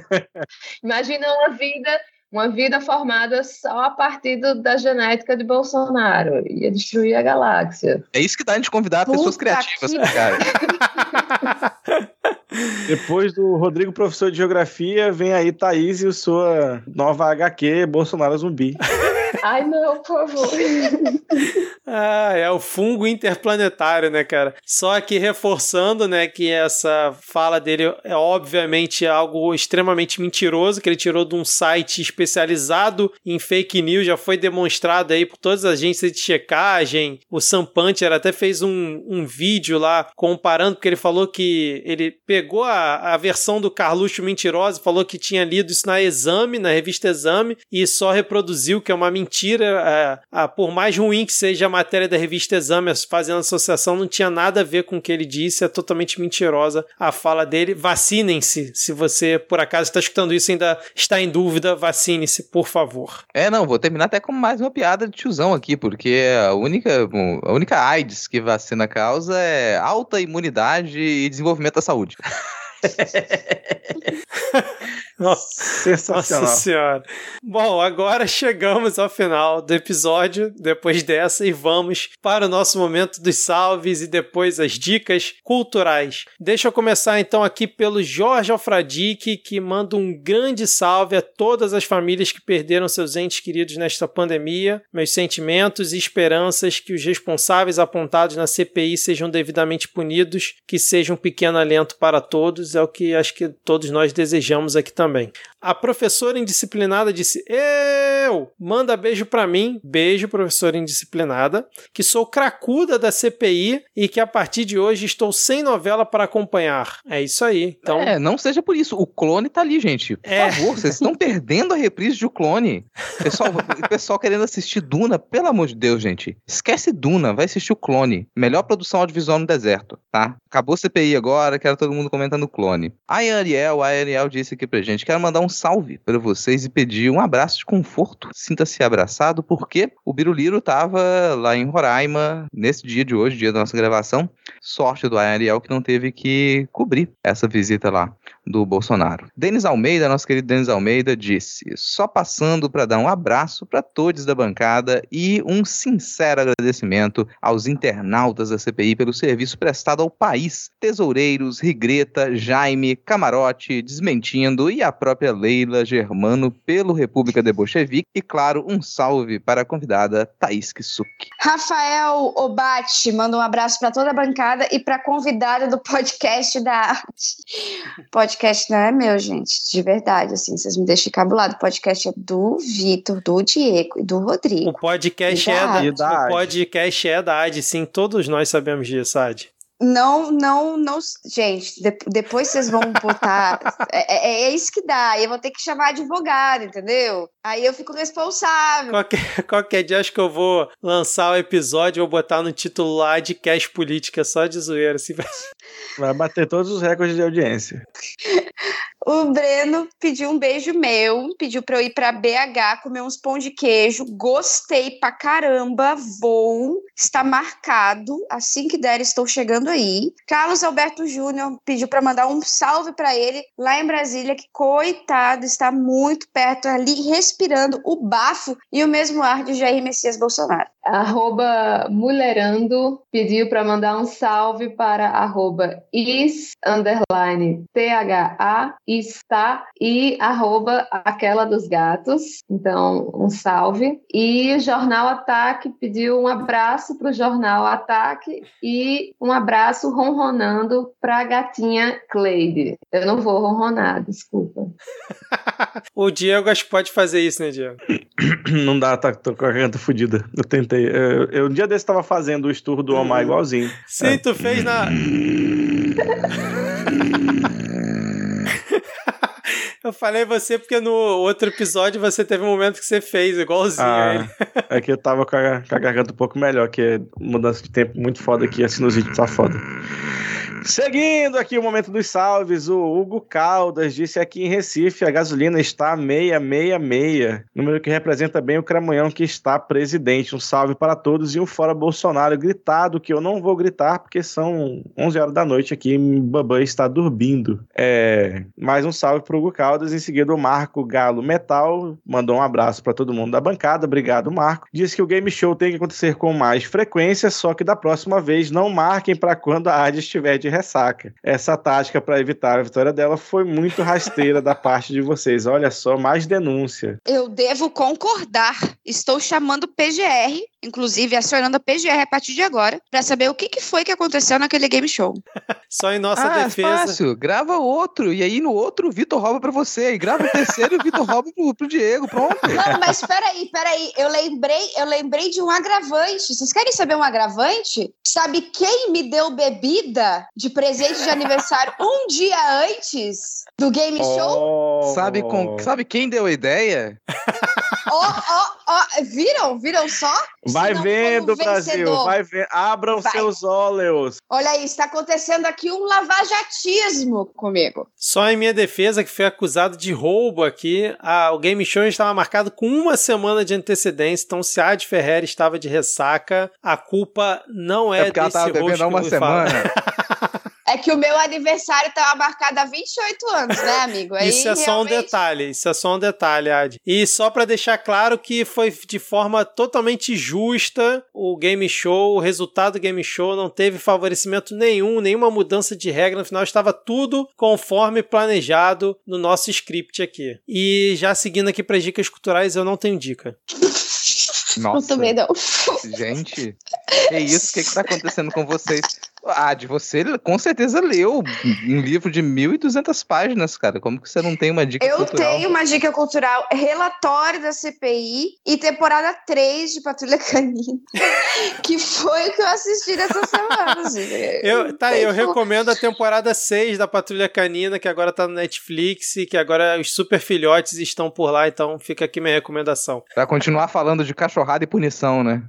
Imagina uma vida, uma vida formada só a partir do, da genética de Bolsonaro. Ia destruir a galáxia. É isso que dá a gente convidar Puta pessoas criativas, que... cara. Depois do Rodrigo, professor de geografia, vem aí Thaís e sua nova agá quê, Bolsonaro Zumbi. Ai, não, por favor. Ah, é o fungo interplanetário, né, cara? Só que reforçando, né, que essa fala dele é obviamente algo extremamente mentiroso, que ele tirou de um site especializado em fake news, já foi demonstrado aí por todas as agências de checagem. O Sam Puncher até fez um, um vídeo lá comparando, porque ele falou que ele pegou a, a versão do Carluxo mentirosa, falou que tinha lido isso na Exame, na revista Exame, e só reproduziu, que é uma mentira. É, é, por mais ruim que seja a matéria da revista Exame, fazendo associação, não tinha nada a ver com o que ele disse, é totalmente mentirosa a fala dele. Vacinem-se, se você por acaso está escutando isso e ainda está em dúvida, vacine-se, por favor. É, não, vou terminar até com mais uma piada de tiozão aqui, porque a única, a única AIDS que vacina causa é alta imunidade e desenvolvimento da saúde. Nossa, sensacional. Nossa senhora. Bom, agora chegamos ao final do episódio, depois dessa, e vamos para o nosso momento dos salves e depois as dicas culturais. Deixa eu começar então aqui pelo Jorge Alfradique, que manda um grande salve a todas as famílias que perderam seus entes queridos nesta pandemia. Meus sentimentos e esperanças que os responsáveis apontados na C P I sejam devidamente punidos, que seja um pequeno alento para todos, é o que acho que todos nós desejamos aqui também. A professora indisciplinada disse: "Ê, Rafael, manda beijo pra mim, beijo, professora indisciplinada, que sou cracuda da C P I e que a partir de hoje estou sem novela para acompanhar. É isso aí. Então... É, não seja por isso. O clone tá ali, gente. Por É. favor, vocês estão perdendo a reprise de O Clone. Pessoal, o pessoal querendo assistir Duna, pelo amor de Deus, gente. Esquece Duna, vai assistir O Clone. Melhor produção audiovisual no deserto, tá? Acabou C P I agora, quero todo mundo comentando o Clone. A Ariel, a Ariel disse aqui pra gente, quero mandar um salve para vocês e pedir um abraço de conforto. Sinta-se abraçado, porque o Biruliro tava lá em Roraima, nesse dia de hoje, dia da nossa gravação. Sorte do Ariel que não teve que cobrir essa visita lá do Bolsonaro. Denis Almeida, nosso querido Denis Almeida, disse, só passando para dar um abraço para todos da bancada e um sincero agradecimento aos internautas da C P I pelo serviço prestado ao país. Tesoureiros, Rigreta, Jaime, Camarote, Desmentindo e a própria Leila Germano pelo República de Bolchevique. E, claro, um salve para a convidada Thaís Kisuki. Rafael Obati manda um abraço para toda a bancada e para a convidada do podcast da arte. Podcast não é meu, gente, de verdade, assim, vocês me deixam cabulado. O podcast é do Vitor, do Diego e do Rodrigo. O podcast, E é da da, Adi. o podcast é da Adi, sim, todos nós sabemos disso, Adi. Não, não, não. Gente, de, depois vocês vão botar. É, é, é isso que dá. Aí eu vou ter que chamar advogado, entendeu? Aí eu fico responsável. Qualquer, qualquer dia acho que eu vou lançar o episódio, vou botar no título lá de Cash Política, só de zoeira. Assim. Vai bater todos os recordes de audiência. O Breno pediu um beijo meu, pediu pra eu ir pra B H comer uns pão de queijo. Gostei pra caramba, vou. Está marcado. Assim que der, estou chegando aí. Carlos Alberto Júnior pediu pra mandar um salve pra ele lá em Brasília, que coitado, está muito perto ali, respirando o bafo e o mesmo ar de Jair Messias Bolsonaro. Arroba Mulherando pediu para mandar um salve para arroba is, underline, T-H-A, está e arroba aquela dos gatos. Então, um salve. E Jornal Ataque pediu um abraço para o Jornal Ataque e um abraço ronronando para a gatinha Cleide. Eu não vou ronronar, desculpa. O Diego acho que pode fazer isso, né, Diego? Não dá, tá, tô com a garganta fodida. Eu tentei. Eu, eu, um dia desse tava fazendo o esturro do Omar igualzinho. Sim, é. Tu fez na... Eu falei você porque no outro episódio você teve um momento que você fez igualzinho Ah, a ele. é que eu tava com a, com a garganta um pouco melhor, que é mudança de tempo muito foda aqui, a sinusite tá foda. Seguindo aqui o momento dos salves, o Hugo Caldas disse aqui em Recife, a gasolina está seiscentos e sessenta e seis, número que representa bem o cramunhão que está presidente. Um salve para todos e um fora Bolsonaro gritado, que eu não vou gritar porque são onze horas da noite aqui e Babã está dormindo. É, mais um salve para o Hugo Caldas, em seguida o Marco Galo Metal, mandou um abraço para todo mundo da bancada, obrigado Marco. Disse que o Game Show tem que acontecer com mais frequência, só que da próxima vez não marquem para quando a Adi estiver de ressaca. Essa tática para evitar a vitória dela foi muito rasteira da parte de vocês. Olha só, mais denúncia. Eu devo concordar. Estou chamando o P G R, inclusive acionando a P G R a partir de agora, para saber o que, que foi que aconteceu naquele game show. Só em nossa ah, defesa. Fácil. Grava outro. E aí no outro o Vitor rouba pra você. E grava o terceiro e o Vitor rouba pro, pro Diego. Pronto. Não, mas peraí, peraí. Eu lembrei, eu lembrei de um agravante. Vocês querem saber um agravante? Sabe quem me deu bebida de presente de aniversário um dia antes do game show? Oh. Sabe, com, sabe quem deu a ideia? Ó, ó, ó. Viram? Viram só? Vai vendo, Brasil. Vai vendo. Abram Vai. seus óleos. Olha aí, está acontecendo aqui um lavajatismo comigo. Só em minha defesa, que foi acusado de roubo aqui, a, o Game Show estava marcado com uma semana de antecedência, então se a Adi Ferreira estava de ressaca, a culpa não é, É porque ela desse tava rosto bebendo há que uma eu falo. semana. É que o meu aniversário estava marcado há vinte e oito anos, né, amigo? Aí, Isso é só um realmente... detalhe, isso é só um detalhe, Adi. E só pra deixar claro que foi de forma totalmente justa o Game Show, o resultado do Game Show não teve favorecimento nenhum, nenhuma mudança de regra, no final estava tudo conforme planejado no nosso script aqui. E já seguindo aqui para dicas culturais, eu não tenho dica. Nossa. Eu também não. Gente, que isso? O que que tá acontecendo com vocês? Ah, de você, com certeza leu um livro de mil e duzentas páginas, cara. Como que você não tem uma dica eu cultural? Eu tenho uma dica cultural, relatório da C P I e temporada três de Patrulha Canina, que foi o que eu assisti nessa semana. Assim. Eu, tá aí, eu recomendo a temporada seis da Patrulha Canina, que agora tá no Netflix, e que agora os super filhotes estão por lá, então fica aqui minha recomendação. Pra continuar falando de cachorrada e punição, né?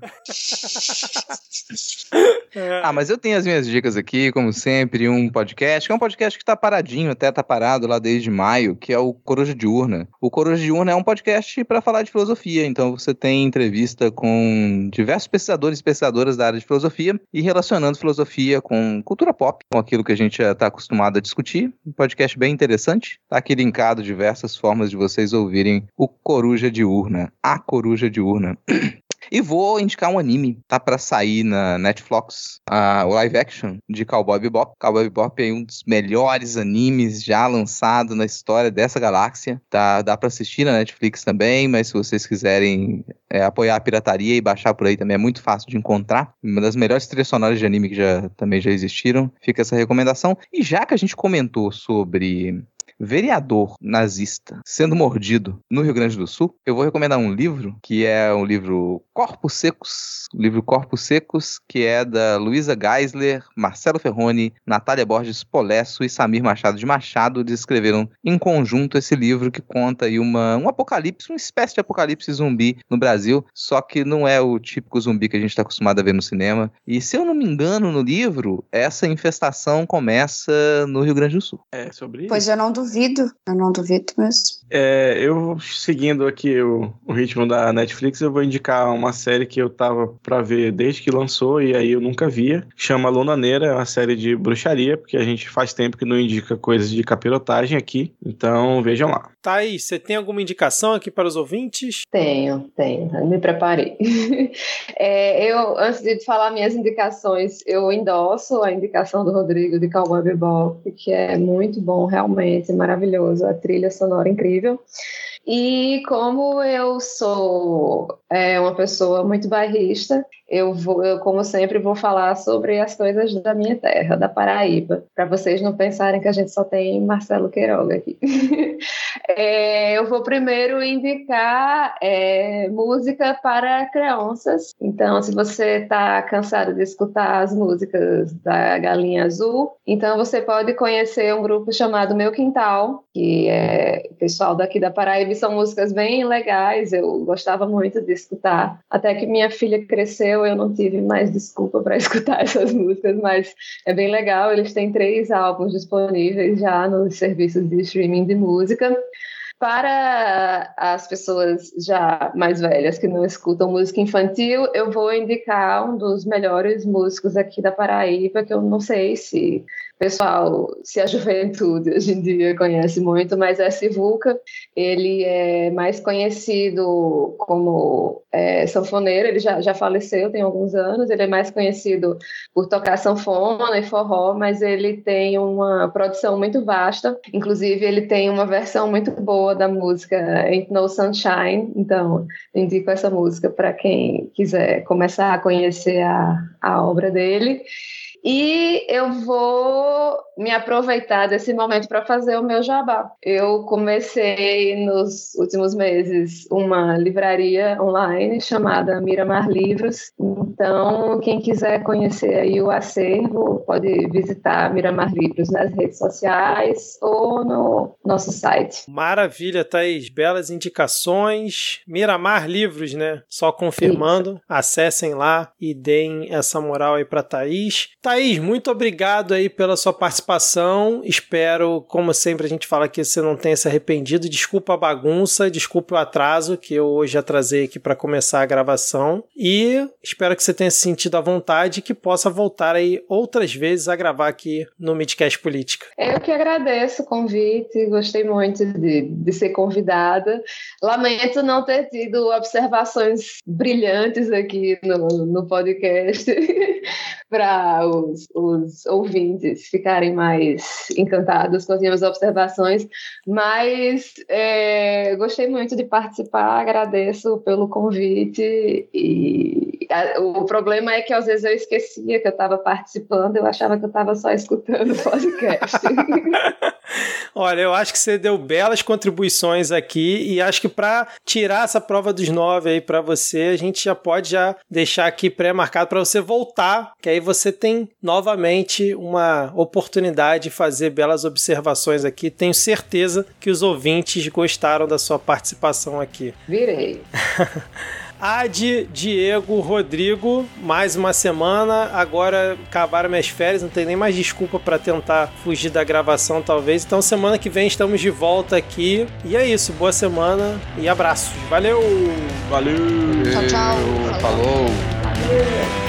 É. Ah, mas eu tenho as minhas dicas aqui, como sempre, um podcast, que é um podcast que tá paradinho, até tá parado lá desde maio, que é o Coruja Diurna. O Coruja Diurna é um podcast para falar de filosofia, então você tem entrevista com diversos pesquisadores e pesquisadoras da área de filosofia e relacionando filosofia com cultura pop, com aquilo que a gente já tá acostumado a discutir. Um podcast bem interessante. Tá aqui linkado diversas formas de vocês ouvirem o Coruja Diurna, a Coruja Diurna. E vou indicar um anime, tá pra sair na Netflix, uh, o live action de Cowboy Bebop. Cowboy Bebop é um dos melhores animes já lançado na história dessa galáxia. Tá, dá pra assistir na Netflix também, mas se vocês quiserem é, apoiar a pirataria e baixar por aí também é muito fácil de encontrar. Uma das melhores trilhas sonoras de anime que já, também já existiram. Fica essa recomendação. E já que a gente comentou sobre vereador nazista sendo mordido no Rio Grande do Sul, eu vou recomendar um livro, que é um livro Corpos Secos, o livro Corpos Secos, que é da Luísa Geisler, Marcelo Ferroni, Natália Borges Polesso e Samir Machado de Machado. Eles escreveram em conjunto esse livro que conta aí uma, um apocalipse, uma espécie de apocalipse zumbi no Brasil, só que não é o típico zumbi que a gente está acostumado a ver no cinema. E se eu não me engano, no livro, essa infestação começa no Rio Grande do Sul. É sobre isso? Pois eu não duvido, eu não duvido mesmo. É, eu, seguindo aqui o, o ritmo da Netflix, eu vou indicar uma série que eu tava pra ver desde que lançou e aí eu nunca via. Chama Luna Neira, é uma série de bruxaria, porque a gente faz tempo que não indica coisas de capirotagem aqui, então vejam lá. Thaís, você tem alguma indicação aqui para os ouvintes? Tenho, tenho, eu me preparei. é, eu, antes de falar minhas indicações, eu endosso a indicação do Rodrigo de Cowboy Bebop, que é muito bom, realmente, maravilhoso, a trilha sonora incrível. E como eu sou é, uma pessoa muito bairrista, eu, vou, eu, como sempre, vou falar sobre as coisas da minha terra, da Paraíba, para vocês não pensarem que a gente só tem Marcelo Queiroga aqui. é, eu vou primeiro indicar é, música para crianças. Então, se você está cansado de escutar as músicas da Galinha Azul, então você pode conhecer um grupo chamado Meu Quintal, que é o pessoal daqui da Paraíba. São músicas bem legais, eu gostava muito de escutar. Até que minha filha cresceu, eu não tive mais desculpa para escutar essas músicas, mas é bem legal. Eles têm três álbuns disponíveis já nos serviços de streaming de música. Para as pessoas já mais velhas que não escutam música infantil, eu vou indicar um dos melhores músicos aqui da Paraíba, que eu não sei se o pessoal, se a juventude hoje em dia conhece muito, mas é Sivuca. Ele é mais conhecido como é, sanfoneiro, ele já, já faleceu, tem alguns anos, ele é mais conhecido por tocar sanfona e forró, mas ele tem uma produção muito vasta, inclusive ele tem uma versão muito boa da música Ain't No Sunshine, então indico essa música para quem quiser começar a conhecer a, a obra dele. E eu vou me aproveitar desse momento para fazer o meu jabá. Eu comecei nos últimos meses uma livraria online chamada Miramar Livros. Então, quem quiser conhecer aí o acervo, pode visitar Miramar Livros nas redes sociais ou no nosso site. Maravilha, Thaís. Belas indicações. Miramar Livros, né? Só confirmando. Isso. Acessem lá e deem essa moral aí para Thaís. Thaís, muito obrigado aí pela sua participação. Espero, como sempre a gente fala aqui, você não tenha se arrependido. Desculpa a bagunça, desculpa o atraso que eu hoje atrasei aqui para começar a gravação. E espero que você tenha se sentido à vontade e que possa voltar aí outras vezes a gravar aqui no Midcast Política. Eu que agradeço o convite, gostei muito de, de ser convidada. Lamento não ter tido observações brilhantes aqui no, no podcast para os, os ouvintes ficarem mais encantados com as minhas observações, mas é, gostei muito de participar, agradeço pelo convite e a, o problema é que às vezes eu esquecia que eu estava participando, eu achava que eu estava só escutando o podcast. Olha, eu acho que você deu belas contribuições aqui e acho que para tirar essa prova dos nove aí para você, a gente já pode já deixar aqui pré-marcado para você voltar, que aí você tem novamente uma oportunidade de fazer belas observações aqui. Tenho certeza que os ouvintes gostaram da sua participação aqui. Virei. Adi, Diego, Rodrigo, mais uma semana, agora acabaram minhas férias, não tem nem mais desculpa para tentar fugir da gravação talvez, então semana que vem estamos de volta aqui, e é isso, boa semana e abraços, valeu! Valeu! Tchau, tchau! Falou! Valeu.